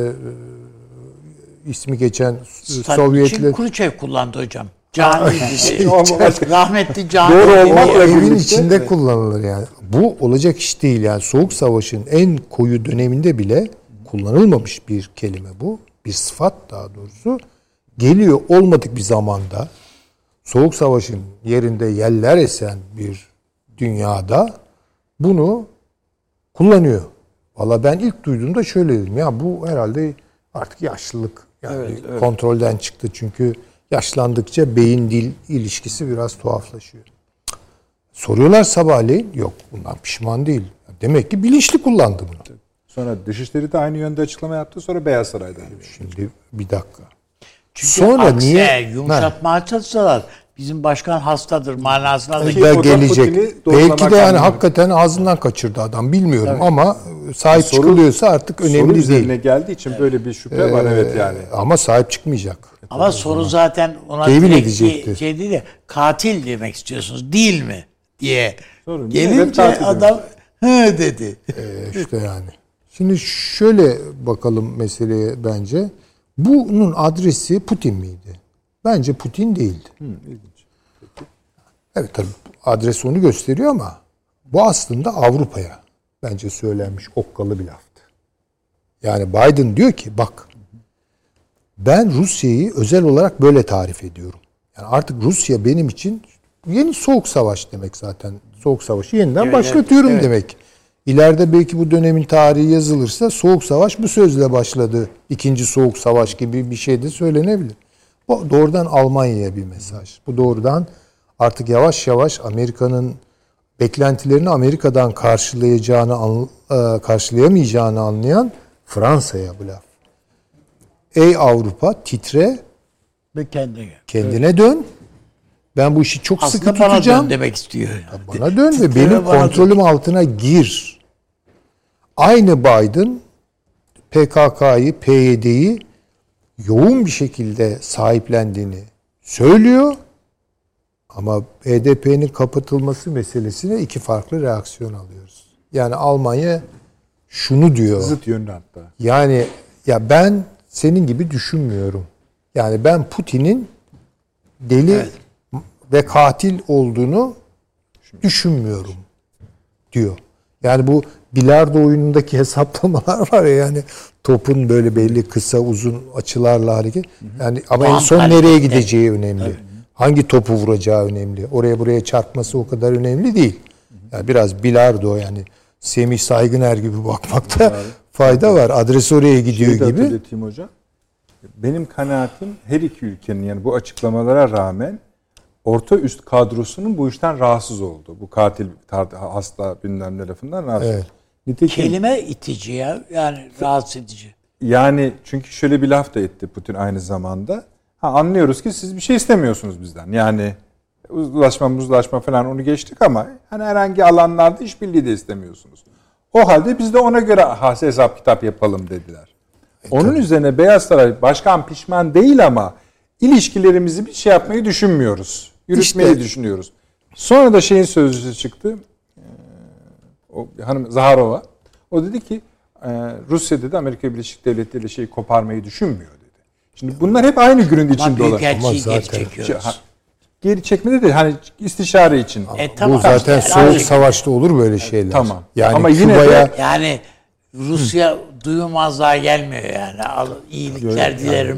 e, ismi geçen Sovyetler. Khrushchev kullandı hocam. Cani dedi. Rahmetli Cani. Doğru olmakla evin birlikte, içinde evet. kullanılır yani. Bu olacak iş değil yani. Soğuk Savaş'ın en koyu döneminde bile kullanılmamış bir kelime bu. Bir sıfat daha doğrusu. Geliyor olmadık bir zamanda Soğuk Savaş'ın yerinde yeller esen bir dünyada bunu kullanıyor. Valla ben ilk duyduğumda şöyle dedim. Ya bu herhalde artık yaşlılık. Yani Evet, evet. kontrolden çıktı çünkü yaşlandıkça beyin dil ilişkisi biraz tuhaflaşıyor. Soruyorlar sabahleyin. Yok bundan pişman değil. Demek ki bilinçli kullandı bunu. Sonra Dışişleri de aynı yönde açıklama yaptı. Sonra Beyaz Saray'da. Şimdi bir dakika. Çünkü Sonra aksine niye yumuşatmaya çalışsalar bizim başkan hastadır manasına da da o da gelecek. Putin'i doğrulamak Belki de yani anlamında. hakikaten ağzından kaçırdı adam bilmiyorum Evet. ama sahip Soru- çıkılıyorsa artık Soru önemli üzerine değil. geldiği için böyle bir şüphe var evet yani. Ama sahip çıkmayacak. Ama soru zaten ona Tevil direkt edecekti. bir şey değil de katil demek istiyorsunuz değil mi diye Sorun değil, evet, gelince katil adam hı dedi. Ee, işte yani. Şimdi şöyle bakalım meseleye bence. Bunun adresi Putin miydi? Bence Putin değildi. Hı, ilginç. Evet tabii adres onu gösteriyor ama bu aslında Avrupa'ya bence söylenmiş okkalı bir laftı. Yani Biden diyor ki bak ben Rusya'yı özel olarak böyle tarif ediyorum. Yani artık Rusya benim için yeni soğuk savaş demek zaten. Soğuk savaşı yeniden Evet, başlatıyorum evet. demek. İleride belki bu dönemin tarihi yazılırsa soğuk savaş bu sözle başladı. İkinci soğuk savaş gibi bir şey de söylenebilir. Bu doğrudan Almanya'ya bir mesaj. Bu doğrudan artık yavaş yavaş Amerika'nın beklentilerini Amerika'dan karşılayacağını karşılayamayacağını anlayan Fransa'ya bu laf. Ey Avrupa titre Ve kendine. kendine dön. Ben bu işi çok sıkı Aslında bana tutacağım. dön demek istiyor. Bana dön ve Titre benim ve bana kontrolüm altına gir. Aynı Biden P K K'yı, P Y D'yi yoğun bir şekilde sahiplendiğini söylüyor. Ama H D P'nin kapatılması meselesine iki farklı reaksiyon alıyoruz. Yani Almanya şunu diyor. Zıt yönlü hatta. Yani ya ben senin gibi düşünmüyorum. Yani ben Putin'in deli Evet. ve katil olduğunu düşünmüyorum diyor. Yani bu bilardo oyunundaki hesaplamalar var ya yani topun böyle belli kısa uzun açılarla hareket. Yani ama Puan en son hareketi. nereye gideceği önemli. Hangi topu vuracağı önemli. Oraya buraya çarpması o kadar önemli değil. Yani biraz bilardo yani Semih Saygıner gibi bakmakta fayda var. Adres oraya gidiyor Şeyi de gibi. hatırlatayım hocam. Benim kanaatim her iki ülkenin yani bu açıklamalara rağmen orta üst kadrosunun bu işten rahatsız oldu. Bu katil tar- hasta bilmem ne lafından rahatsız Evet. oldu. Nitekim, Kelime itici ya. Yani rahatsız edici. yani çünkü şöyle bir laf da etti Putin aynı zamanda. Ha, anlıyoruz ki siz bir şey istemiyorsunuz bizden. Yani uzlaşma uzlaşma falan onu geçtik ama hani herhangi alanlarda işbirliği de istemiyorsunuz. O halde biz de ona göre hesap kitap yapalım dediler. Onun üzerine Beyaz Saray başkan pişman değil ama ilişkilerimizi bir şey yapmayı düşünmüyoruz. Yürütmeyi İşte. düşünüyoruz. Sonra da şeyin sözcüsü çıktı. Ee, o hanım Zaharova. O dedi ki e, Rusya dedi Amerika Birleşik Devletleri ile şeyi koparmayı düşünmüyor dedi. Şimdi bunlar hep aynı günün Ama içinde olan. büyükelçiyi Ama geri zaten- çekiyoruz. Ha, Geri çekmede de hani istişare için. E, Bu tamam. zaten İşte, soğuk yani- savaşta olur böyle şeyler. Tamam. Yani Ama yine de- Küba'ya Yani Rusya duymazlığa gelmiyor yani. Al, iyilikler dilerim.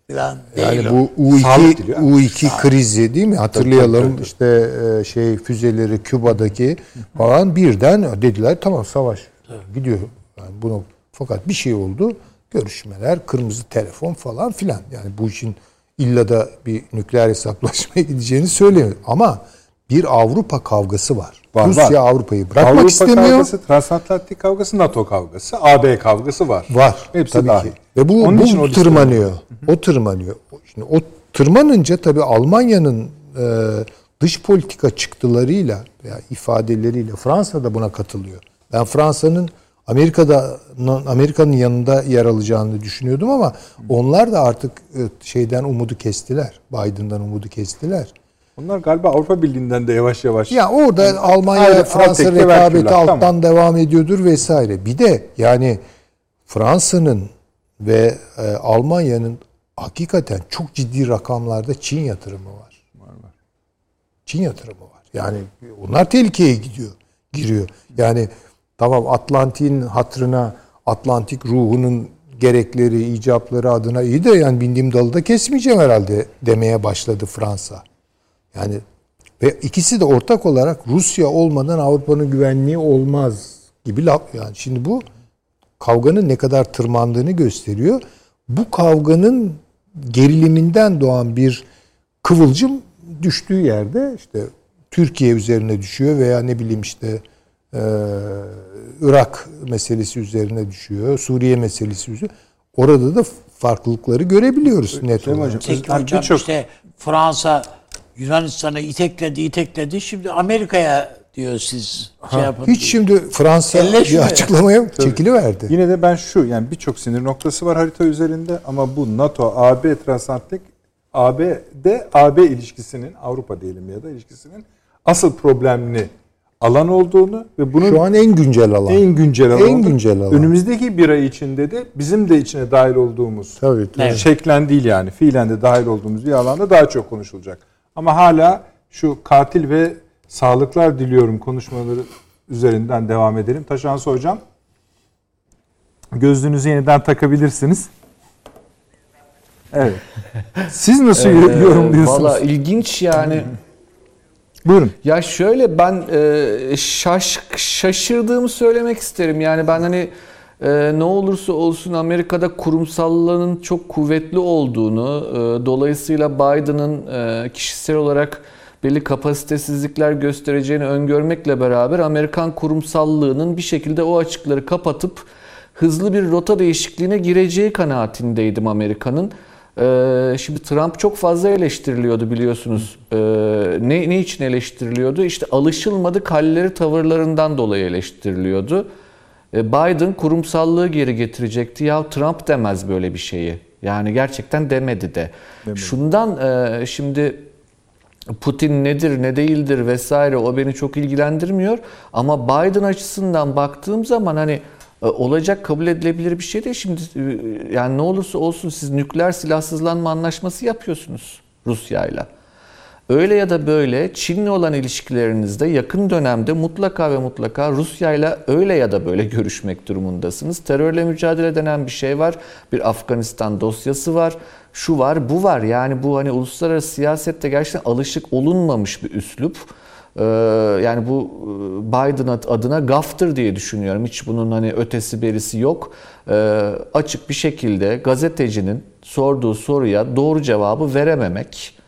falan değil. Yani o. bu U Sağlık iki diliyor. U iki krizi değil mi? Hatırlayalım tabii, tabii. işte e, şey füzeleri Küba'daki falan birden dediler tamam savaş gidiyor. Yani bunu fakat bir şey oldu. Görüşmeler, kırmızı telefon falan filan. Yani bu işin illa da bir nükleer hesaplaşmaya gideceğini söylemiyor. Ama bir Avrupa kavgası var. Var, Rusya var. Avrupa'yı bırakmak Avrupa istemiyor. kavgası, transatlantik kavgası, NATO kavgası, A B kavgası var. Var. Hepsi tabii dahil. ki. Ve bu, Onun için bu o listede tırmanıyor. O tırmanıyor. Şimdi o tırmanınca tabii Almanya'nın e, dış politika çıktılarıyla veya ifadeleriyle Fransa da buna katılıyor. Ben Fransa'nın Amerika'da Amerika'nın yanında yer alacağını düşünüyordum ama onlar da artık e, şeyden umudu kestiler. Biden'dan umudu kestiler. Onlar galiba Avrupa Birliği'nden de yavaş yavaş. Ya orada Almanya Ayrı ile Fransa alt rekabeti tevekküller, alttan tamam. devam ediyordur vesaire. Bir de yani Fransa'nın ve e, Almanya'nın hakikaten çok ciddi rakamlarda Çin yatırımı var. Var, var. Çin yatırımı var. Yani onlar tehlikeye gidiyor, giriyor. Yani tamam Atlantik'in hatırına, Atlantik ruhunun gerekleri, icapları adına iyi de yani bindiğim dalı da kesmeyeceğim herhalde demeye başladı Fransa. Yani ve ikisi de ortak olarak Rusya olmadan Avrupa'nın güvenliği olmaz gibi laf. Yani şimdi bu kavganın ne kadar tırmandığını gösteriyor. Bu kavganın geriliminden doğan bir kıvılcım düştüğü yerde işte Türkiye üzerine düşüyor veya ne bileyim işte e, Irak meselesi üzerine düşüyor, Suriye meselesi üzerine. Orada da farklılıkları görebiliyoruz net Şey olarak. hocam, Tek Yani hocam birçok- işte Fransa Yunanistan'ı itekledi itekledi. Şimdi Amerika'ya diyor siz şey yapın. Hiç şimdi Fransa Elleşmiyor bir ya. açıklamaya çekiliverdi. Yine de ben şu yani birçok sinir noktası var harita üzerinde ama bu NATO, A B transatlantik A B'de A B ilişkisinin Avrupa diyelim ya da ilişkisinin asıl problemli alan olduğunu ve bunun Şu an en güncel alan. en güncel alan. En güncel alan. Önümüzdeki bir ay içinde de bizim de içine dahil olduğumuz Tabii, tabii. Evet. şeklen değil yani fiilen de dahil olduğumuz bir alanda daha çok konuşulacak. Ama hala şu katil ve sağlıklar diliyorum konuşmaları üzerinden devam edelim. Taşansı hocam gözlüğünüzü yeniden takabilirsiniz. Evet. Siz nasıl yorumluyorsunuz? Valla ilginç yani. Buyurun. Ya şöyle ben e, şaş şaşırdığımı söylemek isterim. Yani ben hani e, ne olursa olsun Amerika'da kurumsallığın çok kuvvetli olduğunu, e, dolayısıyla Biden'ın e, kişisel olarak belli kapasitesizlikler göstereceğini öngörmekle beraber Amerikan kurumsallığının bir şekilde o açıkları kapatıp hızlı bir rota değişikliğine gireceği kanaatindeydim Amerika'nın. Ee, şimdi Trump çok fazla eleştiriliyordu biliyorsunuz. Ee, ne, ne için eleştiriliyordu? İşte alışılmadık halleri, tavırlarından dolayı eleştiriliyordu. Ee, Biden kurumsallığı geri getirecekti. Ya Trump demez böyle bir şeyi. Yani gerçekten demedi de. Demedi. Şundan e, şimdi Putin nedir, ne değildir vesaire o beni çok ilgilendirmiyor. Ama Biden açısından baktığım zaman hani olacak, kabul edilebilir bir şey değil. Şimdi yani ne olursa olsun siz nükleer silahsızlanma anlaşması yapıyorsunuz Rusya'yla. Öyle ya da böyle Çin'le olan ilişkilerinizde yakın dönemde mutlaka ve mutlaka Rusya'yla öyle ya da böyle görüşmek durumundasınız. Terörle mücadele denen bir şey var. Bir Afganistan dosyası var. Şu var, bu var. Yani bu hani uluslararası siyasette gerçekten alışık olunmamış bir üslup. Yani bu Biden adına gaftır diye düşünüyorum. Hiç bunun hani ötesi berisi yok. Açık bir şekilde gazetecinin sorduğu soruya doğru cevabı verememek,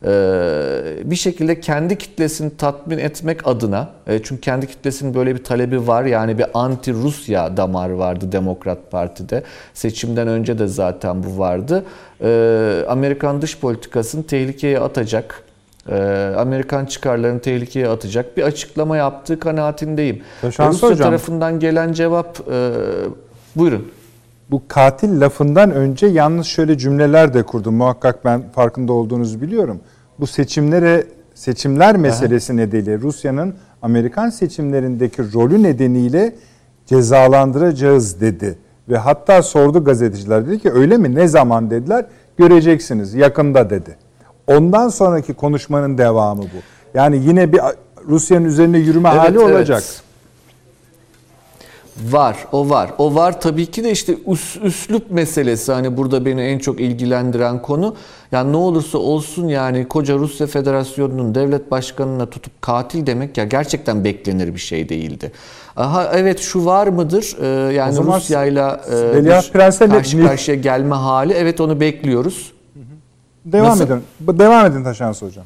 bir şekilde kendi kitlesini tatmin etmek adına, çünkü kendi kitlesinin böyle bir talebi var, yani bir anti-Rusya damarı vardı Demokrat Parti'de, seçimden önce de zaten bu vardı. Amerikan dış politikasını tehlikeye atacak, Amerikan çıkarlarını tehlikeye atacak bir açıklama yaptığı kanaatindeyim. Rusya hocam, tarafından gelen cevap, buyurun. Bu katil lafından önce yalnız şöyle cümleler de kurdum. Muhakkak ben farkında olduğunuzu biliyorum. Bu seçimlere seçimler meselesi nedeniyle Rusya'nın Amerikan seçimlerindeki rolü nedeniyle cezalandıracağız dedi. Ve hatta sordu gazeteciler, dedi ki öyle mi, ne zaman dediler, göreceksiniz yakında dedi. Ondan sonraki konuşmanın devamı bu. Yani yine bir Rusya'nın üzerine yürüme Evet, hali olacak. Evet. Var, o var. O var tabii ki de işte üs, üslup meselesi hani burada beni en çok ilgilendiren konu. Yani ne olursa olsun yani koca Rusya Federasyonu'nun devlet başkanına tutup katil demek ya gerçekten beklenir bir şey değildi. Aha, evet şu var mıdır? Ee, yani Rusya'yla e, karşı karşıya gelme hali. Evet onu bekliyoruz. Devam Nasıl? edin. Devam edin Taşansı Hocam.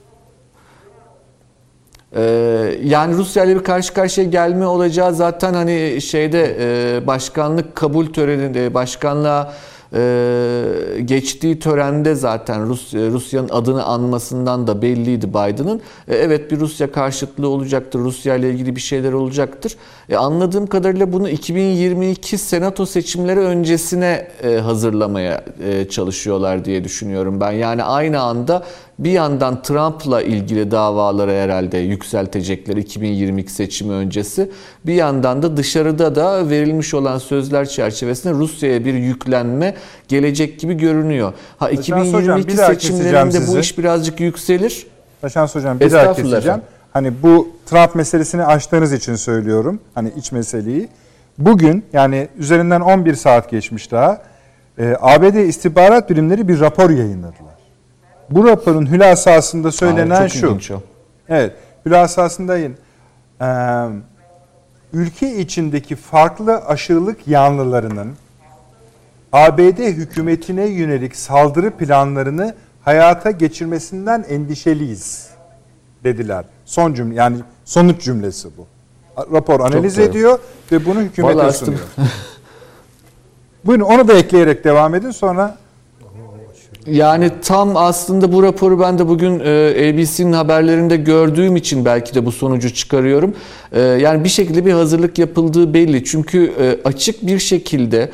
Yani Rusya ile bir karşı karşıya gelme olacağı zaten hani şeyde başkanlık kabul töreninde başkanlığa geçtiği törende zaten Rus, Rusya'nın adını anmasından da belliydi Biden'ın. Evet bir Rusya karşıtlığı olacaktır. Rusya ile ilgili bir şeyler olacaktır. E anladığım kadarıyla bunu iki bin yirmi iki Senato seçimleri öncesine hazırlamaya çalışıyorlar diye düşünüyorum ben. Yani aynı anda bir yandan Trump'la ilgili davaları herhalde yükseltecekler iki bin yirmi iki seçimi öncesi. Bir yandan da dışarıda da verilmiş olan sözler çerçevesinde Rusya'ya bir yüklenme gelecek gibi görünüyor. Ha iki bin yirmi iki hocam, seçimlerinde bu iş birazcık yükselir. Taşans Hocam bir daha keseceğim. Hani bu Trump meselesini açtığınız için söylüyorum. Hani iç meseleyi. Bugün yani üzerinden on bir saat geçmiş daha. E, A B D istihbarat birimleri bir rapor yayınladılar. Bu raporun hülasasında söylenen Aa, şu. Evet, hülasasında e, ülke içindeki farklı aşırılık yanlılarının A B D hükümetine yönelik saldırı planlarını hayata geçirmesinden endişeliyiz dediler. Son cümle yani sonuç cümlesi bu. Rapor analiz ediyor ve bunu hükümete Vallahi sunuyor. Buyurun onu da ekleyerek devam edin sonra. Yani tam aslında bu raporu ben de bugün A B C'nin haberlerinde gördüğüm için belki de bu sonucu çıkarıyorum. Yani bir şekilde bir hazırlık yapıldığı belli. Çünkü açık bir şekilde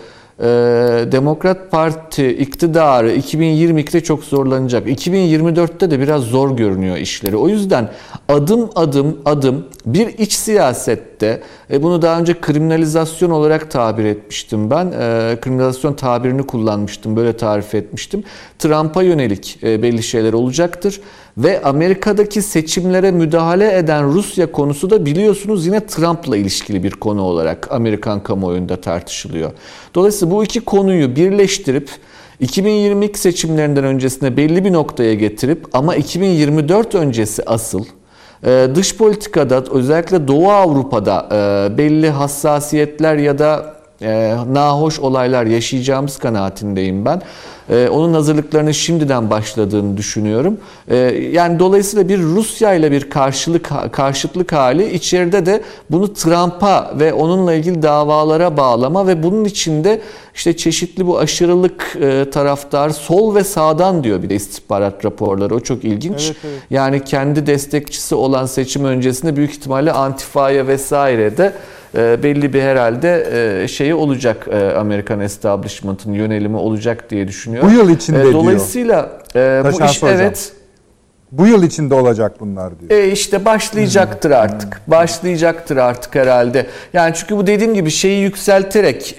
Demokrat Parti iktidarı iki bin yirmi ikide çok zorlanacak. iki bin yirmi dörtte de biraz zor görünüyor işleri. O yüzden adım adım adım bir iç siyasette bunu daha önce kriminalizasyon olarak tabir etmiştim ben. Kriminalizasyon tabirini kullanmıştım. Böyle tarif etmiştim. Trump'a yönelik belli şeyler olacaktır. Ve Amerika'daki seçimlere müdahale eden Rusya konusu da biliyorsunuz yine Trump'la ilişkili bir konu olarak Amerikan kamuoyunda tartışılıyor. Dolayısıyla bu iki konuyu birleştirip iki bin yirmi iki seçimlerinden öncesine belli bir noktaya getirip ama iki bin yirmi dört öncesi asıl dış politikada özellikle Doğu Avrupa'da belli hassasiyetler ya da nahoş olaylar yaşayacağımız kanaatindeyim ben. Onun hazırlıklarının şimdiden başladığını düşünüyorum. Yani dolayısıyla bir Rusya ile bir karşılık karşıtlık hali içeride de bunu Trump'a ve onunla ilgili davalara bağlama ve bunun içinde işte çeşitli bu aşırılık taraftar sol ve sağdan diyor bir de istihbarat raporları. O çok ilginç. Evet, evet. Yani kendi destekçisi olan seçim öncesinde büyük ihtimalle Antifa'ya vesaire de belli bir herhalde şeyi olacak Amerikan establishment'ın yönelimi olacak diye düşünüyorum. Bu yıl içinde diyor. Dolayısıyla bu iş hocam. evet. Bu yıl içinde olacak bunlar diyor. E işte başlayacaktır artık. Başlayacaktır artık herhalde. Yani çünkü bu dediğim gibi şeyi yükselterek,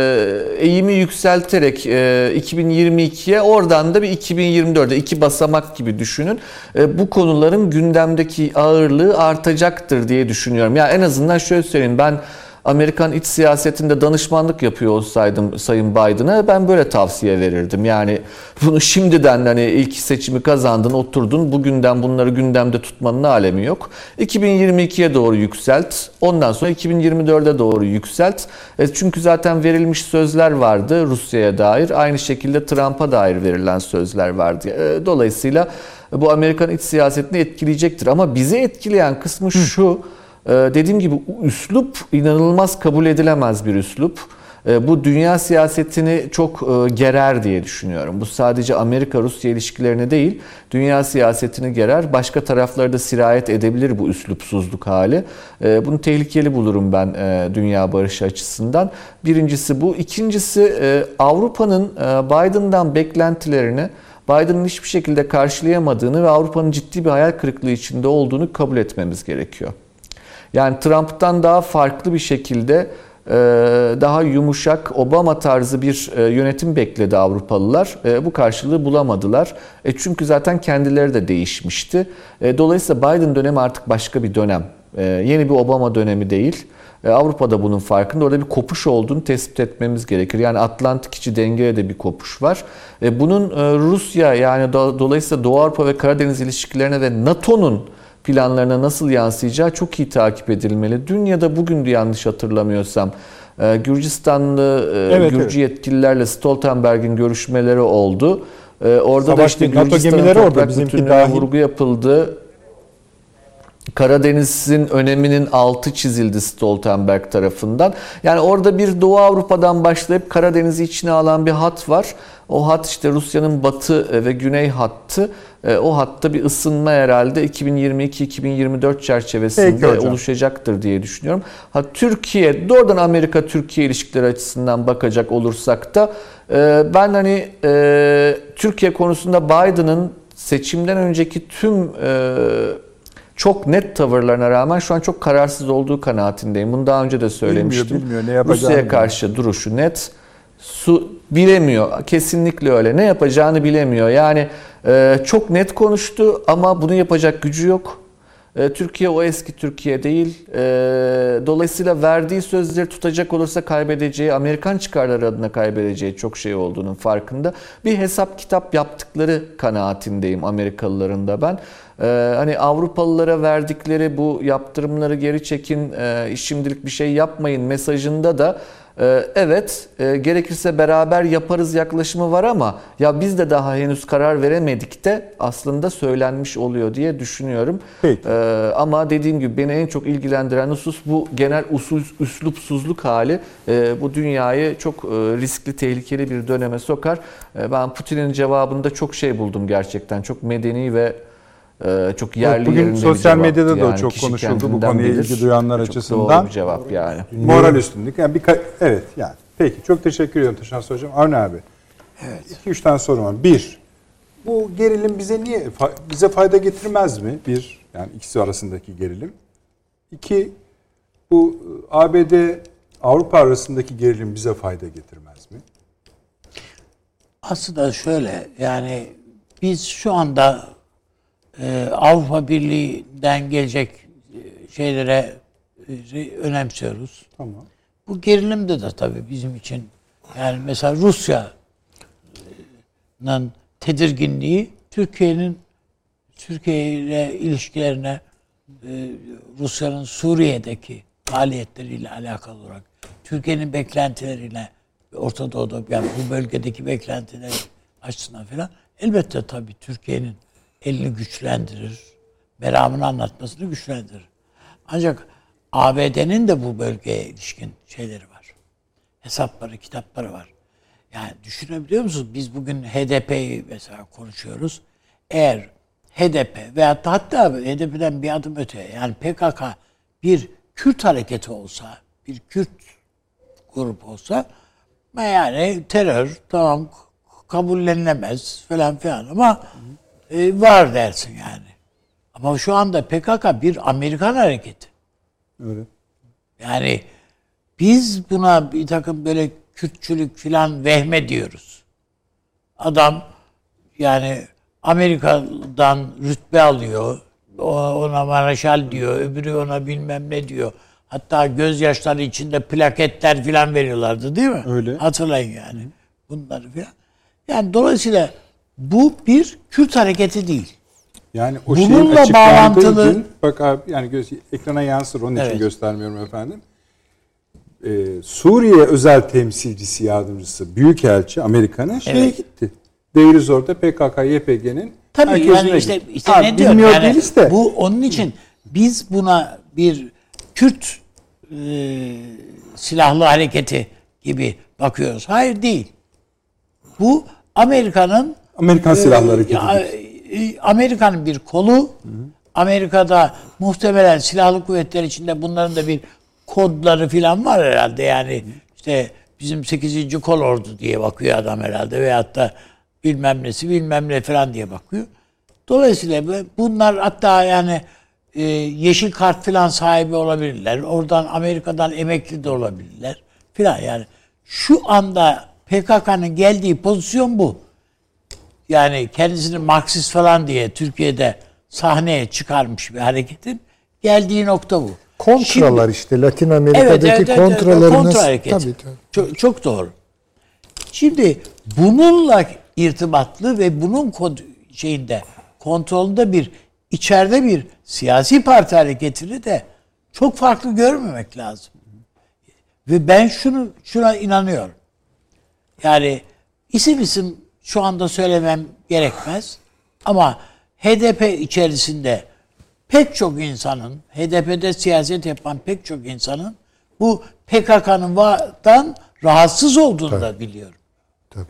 eğimi yükselterek iki bin yirmi ikiye oradan da bir iki bin yirmi dörde iki basamak gibi düşünün. Bu konuların gündemdeki ağırlığı artacaktır diye düşünüyorum. Yani en azından şöyle söyleyeyim ben Amerikan iç siyasetinde danışmanlık yapıyor olsaydım Sayın Biden'a ben böyle tavsiye verirdim. Yani bunu şimdiden hani ilk seçimi kazandın, oturdun, bugünden bunları gündemde tutmanın alemi yok. iki bin yirmi ikiye doğru yükselt, ondan sonra iki bin yirmi dörde doğru yükselt. E çünkü zaten verilmiş sözler vardı Rusya'ya dair, aynı şekilde Trump'a dair verilen sözler vardı. E, dolayısıyla bu Amerikan iç siyasetini etkileyecektir. Ama bizi etkileyen kısmı şu. Dediğim gibi üslup inanılmaz kabul edilemez bir üslup. Bu dünya siyasetini çok gerer diye düşünüyorum. Bu sadece Amerika-Rusya ilişkilerini değil, dünya siyasetini gerer. Başka tarafları da sirayet edebilir bu üslupsuzluk hali. Bunu tehlikeli bulurum ben dünya barışı açısından. Birincisi bu. İkincisi Avrupa'nın Biden'dan beklentilerini Biden'ın hiçbir şekilde karşılayamadığını ve Avrupa'nın ciddi bir hayal kırıklığı içinde olduğunu kabul etmemiz gerekiyor. Yani Trump'tan daha farklı bir şekilde daha yumuşak Obama tarzı bir yönetim bekledi Avrupalılar. Bu karşılığı bulamadılar. Çünkü zaten kendileri de değişmişti. Dolayısıyla Biden dönemi artık başka bir dönem. Yeni bir Obama dönemi değil. Avrupa'da bunun farkında. Orada bir kopuş olduğunu tespit etmemiz gerekir. Yani Atlantik içi dengede de bir kopuş var. Bunun Rusya yani dolayısıyla Doğu Avrupa ve Karadeniz ilişkilerine ve NATO'nun planlarına nasıl yansıyacağı çok iyi takip edilmeli. Dün ya da bugün de yanlış hatırlamıyorsam Gürcistanlı evet, Gürcü evet. yetkililerle Stoltenberg'in görüşmeleri oldu. Orada Savaş da işte Gürcistan'ın toprak bütünlüğüne vurgu yapıldı. Karadeniz'in öneminin altı çizildi Stoltenberg tarafından. Yani orada bir Doğu Avrupa'dan başlayıp Karadeniz'i içine alan bir hat var. O hat işte Rusya'nın batı ve güney hattı. O hatta bir ısınma herhalde iki bin yirmi iki iki bin yirmi dört çerçevesinde oluşacaktır diye düşünüyorum. Ha, Türkiye, doğrudan Amerika-Türkiye ilişkileri açısından bakacak olursak da ben hani Türkiye konusunda Biden'ın seçimden önceki tüm çok net tavırlarına rağmen şu an çok kararsız olduğu kanaatindeyim. Bunu daha önce de söylemiştim. Bilmiyor, bilmiyor, ne Rusya'ya karşı duruşu net. Su bilemiyor. Kesinlikle öyle. Ne yapacağını bilemiyor. Yani e, çok net konuştu ama bunu yapacak gücü yok. E, Türkiye o eski Türkiye değil. E, dolayısıyla verdiği sözleri tutacak olursa kaybedeceği, Amerikan çıkarları adına kaybedeceği çok şey olduğunun farkında. Bir hesap kitap yaptıkları kanaatindeyim Amerikalıların da ben. Ee, hani Avrupalılara verdikleri bu yaptırımları geri çekin, e, şimdilik bir şey yapmayın mesajında da e, evet e, gerekirse beraber yaparız yaklaşımı var ama ya biz de daha henüz karar veremedik de aslında söylenmiş oluyor diye düşünüyorum. E, ama dediğim gibi beni en çok ilgilendiren husus bu genel usul, üslupsuzluk hali e, bu dünyayı çok e, riskli, tehlikeli bir döneme sokar. E, ben Putin'in cevabında çok şey buldum gerçekten, çok medeni ve Ee, çok yerli bugün yerinde sosyal bir cevap. medyada da yani çok konuşuldu bu konuya bilir. ilgi duyanlar çok açısından. Doğru bir cevap yani. Moral üstünlük. Yani bir evet yani. Peki çok teşekkür ediyorum Taşansı Hocam. Avni abi. Evet. iki üç tane sorum var. Bir, bu gerilim bize niye bize fayda getirmez mi? Bir, yani ikisi arasındaki gerilim. İki, bu A B D Avrupa arasındaki gerilim bize fayda getirmez mi? Aslında şöyle, yani biz şu anda Ee, Avrupa Birliği'nden gelecek şeylere e, önemsiyoruz. Tamam. Bu gerilimde de tabii bizim için, yani mesela Rusya'nın tedirginliği Türkiye'nin Türkiye ile ilişkilerine, e, Rusya'nın Suriye'deki faaliyetleriyle alakalı olarak, Türkiye'nin beklentileriyle, Orta Doğu'da yani bu bölgedeki beklentileri açısından falan elbette tabii Türkiye'nin elini güçlendirir, meramını anlatmasını güçlendirir. Ancak A B D'nin de bu bölgeye ilişkin şeyleri var. Hesapları, kitapları var. Yani düşünebiliyor musunuz? Biz bugün H D P'yi mesela konuşuyoruz. Eğer H D P veyahut da hatta H D P'den bir adım öteye, yani P K K bir Kürt hareketi olsa, bir Kürt grup olsa, yani terör tamam kabullenilemez falan filan ama e, var dersin yani. Ama şu anda P K K bir Amerikan hareketi. Öyle. Yani biz buna bir takım böyle Kürtçülük filan vehme diyoruz. Adam yani Amerika'dan rütbe alıyor. Ona Maraşal diyor. Öbürü ona bilmem ne diyor. Hatta gözyaşları içinde plaketler filan veriyorlardı değil mi? Öyle. Hatırlayın yani. Bunları filan. Yani dolayısıyla bu bir Kürt hareketi değil. Yani o bununla şeyin açıklandığı bağlantılı gün, bak abi yani göz, ekrana yansır onun evet. için göstermiyorum efendim. Ee, Suriye özel temsilcisi yardımcısı Büyükelçi Amerika'nın şeye evet. gitti. Deirizor'da P K K Y P G'nin tabii yani işte, işte ha, ne diyorum yani de. Bu onun için biz buna bir Kürt e, silahlı hareketi gibi bakıyoruz. Hayır değil. Bu Amerika'nın Amerikan silahlı hareketi. E, Amerika'nın bir kolu. Hı hı. Amerika'da muhtemelen silahlı kuvvetler içinde bunların da bir kodları falan var herhalde. Yani işte bizim sekizinci kolordu diye bakıyor adam herhalde. Veyahut da bilmem nesi bilmem ne falan diye bakıyor. Dolayısıyla bunlar hatta yani e, yeşil kart falan sahibi olabilirler. Oradan Amerika'dan emekli de olabilirler falan yani. Şu anda P K K'nın geldiği pozisyon bu. Yani kendisini Marksist falan diye Türkiye'de sahneye çıkarmış bir hareketin geldiği nokta bu. Kontralar Şimdi, işte Latin Amerika'daki evet, evet, kontralarınız. kontra hareket. Tabii, tabii. Çok, çok doğru. Şimdi bununla irtibatlı ve bunun şeyinde kontrolünde bir içeride bir siyasi parti hareketini de çok farklı görmemek lazım. Ve ben şunu şuna inanıyorum. Yani isim isim şu anda söylemem gerekmez. Ama H D P içerisinde pek çok insanın, H D P'de siyaset yapan pek çok insanın bu P K K'nın rahatsız olduğunu Tabii. da biliyorum. Tabii.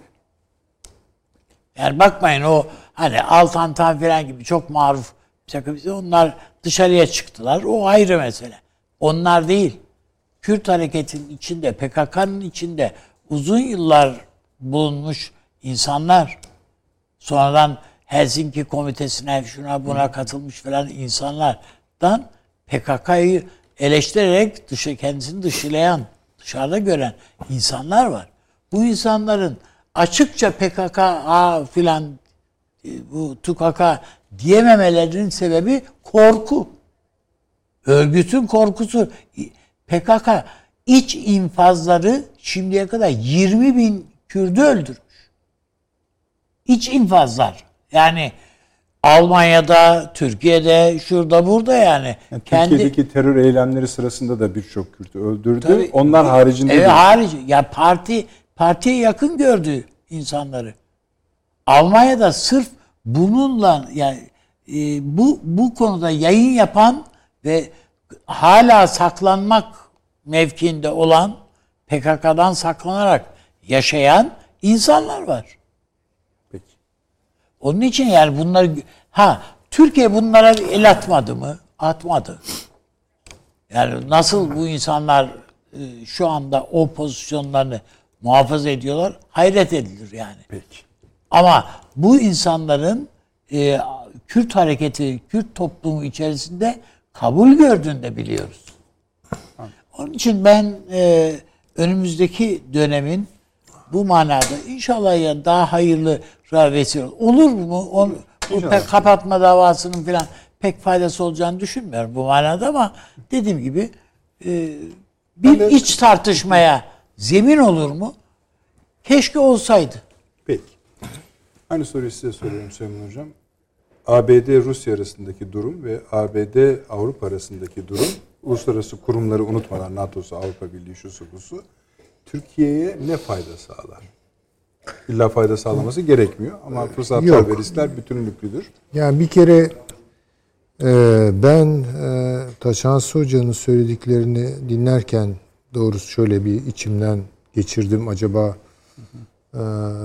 Yani bakmayın o hani Altantan falan gibi çok maruf onlar dışarıya çıktılar. O ayrı mesele. Onlar değil. Kürt hareketinin içinde, P K K'nın içinde uzun yıllar bulunmuş insanlar, sonradan Helsinki Komitesi'ne şuna buna katılmış falan insanlardan P K K'yı eleştirerek dışı, kendisini dışlayan, dışarıda gören insanlar var. Bu insanların açıkça P K K filan bu T K K diyememelerinin sebebi korku. Örgütün korkusu. P K K iç infazları şimdiye kadar yirmi bin Kürt'ü öldürmüş. İç infazlar. Yani Almanya'da, Türkiye'de, şurada burada yani. yani kendi, Türkiye'deki terör eylemleri sırasında da birçok Kürt'ü öldürdü. Tabii, Onlar haricinde evet, değil. harici. Ya parti partiye yakın gördüğü insanları. Almanya'da sırf bununla yani e, bu bu konuda yayın yapan ve hala saklanmak mevkiinde olan P K K'dan saklanarak yaşayan insanlar var. Peki. Onun için yani bunları ha Türkiye bunlara el atmadı mı? Atmadı. Yani nasıl bu insanlar e, şu anda o pozisyonlarını muhafaza ediyorlar? Hayret edilir yani. Peki. Ama bu insanların e, Kürt hareketi, Kürt toplumu içerisinde kabul gördüğünü de biliyoruz. Onun için ben e, önümüzdeki dönemin bu manada inşallah ya daha hayırlı vesile olur mu? On, bu pek kapatma davasının falan pek faydası olacağını düşünmüyorum bu manada ama dediğim gibi e, bir de, iç tartışmaya zemin olur mu? Keşke olsaydı. Peki. Aynı soruyu size soruyorum Süleyman Hocam. A B D-Rusya arasındaki durum ve A B D-Avrupa arasındaki durum, uluslararası kurumları unutmadan NATO'su, Avrupa Birliği, şusu busu, Türkiye'ye ne fayda sağlar? İlla fayda sağlaması gerekmiyor ama fırsatlar Yok. ve riskler bütünlüklüdür. Yani bir kere e, ben e, Taşansı Hoca'nın söylediklerini dinlerken doğrusu şöyle bir içimden geçirdim. Acaba e,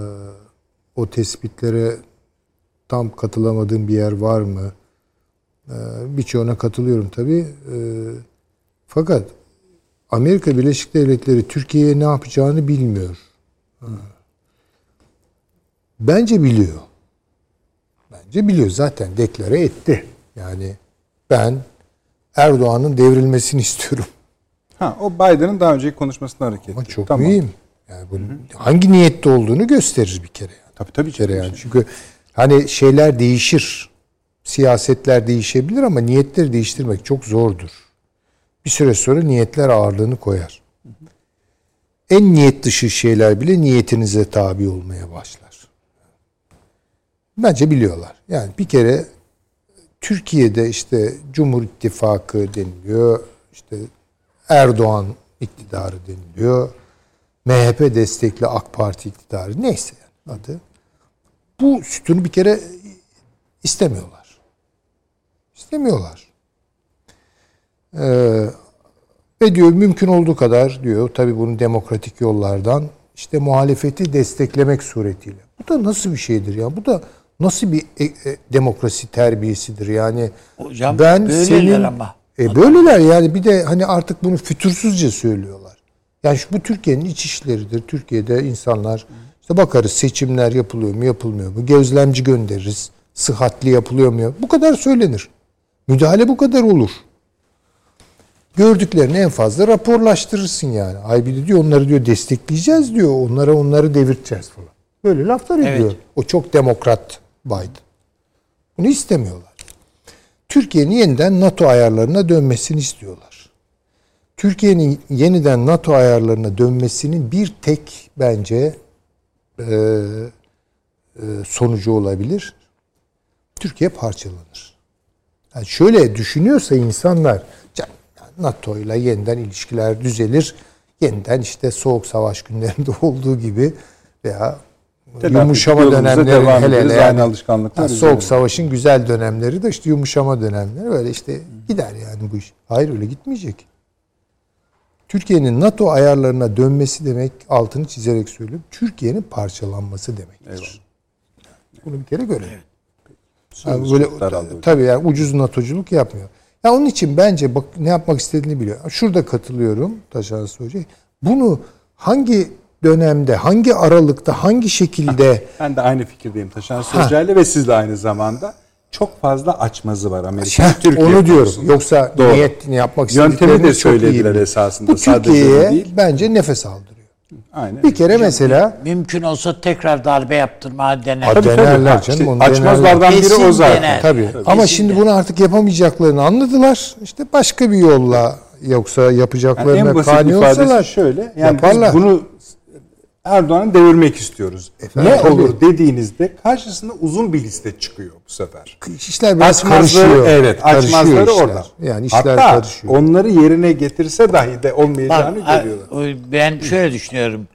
o tespitlere tam katılamadığım bir yer var mı? Ee, birçoğuna katılıyorum tabii. Ee, fakat Amerika Birleşik Devletleri Türkiye'ye ne yapacağını bilmiyor. Ee, bence biliyor. Bence biliyor. Zaten deklare etti. Yani ben Erdoğan'ın devrilmesini istiyorum. Ha, o Biden'ın daha önceki konuşmasına hareket etti. Ama çok tamam. mühim. Yani bunun hangi niyette olduğunu gösterir bir kere. Yani. Tabii tabii. Bir kere yani. Çünkü hani şeyler değişir. Siyasetler değişebilir ama niyetleri değiştirmek çok zordur. Bir süre sonra niyetler ağırlığını koyar. En niyet dışı şeyler bile niyetinize tabi olmaya başlar. Bence biliyorlar. Yani bir kere Türkiye'de işte Cumhur İttifakı deniliyor. İşte Erdoğan iktidarı deniliyor. M H P destekli AK Parti iktidarı. Neyse yani adı. Bu sütunu bir kere istemiyorlar. İstemiyorlar. Ee, ve diyor mümkün olduğu kadar diyor tabii bunu demokratik yollardan işte muhalefeti desteklemek suretiyle. Bu da nasıl bir şeydir ya? Bu da nasıl bir e, e, demokrasi terbiyesidir yani? Hocam ben senin ama. E, böyleler yani bir de hani artık bunu fütursuzca söylüyorlar. Yani şu, bu Türkiye'nin iç işleridir. Türkiye'de insanlar işte bakarız seçimler yapılıyor mu yapılmıyor mu? Gözlemci göndeririz. Sıhhatli yapılıyor mu? Bu kadar söylenir. Müdahale bu kadar olur. Gördüklerini en fazla raporlaştırırsın yani. Ay bir de diyor onları diyor destekleyeceğiz diyor. Onlara onları devirteceğiz falan. Böyle laflar ediyor. Evet. O çok demokrat Biden. Bunu istemiyorlar. Türkiye'nin yeniden NATO ayarlarına dönmesini istiyorlar. Türkiye'nin yeniden NATO ayarlarına dönmesinin bir tek bence e, e, sonucu olabilir. Türkiye parçalanır. Yani şöyle düşünüyorsa insanlar, NATO ile yeniden ilişkiler düzelir, yeniden işte Soğuk Savaş günlerinde olduğu gibi veya Telafi yumuşama dönemleri, hele hele yani alışkanlıklar Soğuk üzerine. Savaş'ın güzel dönemleri de işte yumuşama dönemleri, böyle işte gider yani bu iş. Hayır, öyle gitmeyecek. Türkiye'nin NATO ayarlarına dönmesi demek, altını çizerek söylüyorum, Türkiye'nin parçalanması demektir. Eyvallah. Bunu bir kere görelim. Evet. Yani böyle, tabii yani ucuz NATO'culuk yapmıyor. Ya onun için bence bak ne yapmak istediğini biliyor. Şurada katılıyorum Taşan Hoca. Bunu hangi dönemde, hangi aralıkta, hangi şekilde... Ben de aynı fikirdeyim Taşan Hoca ile ve siz de aynı zamanda. Çok fazla açmazı var Amerika'nın Türkiye onu diyorum. konusunda. Yoksa Doğru. niyetini yapmak istediklerini yöntemi de çok iyi söylediler biliyor. esasında. Bu Türkiye'ye bence nefes aldırıyor. Aynen. Bir kere mesela... Mümkün olsa tekrar darbe yaptırma dener. Tabii, denerler canım. İşte onu açmazlardan denerler. biri o zaten. Dener. Tabii. Tabii. Ama Kesin şimdi dener. bunu artık yapamayacaklarını anladılar. İşte başka bir yolla, yoksa yapacaklarına Yani en basit kani ifadesi olsalar şöyle. Yani yaparlar. biz bunu Erdoğan'ı devirmek istiyoruz. Efendim, ne tabii. olur dediğinizde karşısında uzun bir liste çıkıyor bu sefer. İşler biraz Açmazları, karışıyor. evet, Karışıyor açmazları işler. orada. Yani işler Hatta karışıyor. onları yerine getirse dahi de olmayacağını Bak, görüyorlar. ben şöyle düşünüyorum.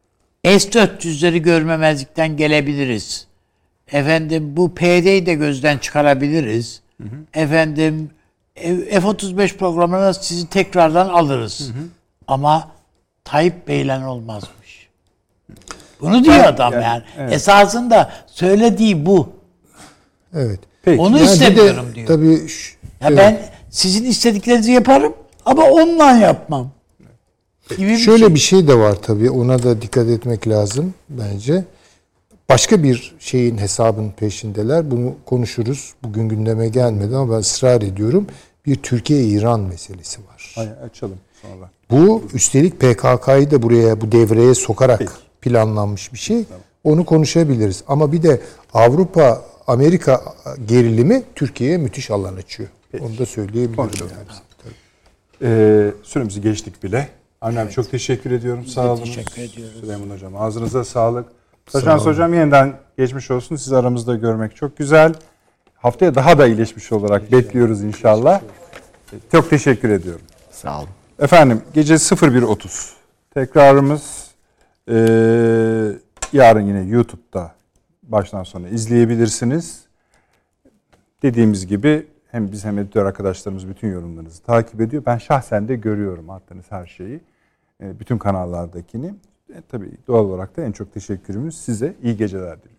S dört yüzleri görmemezlikten gelebiliriz. Efendim bu P D'yi de gözden çıkarabiliriz. Hı hı. Efendim F otuz beş programına sizi tekrardan alırız. Hı hı. Ama Tayyip Bey'le olmazmış. Bunu diyor adam yani. yani. Evet. Esasında söylediği bu. Evet. Peki. Onu yani istemiyorum de, diyor. Tabii. Ya evet. Ben sizin istediklerinizi yaparım ama onunla yapmam. Gibi Şöyle bir şey. bir şey de var tabii. Ona da dikkat etmek lazım bence. Başka bir şeyin hesabının peşindeler. Bunu konuşuruz. Bugün gündeme gelmedi ama ben ısrar ediyorum. Bir Türkiye-İran meselesi var. Hayır, açalım sonra. Bu üstelik P K K'yı da buraya, bu devreye sokarak Peki. planlanmış bir şey. Tamam. Onu konuşabiliriz. Ama bir de Avrupa, Amerika gerilimi Türkiye'ye müthiş alan açıyor. Peki. Onu da söyleyebilirim. Yani. Ee, süremizi geçtik bile. Annem evet. çok teşekkür ediyorum. Biz sağ olun. Teşekkür ediyoruz. Süleyman Hocam ağzınıza sağlık. Taşans Hocam yeniden geçmiş olsun. Sizi aramızda görmek çok güzel. Haftaya daha da iyileşmiş olarak inşallah. bekliyoruz inşallah. Çok teşekkür ediyorum. Sağ olun. Efendim gece sıfır bir otuz. Tekrarımız e, yarın yine YouTube'da baştan sona izleyebilirsiniz. Dediğimiz gibi hem biz hem editör arkadaşlarımız bütün yorumlarınızı takip ediyor. Ben şahsen de görüyorum attığınız her şeyi. Bütün kanallardakini. E, tabii doğal olarak da en çok teşekkürümüz size. İyi geceler diliyorum.